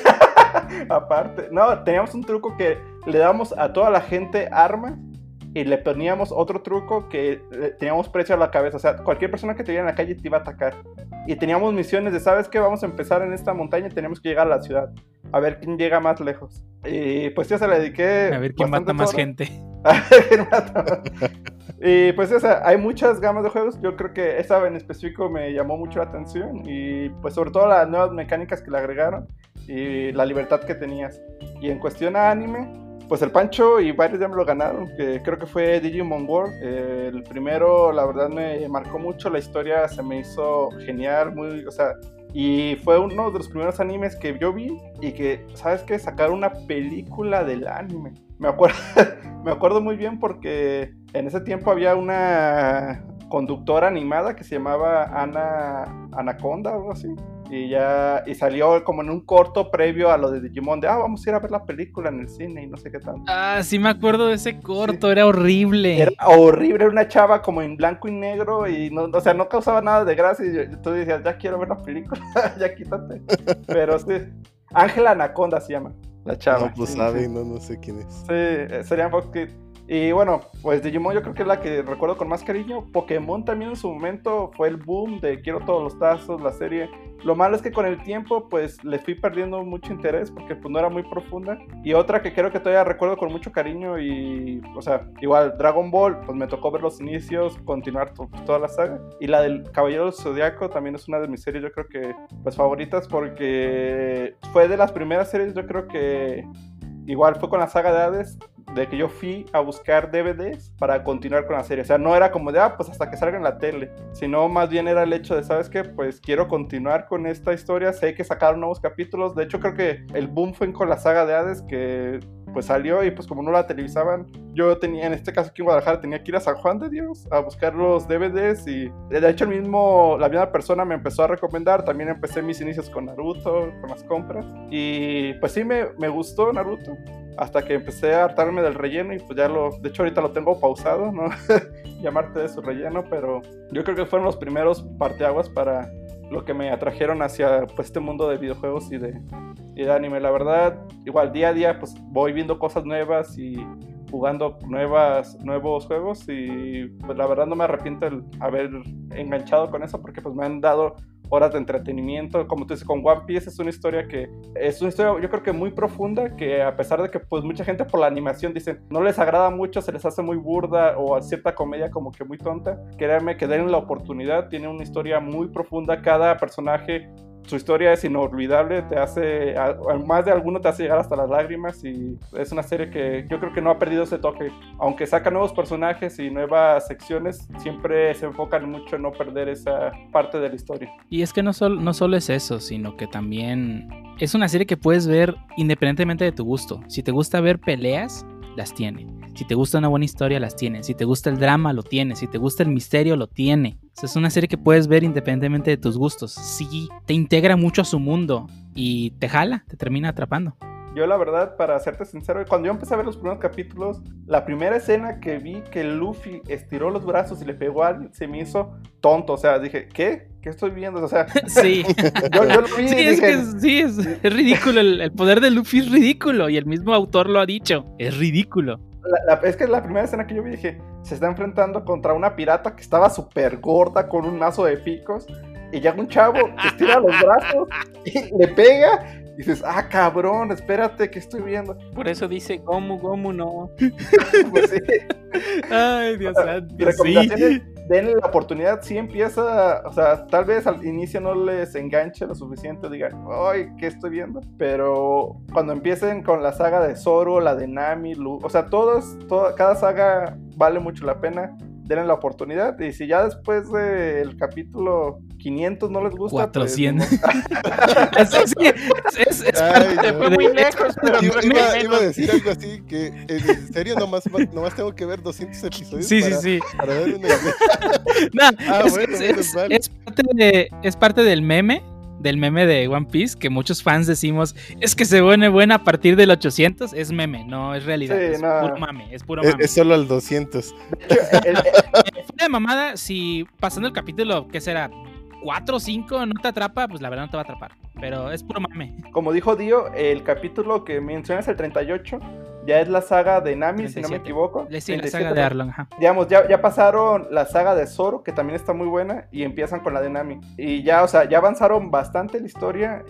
Aparte, no, teníamos un truco que le dábamos a toda la gente armas y le poníamos otro truco que le teníamos precio a la cabeza. O sea, cualquier persona que te viera en la calle te iba a atacar. Y teníamos misiones de, ¿sabes qué? Vamos a empezar en esta montaña y tenemos que llegar a la ciudad. A ver quién llega más lejos. Y pues ya se le dediqué. A ver quién mata más gente. A ver quién mata más. Y pues o sea, hay muchas gamas de juegos. Yo creo que esa en específico me llamó mucho la atención. Y pues sobre todo las nuevas mecánicas que le agregaron y la libertad que tenías. Y en cuestión a anime, pues el Pancho y varios ya me lo ganaron, que creo que fue Digimon World. Eh, el primero, la verdad, me marcó mucho, la historia se me hizo genial, muy, o sea, y fue uno de los primeros animes que yo vi y que, ¿sabes qué? Sacaron una película del anime. Me acuerdo, me acuerdo muy bien porque en ese tiempo había una conductora animada que se llamaba Ana Anaconda o algo así. Y ya y salió como en un corto previo a lo de Digimon, de ah, vamos a ir a ver la película en el cine y no sé qué tanto. Ah, sí me acuerdo de ese corto, sí. Era horrible. Era horrible, era una chava como en blanco y negro y no, o sea, no causaba nada de gracia y yo, tú decías, ya quiero ver la película, ya quítate. Pero sí, Ángela Anaconda se llama la chava. No, pues sí, sabe, sí. no, no sé quién es. Sí, sería Fox Kids. Y bueno, pues Digimon yo creo que es la que recuerdo con más cariño. Pokémon también en su momento fue el boom de quiero todos los tazos, la serie. Lo malo es que con el tiempo pues le fui perdiendo mucho interés porque pues no era muy profunda. Y otra que creo que todavía recuerdo con mucho cariño y, o sea, igual Dragon Ball, pues me tocó ver los inicios, continuar to- toda la saga. Y la del Caballero del Zodiaco también es una de mis series yo creo que pues favoritas porque fue de las primeras series yo creo que igual fue con la saga de Hades, de que yo fui a buscar D V Ds para continuar con la serie. O sea, no era como de, ah, pues hasta que salga en la tele, sino más bien era el hecho de, ¿sabes qué? Pues quiero continuar con esta historia, sé que sacaron nuevos capítulos. De hecho, creo que el boom fue con la saga de Hades, que pues salió y pues como no la televisaban, yo tenía, en este caso aquí en Guadalajara, tenía que ir a San Juan de Dios a buscar los D V Ds y de hecho el mismo, la misma persona me empezó a recomendar. También empecé mis inicios con Naruto, con las compras, y pues sí me, me gustó Naruto, hasta que empecé a hartarme del relleno y pues ya lo, de hecho ahorita lo tengo pausado, ¿no? Llamarte de su relleno, pero yo creo que fueron los primeros parteaguas para lo que me atrajeron hacia pues este mundo de videojuegos y de, y de anime. La verdad, igual día a día pues voy viendo cosas nuevas y jugando nuevas, nuevos juegos, y pues la verdad no me arrepiento el haber enganchado con eso, porque pues me han dado horas de entretenimiento. Como tú dices, con One Piece es una historia que es una historia yo creo que muy profunda, que a pesar de que pues mucha gente por la animación dicen no les agrada mucho, se les hace muy burda o a cierta comedia como que muy tonta, créanme que den la oportunidad. Tiene una historia muy profunda, cada personaje, su historia es inolvidable, te hace, a, a más de alguno te hace llegar hasta las lágrimas, y es una serie que yo creo que no ha perdido ese toque. Aunque saca nuevos personajes y nuevas secciones, siempre se enfocan mucho en no perder esa parte de la historia. Y es que no, sol, no solo es eso, sino que también es una serie que puedes ver independientemente de tu gusto. Si te gusta ver peleas, las tiene. Si te gusta una buena historia, las tiene. Si te gusta el drama, lo tiene. Si te gusta el misterio, lo tiene. O sea, es una serie que puedes ver independientemente de tus gustos. Sí, te integra mucho a su mundo y te jala, te termina atrapando. Yo la verdad, para serte sincero, cuando yo empecé a ver los primeros capítulos, la primera escena que vi que Luffy estiró los brazos y le pegó a alguien, se me hizo tonto. O sea, dije, ¿qué? ¿Qué estoy viendo? O sea, sí. yo, yo lo vi sí, y es dije, que sí, es, es ridículo. El, el poder de Luffy es ridículo y el mismo autor lo ha dicho. Es ridículo. La, la, es que la primera escena que yo vi, dije, se está enfrentando contra una pirata que estaba súper gorda con un mazo de picos, y llega un chavo que estira los brazos y le pega. Y dices, ah, cabrón, espérate, ¿qué estoy viendo? Por eso dice Gomu, Gomu no. Pues sí. Ay, Dios santo. Y recomendaciones, sí. Denle la oportunidad. Si empieza, o sea, tal vez al inicio no les enganche lo suficiente, digan, ay, ¿qué estoy viendo? Pero cuando empiecen con la saga de Zoro, la de Nami, Lu, o sea, todos, toda, cada saga vale mucho la pena. Denle la oportunidad, y si ya después del capítulo quinientos no les gusta, cuatrocientos. Pues, no. sí, es, es Ay, parte, no. muy lejos, pero Iba, fue iba, menos. iba a decir algo así, que en serio nomás, nomás tengo que ver doscientos episodios sí, para, sí, sí. para ver una idea. No, Ah, es, bueno, es, menos es, mal. es, parte de, es parte del meme, del meme de One Piece, que muchos fans decimos, es que se pone buena a partir del ochocientos, es meme, no es realidad, Sí, es no. puro mame, es puro Es, mame. es solo al doscientos. el, el, Fuera de mamada, si pasando el capítulo, ¿qué será? cuatro o cinco no te atrapa, pues la verdad no te va a atrapar, pero es puro mame. como dijo Dio, el capítulo que mencionas, el treinta y ocho, ya es la saga de Nami, treinta y siete. si no me equivoco. Le sigue la treinta y saga siete, de Arlong, ajá. Digamos, ya, ya pasaron la saga de Zoro, que también está muy buena, y empiezan con la de Nami. Y ya, o sea, ya avanzaron bastante la historia,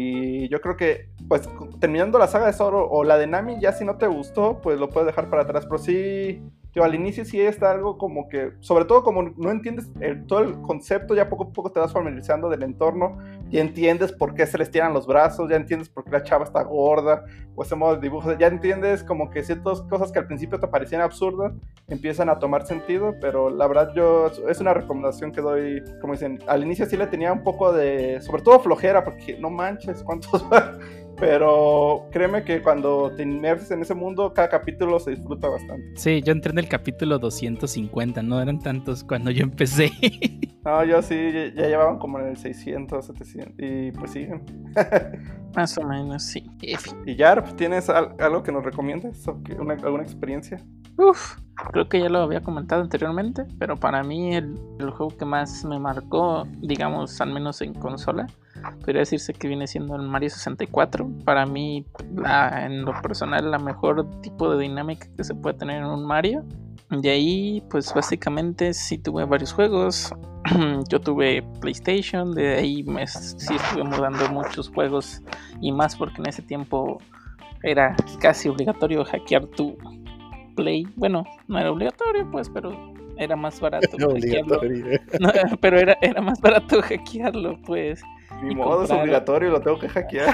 y yo creo que, pues, terminando la saga de Zoro o la de Nami, ya si no te gustó, pues lo puedes dejar para atrás. Pero sí, yo, al inicio sí está algo como que, sobre todo como no entiendes el, todo el concepto, ya poco a poco te vas familiarizando del entorno, ya entiendes por qué se les tiran los brazos, ya entiendes por qué la chava está gorda, o ese modo de dibujo, ya entiendes como que ciertas cosas que al principio te parecían absurdas, empiezan a tomar sentido. Pero la verdad yo, es una recomendación que doy, como dicen, al inicio sí le tenía un poco de, sobre todo flojera, porque no manches, ¿cuántos van? Pero créeme que cuando te inmerses en ese mundo, cada capítulo se disfruta bastante. Sí, yo entré en el capítulo doscientos cincuenta, no eran tantos cuando yo empecé. No, yo sí, ya, ya llevaban como en el seiscientos, setecientos, y pues siguen. Más o menos, sí. Y Yarp, ¿tienes al- algo que nos recomiendes? ¿O que una, alguna experiencia? Uf, creo que ya lo había comentado anteriormente, pero para mí el, el juego que más me marcó, digamos, al menos en consola, podría decirse que viene siendo el Mario sesenta y cuatro. Para mí, la, en lo personal, la mejor tipo de dinámica que se puede tener en un Mario. De ahí, pues básicamente sí tuve varios juegos. Yo tuve PlayStation, de ahí me, sí estuve mudando muchos juegos, y más porque en ese tiempo era casi obligatorio hackear tu Play. Bueno, no era obligatorio, pues, pero era más barato No, hackearlo. obligatorio. No, pero era, era más barato hackearlo, pues. Ni y modo, es comprar- obligatorio, lo tengo que hackear.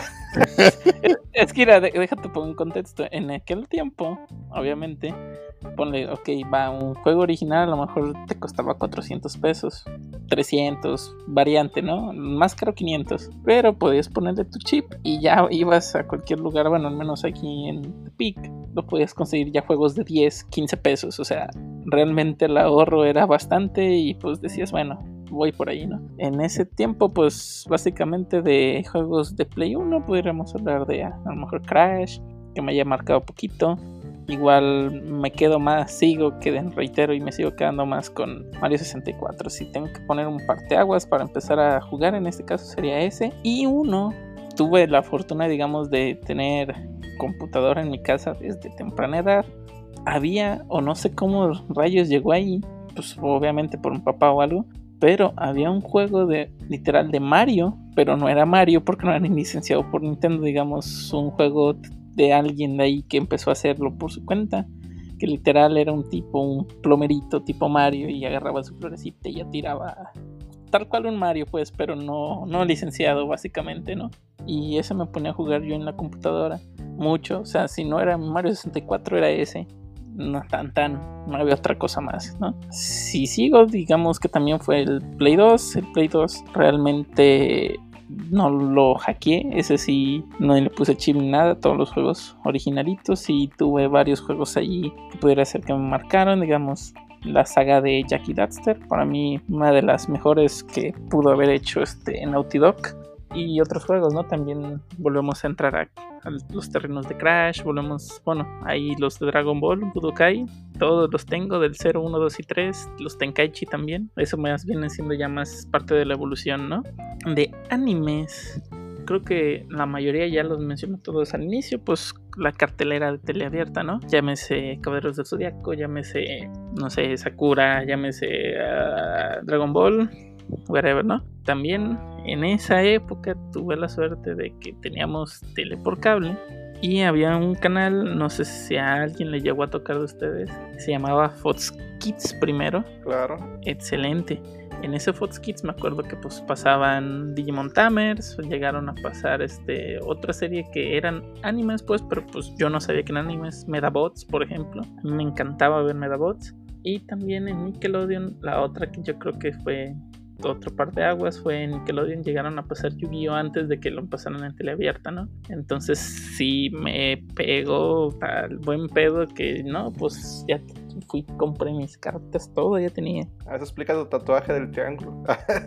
Es, es que, mira, de- déjate poner en contexto. En aquel tiempo, obviamente, ponle, ok, va, un juego original a lo mejor te costaba cuatrocientos pesos, trescientos, variante, ¿no? Más caro quinientos. Pero podías ponerle tu chip y ya ibas a cualquier lugar, bueno, al menos aquí en Tepic, lo podías conseguir ya juegos de diez, quince pesos. O sea, realmente el ahorro era bastante y pues decías, bueno, voy por ahí, ¿no? En ese tiempo, pues básicamente de juegos de Play uno podríamos hablar de a lo mejor Crash, que me haya marcado poquito. Igual me quedo más, sigo, que reitero y me sigo quedando más con Mario sesenta y cuatro. Si tengo que poner un parteaguas para empezar a jugar, en este caso sería ese. Y uno, tuve la fortuna, digamos, de tener computadora en mi casa desde temprana edad. Había, o no sé cómo rayos llegó ahí, pues obviamente por un papá o algo, pero había un juego de literal de Mario, pero no era Mario porque no era ni licenciado por Nintendo, digamos, un juego de alguien de ahí que empezó a hacerlo por su cuenta, que literal era un tipo, un plomerito tipo Mario, y agarraba su florecita y ya tiraba tal cual un Mario, pues, pero no, no licenciado básicamente, ¿no? Y ese me ponía a jugar yo en la computadora mucho, o sea, si no era Mario sesenta y cuatro era ese. No tan tan, no había otra cosa más, ¿no? Si sigo, digamos que también fue el Play dos. El Play dos realmente no lo hackeé, ese sí no le puse chip ni nada, todos los juegos originalitos, y tuve varios juegos allí que pudiera ser que me marcaron, digamos la saga de Jack y Daxter, para mí una de las mejores que pudo haber hecho este Naughty Dog. Y otros juegos, ¿no? También volvemos a entrar a, a los terrenos de Crash, volvemos, bueno, ahí los de Dragon Ball, Budokai, todos los tengo del cero, uno, dos y tres, los Tenkaichi también, eso más viene siendo ya más parte de la evolución, ¿no? De animes, creo que la mayoría ya los menciono todos al inicio, pues la cartelera de teleabierta, ¿no? Llámese Caballeros del Zodiaco, llámese, no sé, Sakura, llámese uh, Dragon Ball, whatever, ¿no? También en esa época tuve la suerte de que teníamos tele por cable y había un canal, no sé si a alguien le llegó a tocar de ustedes, se llamaba Fox Kids primero. Claro. Excelente. En ese Fox Kids me acuerdo que pues pasaban Digimon Tamers, llegaron a pasar este otra serie que eran animes, pues, pero pues yo no sabía que eran animes, Medabots, por ejemplo. A mí me encantaba ver Medabots. Y también en Nickelodeon, la otra que yo creo que fue otra parte de aguas fue en Nickelodeon, llegaron a pasar Yu-Gi-Oh antes de que lo pasaran en teleabierta, ¿no? Entonces sí me pegó al buen pedo que no, pues ya fui, compré mis cartas, todo ya tenía. Ah, eso explica tu tatuaje del triángulo.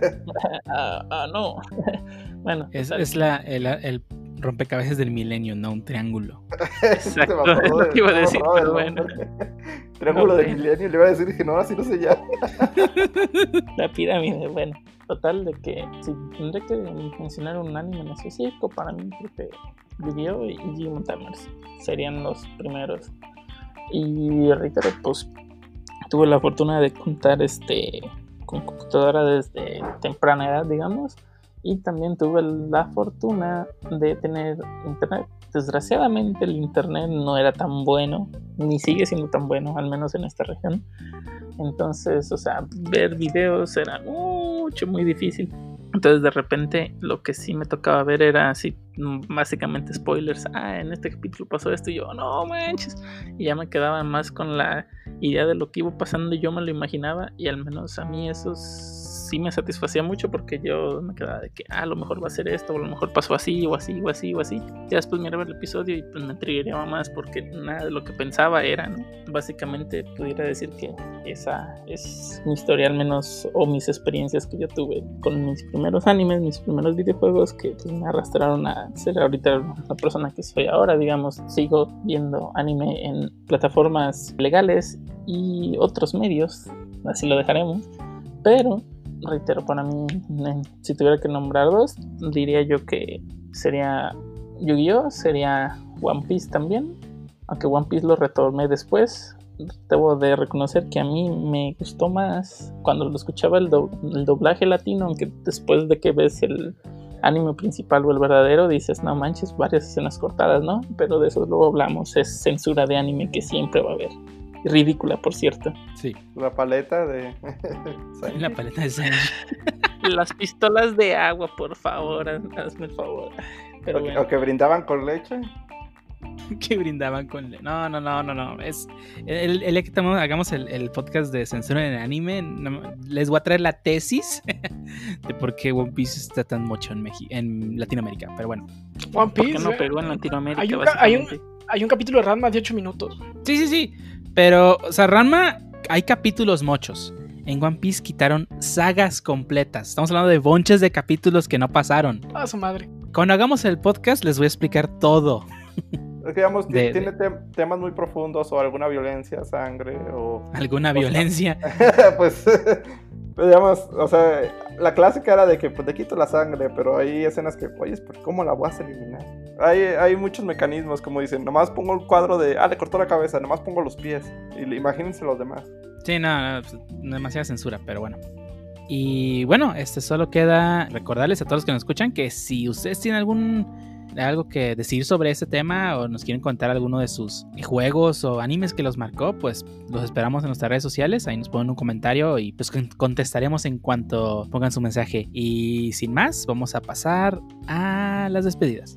ah, ah, no. Bueno, Es, es la, el, el rompecabezas del milenio, no un triángulo. Exacto, es lo que iba a decir, pero bueno. Triángulo Okay. del milenio, le iba a decir, dije, no, así no se llama. La pirámide, bueno, total de que si tendré que mencionar un anime en específico, para mí creo que Yu-Gi-Oh y Digimon Tamers serían los primeros. Y reitero, pues tuve la fortuna de contar este con computadora desde temprana edad, digamos, y también tuve la fortuna de tener internet. Desgraciadamente el internet no era tan bueno, ni sigue siendo tan bueno, al menos en esta región. Entonces, o sea, ver videos era mucho, muy difícil. Entonces de repente lo que sí me tocaba ver era así, básicamente spoilers. Ah, en este capítulo pasó esto y yo, no manches. Y ya me quedaba más con la idea de lo que iba pasando y yo me lo imaginaba. Y al menos a mí eso sí me satisfacía mucho, porque yo me quedaba de que ah, a lo mejor va a ser esto, o a lo mejor pasó así, o así, o así, o así. Ya después miraba el episodio y pues me triggeraba más, porque nada de lo que pensaba era, ¿no? Básicamente pudiera decir que esa es mi historia, al menos, o mis experiencias que yo tuve con mis primeros animes, mis primeros videojuegos, que pues, me arrastraron a ser ahorita la persona que soy ahora, digamos. Sigo viendo anime en plataformas legales y otros medios, así lo dejaremos, pero reitero, para mí, si tuviera que nombrar dos, diría yo que sería Yu-Gi-Oh, sería One Piece también, aunque One Piece lo retomé después. Debo de reconocer que a mí me gustó más cuando lo escuchaba el, do- el doblaje latino, aunque después de que ves el anime principal o el verdadero dices, no manches, varias escenas cortadas, ¿no? Pero de eso luego hablamos, es censura de anime que siempre va a haber. Ridícula, por cierto. Sí. La paleta de... La paleta de Sanji. Las pistolas de agua, por favor, hazme el favor. Pero o, bueno. o que brindaban con leche. Que brindaban con... No, no, no, no, no. Es el, el, el que estamos, hagamos el, el podcast de censura en el anime. No, les voy a traer la tesis de por qué One Piece está tan mucho en, Meji en Latinoamérica. Pero bueno. One Piece. ¿Por qué no pegó en Latinoamérica? Hay un, hay un, hay un capítulo de Ranma de ocho minutos. Sí, sí, sí. Pero, o sea, Ranma, hay capítulos mochos. En One Piece quitaron sagas completas. Estamos hablando de bonches de capítulos que no pasaron. A su madre. Cuando hagamos el podcast les voy a explicar todo. Es que, digamos, De- tiene de- te- temas muy profundos o alguna violencia, sangre o... Alguna O sea, violencia. pues, pues, digamos, o sea, la clásica era de que pues, te quito la sangre, pero hay escenas que, oye, pero ¿cómo la vas a eliminar? Hay, hay muchos mecanismos, como dicen, nomás pongo el cuadro de, ah, le cortó la cabeza, nomás pongo los pies, y le- imagínense los demás. Sí, no, no, pues, demasiada censura, pero bueno. Y bueno, este solo queda recordarles a todos los que nos escuchan que si ustedes tienen algún algo que decir sobre este tema o nos quieren contar alguno de sus juegos o animes que los marcó, pues los esperamos en nuestras redes sociales. Ahí nos ponen un comentario y pues con- contestaremos en cuanto pongan su mensaje. Y sin más, vamos a pasar a las despedidas.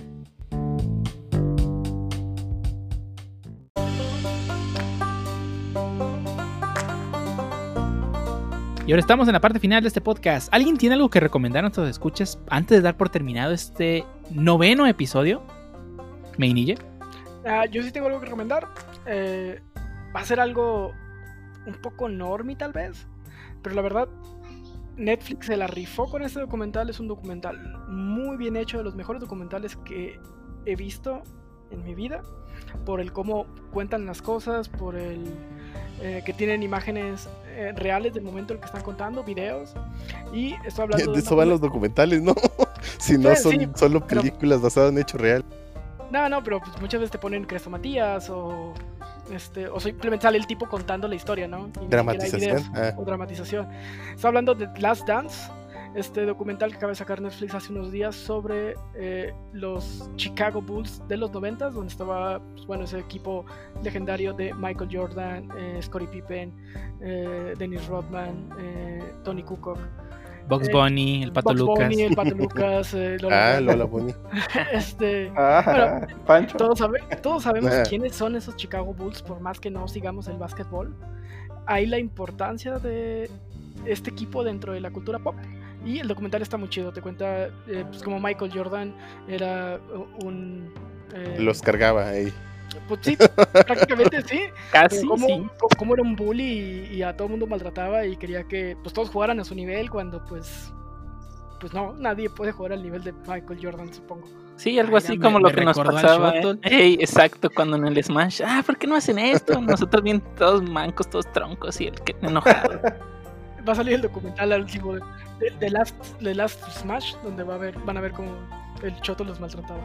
Y ahora estamos en la parte final de este podcast. ¿Alguien tiene algo que recomendar a nuestros escuchas antes de dar por terminado este noveno episodio? Meinille. Ah, yo sí tengo algo que recomendar. Eh, va a ser algo un poco normie tal vez, pero la verdad Netflix se la rifó con este documental. Es un documental muy bien hecho, de los mejores documentales que he visto en mi vida, por el cómo cuentan las cosas, por el eh, que tienen imágenes eh, reales del momento en el que están contando, videos, y estoy hablando De de eso una- van los documentales, ¿no? Si no Sí, son sí, solo pero- películas basadas en hechos real. No, no, pero pues muchas veces te ponen Crestomatías o este o simplemente sale el tipo contando la historia, ¿no? Y ni siquiera hay Dramatización. videos Ah. o dramatización. Estoy hablando de Last Dance, este documental que acaba de sacar Netflix hace unos días sobre eh, los Chicago Bulls de los noventas, donde estaba, pues, bueno, ese equipo legendario de Michael Jordan, eh, Scottie Pippen, eh, Dennis Rodman, eh, Tony Kukoc, Bugs Eh, Bunny, el Pato Bugs Lucas. Bunny, el Pato Lucas, eh, Lola Ah, Bunny. Lola Bunny. este, Ah, Pancho. todos, sabe- todos sabemos Ah. quiénes son esos Chicago Bulls, por más que no sigamos el básquetbol. Hay la importancia de este equipo dentro de la cultura pop. Y el documental está muy chido. Te cuenta eh, pues, como Michael Jordan era un... eh, Los cargaba ahí. Pues sí, prácticamente sí. Casi, Pero cómo, sí. cómo- cómo era un bully y, y a todo el mundo maltrataba y quería que pues, todos jugaran a su nivel cuando pues... Pues no, nadie puede jugar al nivel de Michael Jordan, supongo. Sí, algo Ay, así ya como me- lo me que nos recordó al pasaba. Shoto. ¿eh? Ey, exacto, cuando en el Smash. Ah, ¿por qué no hacen esto? Nosotros bien todos mancos, todos troncos y el que enojado. Va a salir el documental al último de, de, de Last, de Last Smash, donde va a ver, van a ver cómo el Choto los maltrataba.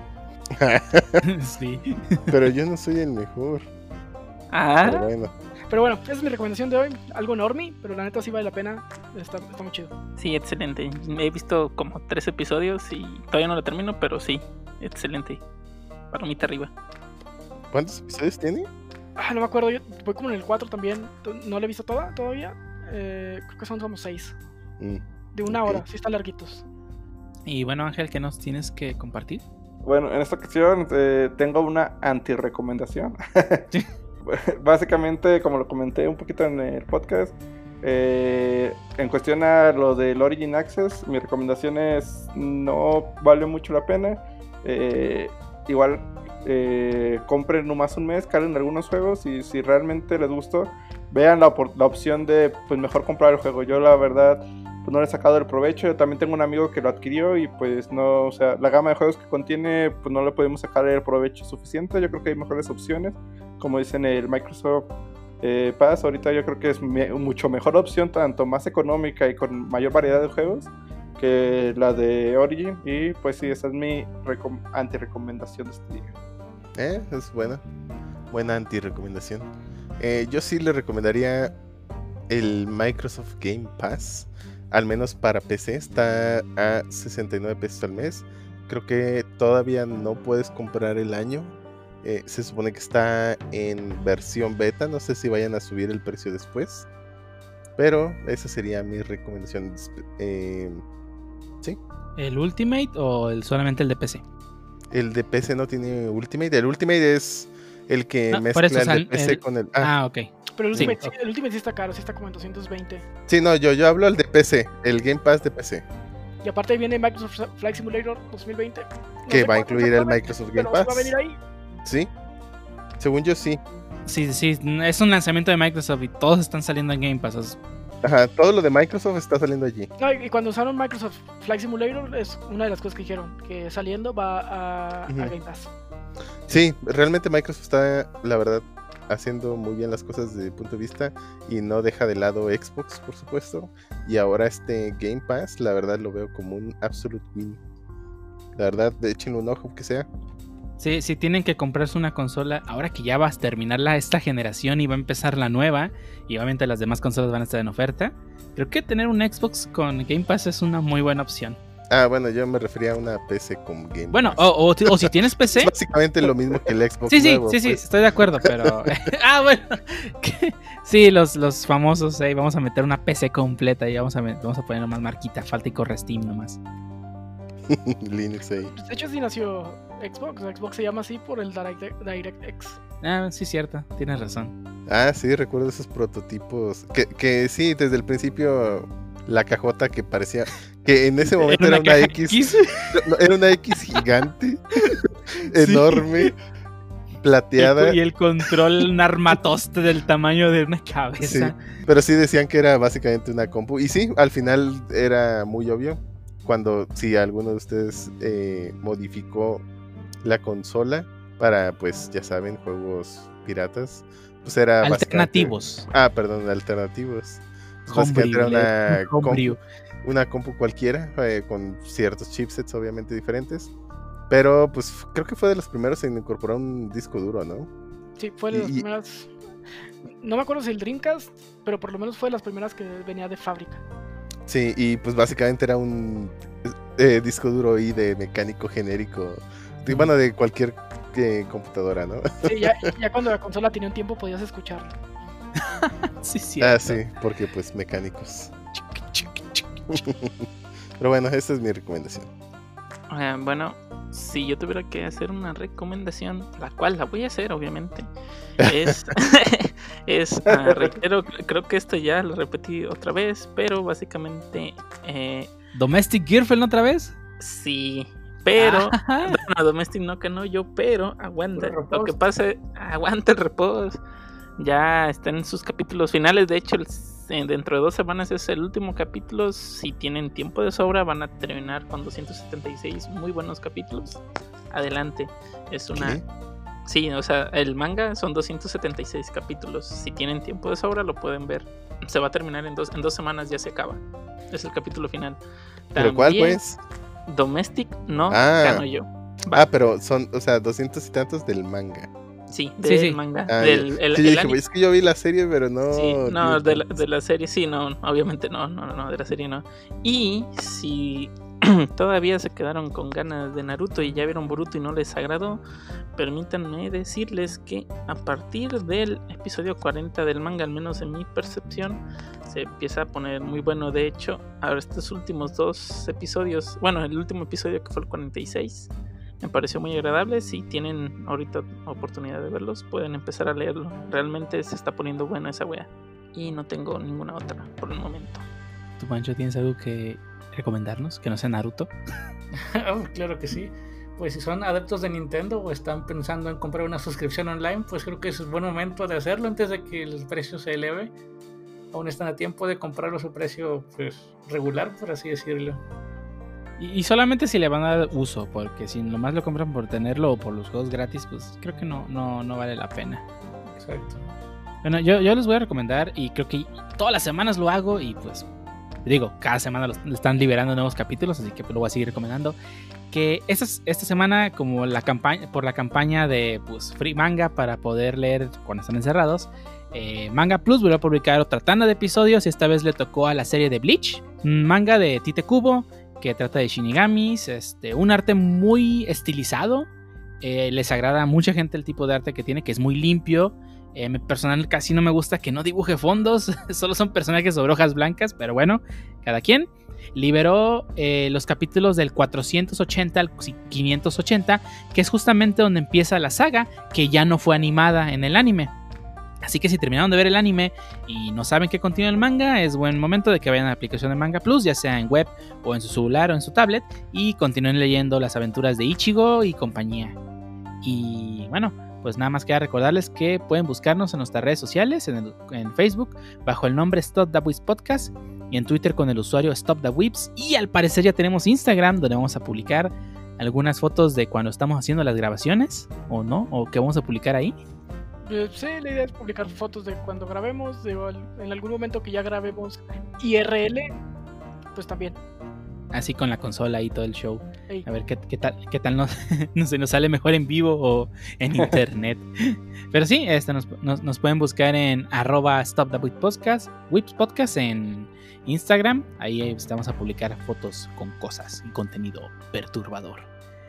Sí. Pero yo no soy el mejor. Pero Ah, bueno. Pero bueno, esa es mi recomendación de hoy. Algo normie, pero la neta sí vale la pena. Está, está muy chido. sí, excelente. He visto como tres episodios y todavía no lo termino, pero sí, excelente. Palomita arriba. ¿Cuántos episodios tiene? Ah, no me acuerdo, yo voy como en el cuatro también. No la he visto toda todavía. Eh, creo que son como seis. Mm. De una Ok. hora, sí están larguitos. Y bueno, Ángel, ¿qué nos tienes que compartir? Bueno, en esta ocasión eh, tengo una anti-recomendación. Básicamente, como lo comenté un poquito en el podcast, eh, en cuestión a lo del Origin Access, mi recomendación es no vale mucho la pena. Eh, igual eh, compren nomás un mes, calen algunos juegos y si realmente les gustó, vean la, opor- la opción de pues mejor comprar el juego. Yo la verdad pues no le he sacado el provecho. Yo también tengo un amigo que lo adquirió y pues no, o sea, la gama de juegos que contiene pues no le podemos sacar el provecho suficiente. Yo creo que hay mejores opciones, como dicen el Microsoft eh, Pass. Ahorita yo creo que es me- mucho mejor opción, tanto más económica y con mayor variedad de juegos que la de Origin. Y pues sí, esa es mi recom- anti-recomendación de este día. Eh, es buena. Buena anti-recomendación. Eh, yo sí le recomendaría el Microsoft Game Pass. Al menos para P C está a sesenta y nueve pesos al mes. Creo que todavía no puedes comprar el año. Eh, se supone que está en versión beta. No sé si vayan a subir el precio después. Pero esa sería mi recomendación. Eh, Sí. ¿El Ultimate o el, solamente el de P C? El de P C no tiene Ultimate. El Ultimate es el que No, mezcla por eso, o sea, el de P C el- con el... Ah, ok. Pero el Sí. Ultimate, sí, el Ultimate sí está caro, sí está como en doscientos veinte. Sí, no, yo, yo hablo al de P C, el Game Pass de P C, Y aparte viene Microsoft Flight Simulator dos mil veinte. No que sé va a cuándo incluir el exactamente, Microsoft Game pero sí va a Pass. venir ahí. Sí, según yo sí. Sí, sí, es un lanzamiento de Microsoft y todos están saliendo en Game Pass. o sea, Ajá, todo lo de Microsoft está saliendo allí. No, y y cuando usaron Microsoft Flight Simulator es una de las cosas que dijeron, que saliendo va a, a Ujú. Game Pass. Sí, realmente Microsoft está, la verdad, haciendo muy bien las cosas desde mi punto de vista y no deja de lado Xbox, por supuesto. Y ahora este Game Pass, la verdad lo veo como un absolute win. La verdad, échenle un ojo que sea. Sí, si tienen que comprarse una consola, ahora que ya vas a terminar la, esta generación y va a empezar la nueva, y obviamente las demás consolas van a estar en oferta, creo que tener un Xbox con Game Pass es una muy buena opción. Ah, bueno, yo me refería a una P C con Game Bueno, Pass. o, o, o si tienes P C... Es básicamente lo mismo que el Xbox Sí, sí, nuevo, sí, sí, pues. estoy de acuerdo, pero... ah, bueno. que- Sí, los, los famosos, eh, vamos a meter una P C completa y vamos a, met- vamos a poner nomás marquita, falta y corre Steam nomás. Linux ahí. Pues, de hecho sí nació Xbox, Xbox se llama así por el Direct- DirectX. Ah, sí, cierto, tienes razón. Ah, sí, recuerdo esos prototipos. Que, que sí, desde el principio la cajota que parecía... Que en ese momento era una, caja X... no, era una X gigante, enorme, plateada. Y el control un armatoste del tamaño de una cabeza. Pero sí decían que era básicamente una compu. Y sí, al final era muy obvio. Cuando si alguno de ustedes eh, modificó la consola para, pues ya saben, juegos piratas, pues era Alternativos. básicamente- Ah, perdón, alternativos. Pues Homebrew, básicamente era le- una homebrew. compu, una compu cualquiera, eh, con ciertos chipsets obviamente diferentes. Pero pues f- creo que fue de los primeros en incorporar un disco duro, ¿no? Sí, fue de las Y- primeras... No me acuerdo si el Dreamcast, pero por lo menos fue de las primeras que venía de fábrica. Sí, y pues básicamente era un eh, disco duro y de mecánico genérico. De- bueno, de cualquier eh, computadora, ¿no? Sí, ya, ya cuando la consola tenía un tiempo podías escucharlo. Sí, sí. Ah, sí, porque pues mecánicos. Pero bueno, esta es mi recomendación. Eh, bueno, si yo tuviera que hacer una recomendación, la cual la voy a hacer, obviamente, es, es ah, reitero, creo que esto ya lo repetí otra vez, pero básicamente eh, ¿Domestic Girlfriend otra vez? sí, pero Ah, no, Domestic no que no yo, pero aguanta, Puro lo que repos. pasa, aguanta el reposo, ya están en sus capítulos finales, de hecho el- eh, dentro de dos semanas es el último capítulo, si tienen tiempo de sobra van a terminar con doscientos setenta y seis muy buenos capítulos, adelante, es una... ¿Qué? Sí, o sea, el manga son doscientos setenta y seis capítulos. Si tienen tiempo de sobra, lo pueden ver. Se va a terminar en dos, en dos semanas, ya se acaba. Es el capítulo final. ¿Pero cuál, También, pues? Domestic no Ah. gano yo. Va. Ah, pero son, o sea, doscientos y tantos del manga. Sí, Sí, del sí. manga. Ah, del, ya. el, Sí, yo el dije, anime. es que yo vi la serie, pero no... Sí, no, vi- de la, de la serie sí, no, obviamente no, no, no, de la serie no. Y si todavía se quedaron con ganas de Naruto y ya vieron Boruto y no les agradó, permítanme decirles que a partir del episodio cuarenta del manga, al menos en mi percepción, se empieza a poner muy bueno. De hecho, ahora estos últimos dos episodios, bueno, el último episodio que fue el cuarenta y seis, me pareció muy agradable. Si tienen ahorita oportunidad de verlos, pueden empezar a leerlo. Realmente se está poniendo buena esa wea. Y no tengo ninguna otra por el momento. ¿Tú, Pancho, tienes algo que recomendarnos? Que no sea Naruto. Oh, claro que sí. Pues si son adeptos de Nintendo o están pensando en comprar una suscripción online, pues creo que es un buen momento de hacerlo antes de que el precio se eleve. Aún están a tiempo de comprarlo a su precio pues regular, por así decirlo. Y, y solamente si le van a dar uso, porque si nomás lo compran por tenerlo o por los juegos gratis, pues creo que no, no, no vale la pena. Exacto. Bueno, yo, yo les voy a recomendar y creo que todas las semanas lo hago y pues digo, cada semana lo lo están liberando nuevos capítulos, así que pues, lo voy a seguir recomendando. Que esta, esta semana, como la campaña, por la campaña de pues, Free Manga para poder leer cuando están encerrados, eh, Manga Plus volvió a publicar otra tanda de episodios y esta vez le tocó a la serie de Bleach, un manga de Tite Kubo que trata de shinigamis, este, un arte muy estilizado. Eh, les agrada a mucha gente el tipo de arte que tiene, que es muy limpio Eh, mi personal casi no me gusta que no dibuje fondos, solo son personajes sobre hojas blancas, pero bueno, cada quien. Liberó eh, los capítulos del cuatrocientos ochenta al quinientos ochenta, que es justamente donde empieza la saga, que ya no fue animada en el anime. Así que si terminaron de ver el anime y no saben qué continúa el manga, es buen momento de que vayan a la aplicación de Manga Plus, ya sea en web o en su celular o en su tablet, y continúen leyendo las aventuras de Ichigo y compañía. Y bueno, pues nada más queda recordarles que pueden buscarnos en nuestras redes sociales, en, el, en Facebook bajo el nombre Stop the Whips Podcast y en Twitter con el usuario Stop the Whips, y al parecer ya tenemos Instagram donde vamos a publicar algunas fotos de cuando estamos haciendo las grabaciones, o no, o que vamos a publicar ahí. Eh, sí, la idea es publicar fotos de cuando grabemos, de, en algún momento que ya grabemos I R L, pues también. Así con la consola y todo el show. Ey. A ver qué, qué tal, qué tal nos, no sé, nos sale mejor en vivo o en internet. Pero sí, este, nos, nos, nos pueden buscar en arroba Stop the Whips Podcast, Whips Podcast en Instagram. Ahí estamos a publicar fotos con cosas y contenido perturbador.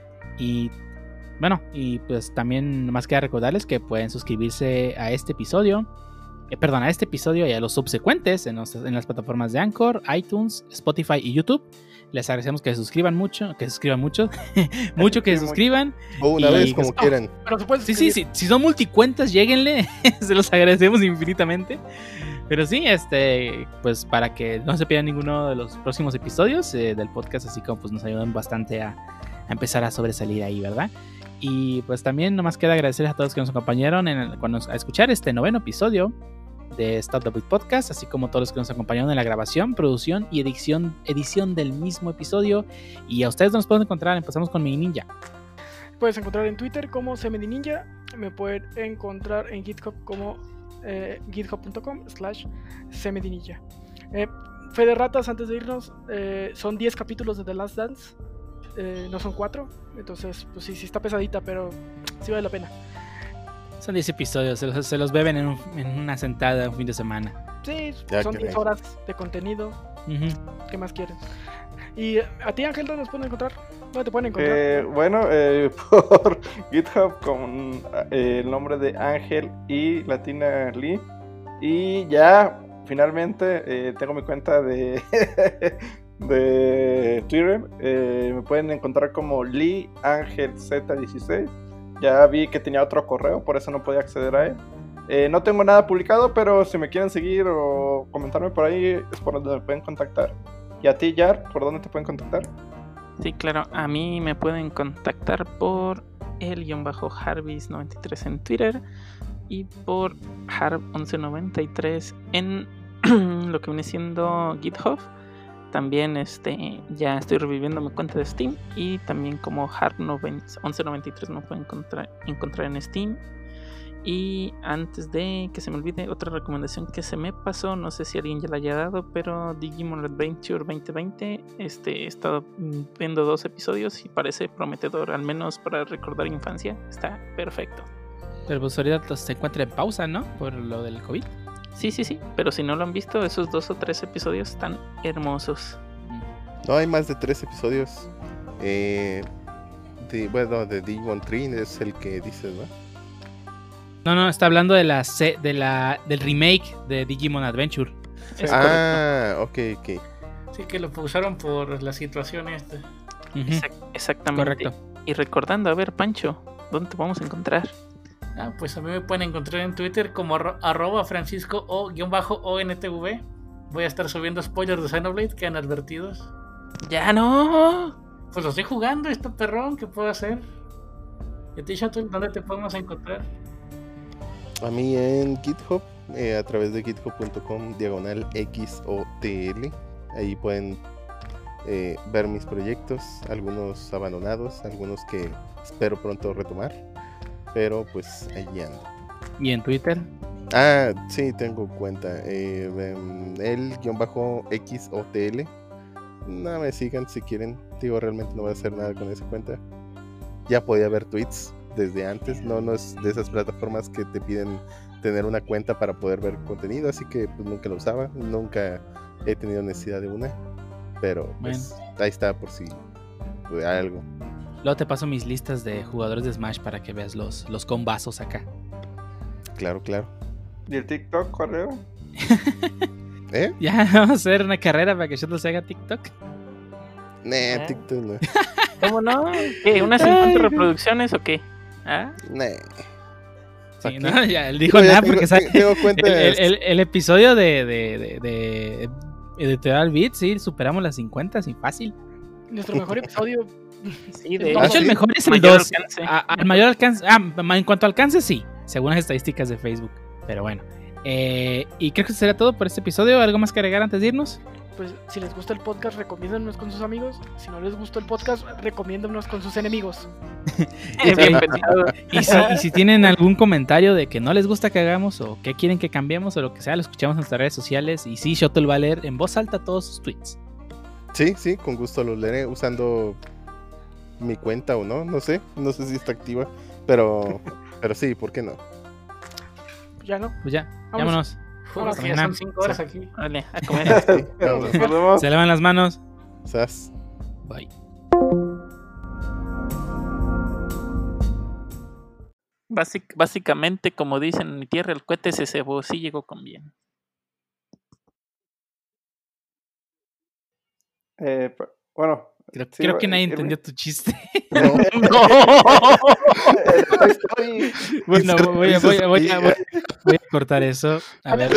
Y bueno, y pues también más queda recordarles que pueden suscribirse a este episodio. Eh, perdón, a este episodio y a los subsecuentes en, los, en las plataformas de Anchor, iTunes, Spotify y YouTube. Les agradecemos que se suscriban mucho, que se suscriban mucho, mucho que se suscriban. O una y vez, como oh, quieran. Pero se puede Sí, sí, sí, si son multicuentas, lléguenle, se los agradecemos infinitamente. Pero sí, este, pues para que no se pierdan ninguno de los próximos episodios eh, del podcast, así como pues nos ayudan bastante a, a empezar a sobresalir ahí, ¿verdad? Y pues también nomás queda agradecerles a todos que nos acompañaron en el, cuando, a escuchar este noveno episodio de Stop the Whips Podcast, así como todos los que nos acompañaron en la grabación, producción y edición, edición del mismo episodio. Y a ustedes nos pueden encontrar, empezamos con mi ninja. Puedes encontrar en Twitter como semedininja, me pueden encontrar en GitHub como eh, github punto com slash semedininja. Eh, Fe de ratas, antes de irnos, eh, son diez capítulos de The Last Dance, eh, no son cuatro, entonces pues sí, sí está pesadita, pero sí vale la pena. Son diez episodios, se los, se los beben en, un, en una sentada un fin de semana. Sí, Ya son que diez ven. horas de contenido, Uh-huh. ¿qué más quieren? Y eh, a ti, Ángel, ¿dónde nos pueden encontrar? ¿Dónde te pueden encontrar? Eh, bueno, eh, por GitHub con eh, el nombre de Ángel y Latina Lee. Y ya, finalmente, eh, tengo mi cuenta de, de Twitter. Eh, me pueden encontrar como Lee Ángel Z dieciséis. Ya vi que tenía otro correo, por eso no podía acceder a él. Eh, no tengo nada publicado, pero si me quieren seguir o comentarme por ahí, es por donde me pueden contactar. Y a ti, Yar, ¿por dónde te pueden contactar? Sí, claro, a mí me pueden contactar por el guión bajo Harvis noventa y tres en Twitter y por Harv once noventa y tres en lo que viene siendo GitHub. También este, ya estoy reviviendo mi cuenta de Steam y también como Harv once noventa y tres me pueden encontrar, encontrar en Steam. Y antes de que se me olvide, otra recomendación que se me pasó, no sé si alguien ya la haya dado, pero Digimon Adventure veinte veinte, este, he estado viendo dos episodios y parece prometedor, al menos para recordar infancia, está perfecto. Pero pues ahorita se encuentra en pausa, ¿no? Por lo del COVID. Sí, sí, sí, pero si no lo han visto, esos dos o tres episodios están hermosos. No, hay más de tres episodios. Eh, de, bueno, de Digimon tres es el que dices, ¿no? No, no, está hablando de la, se- de la del remake de Digimon Adventure. Es Ah, ok, ok. Sí, que lo pausaron por la situación esta. Ujú, Exact- exactamente. correcto. Y recordando, a ver, Pancho, ¿dónde te vamos a encontrar? Ah, pues a mí me pueden encontrar en Twitter como arro- arroba francisco o guión bajo ontv. Voy a estar subiendo spoilers de Xenoblade, quedan advertidos. ¡Ya no! Pues lo estoy jugando, este perrón, ¿qué puedo hacer? ¿Y a ti, Shatul, dónde te podemos encontrar? A mí en GitHub, eh, a través de github punto com diagonal X O T L. Ahí pueden eh, ver mis proyectos, algunos abandonados, algunos que espero pronto retomar. Pero pues ahí ando. Y en Twitter. Ah, sí, tengo cuenta. Eh, em, el guión bajo X O T L. No me sigan si quieren. Digo, realmente no voy a hacer nada con esa cuenta. Ya podía ver tweets desde antes. No, no es de esas plataformas que te piden tener una cuenta para poder ver contenido. Así que pues nunca lo usaba. Nunca he tenido necesidad de una. Pero pues ahí está por si pues, algo. Luego te paso mis listas de jugadores de Smash para que veas los, los combazos acá. claro, claro. ¿Y el TikTok cuál era? ¿Eh? Ya vamos a hacer una carrera para que Shoto se haga TikTok. Nah, Ah. TikTok no. ¿Cómo no? ¿Qué? ¿Unas cincuenta reproducciones o qué? ¿Ah? Nah. Sí, Aquí. no, ya él dijo Digo, ya nada tengo- porque te- sabe. tengo cuentas. El, el- el episodio de, de, de, de Editorial Beat, sí, superamos las cincuenta, sí, fácil. Nuestro mejor episodio. Sí, De Ah, hecho, ¿sí? el mejor es el Mayor dos. alcance. A- Al mayor alcance. Ah, ma- en cuanto a alcance, sí. Según las estadísticas de Facebook. Pero bueno. Eh, y creo que eso será todo por este episodio. ¿Algo más que agregar antes de irnos? Pues si les gusta el podcast, recomiéndennos con sus amigos. Si no les gustó el podcast, recomiéndennos con sus enemigos. Eh, bien pensado. Y si, y si tienen algún comentario de que no les gusta que hagamos o que quieren que cambiemos o lo que sea, lo escuchamos en nuestras redes sociales. Y sí, Shoto va a leer en voz alta todos sus tweets. Sí, sí, con gusto lo leeré usando mi cuenta o no, no sé, no sé si está activa, pero, pero sí, ¿por qué no? Ya no. Pues ya, Vamos. vámonos. Uf, Hasta ya mañana. son cinco horas aquí. Vale, a comer. Sí, vámonos. Nos vemos. Se lavan las manos. Sas. Bye. Básic- básicamente, como dicen en mi tierra, el cohete se cebó, sí llegó con bien. Eh, pero- bueno, Creo, Sí, creo va- que nadie Irving. entendió tu chiste. No, eh, Toy Story. Bueno, Insert voy a, voy a- voy a- risas voy a- voy a cortar eso. A ver.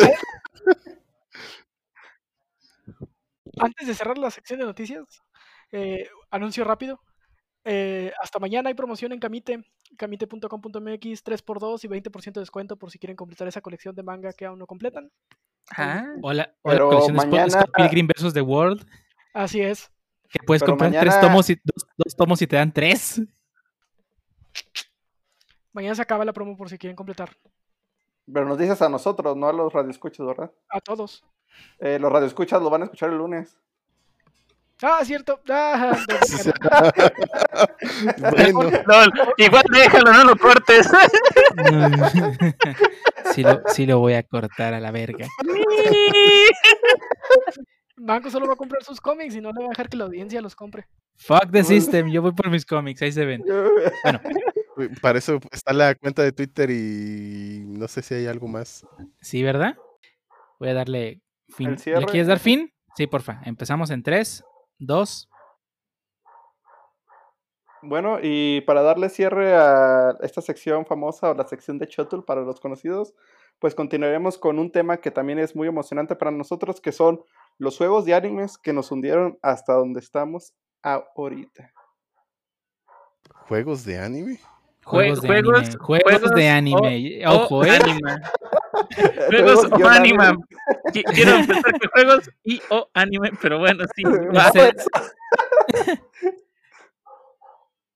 Antes de cerrar la sección de noticias, eh, anuncio rápido. Eh, hasta mañana hay promoción en Camite, camite punto com punto m x, tres por dos y veinte por ciento de descuento por si quieren completar esa colección de manga que aún no completan. Ah, Hola, hola, Pero colección de Scott- mañana- Scott Pilgrim versus The World. Así es. Que puedes Pero comprar mañana- tres tomos y dos, dos tomos y te dan tres. Mañana se acaba la promo por si quieren completar. Pero nos dices a nosotros, no a los radioescuchas, ¿verdad? A todos. Eh, los radioescuchas lo van a escuchar el lunes. Ah, cierto. Ah, bueno, lol, igual déjalo, no lo cortes. sí, lo, sí lo voy a cortar a la verga. Banco solo va a comprar sus cómics y no le va a dejar que la audiencia los compre. Fuck the system, yo voy por mis cómics, ahí se ven. Bueno, para eso está la cuenta de Twitter y no sé si hay algo más. sí, ¿verdad? Voy a darle fin. El ¿Ya cierre. quieres dar fin? Sí, porfa. Empezamos en tres, dos. Bueno, y para darle cierre a esta sección famosa o la sección de Chotul para los conocidos, pues continuaremos con un tema que también es muy emocionante para nosotros, que son los juegos de animes que nos hundieron hasta donde estamos ahorita. ¿Juegos de anime? Juegos de Juegos- anime. Juegos, juegos de anime. o Ojo, eh. anima. Juegos o guión anima. anime. Qui- Quiero empezar con juegos y o anime, pero bueno, sí. va. Ese-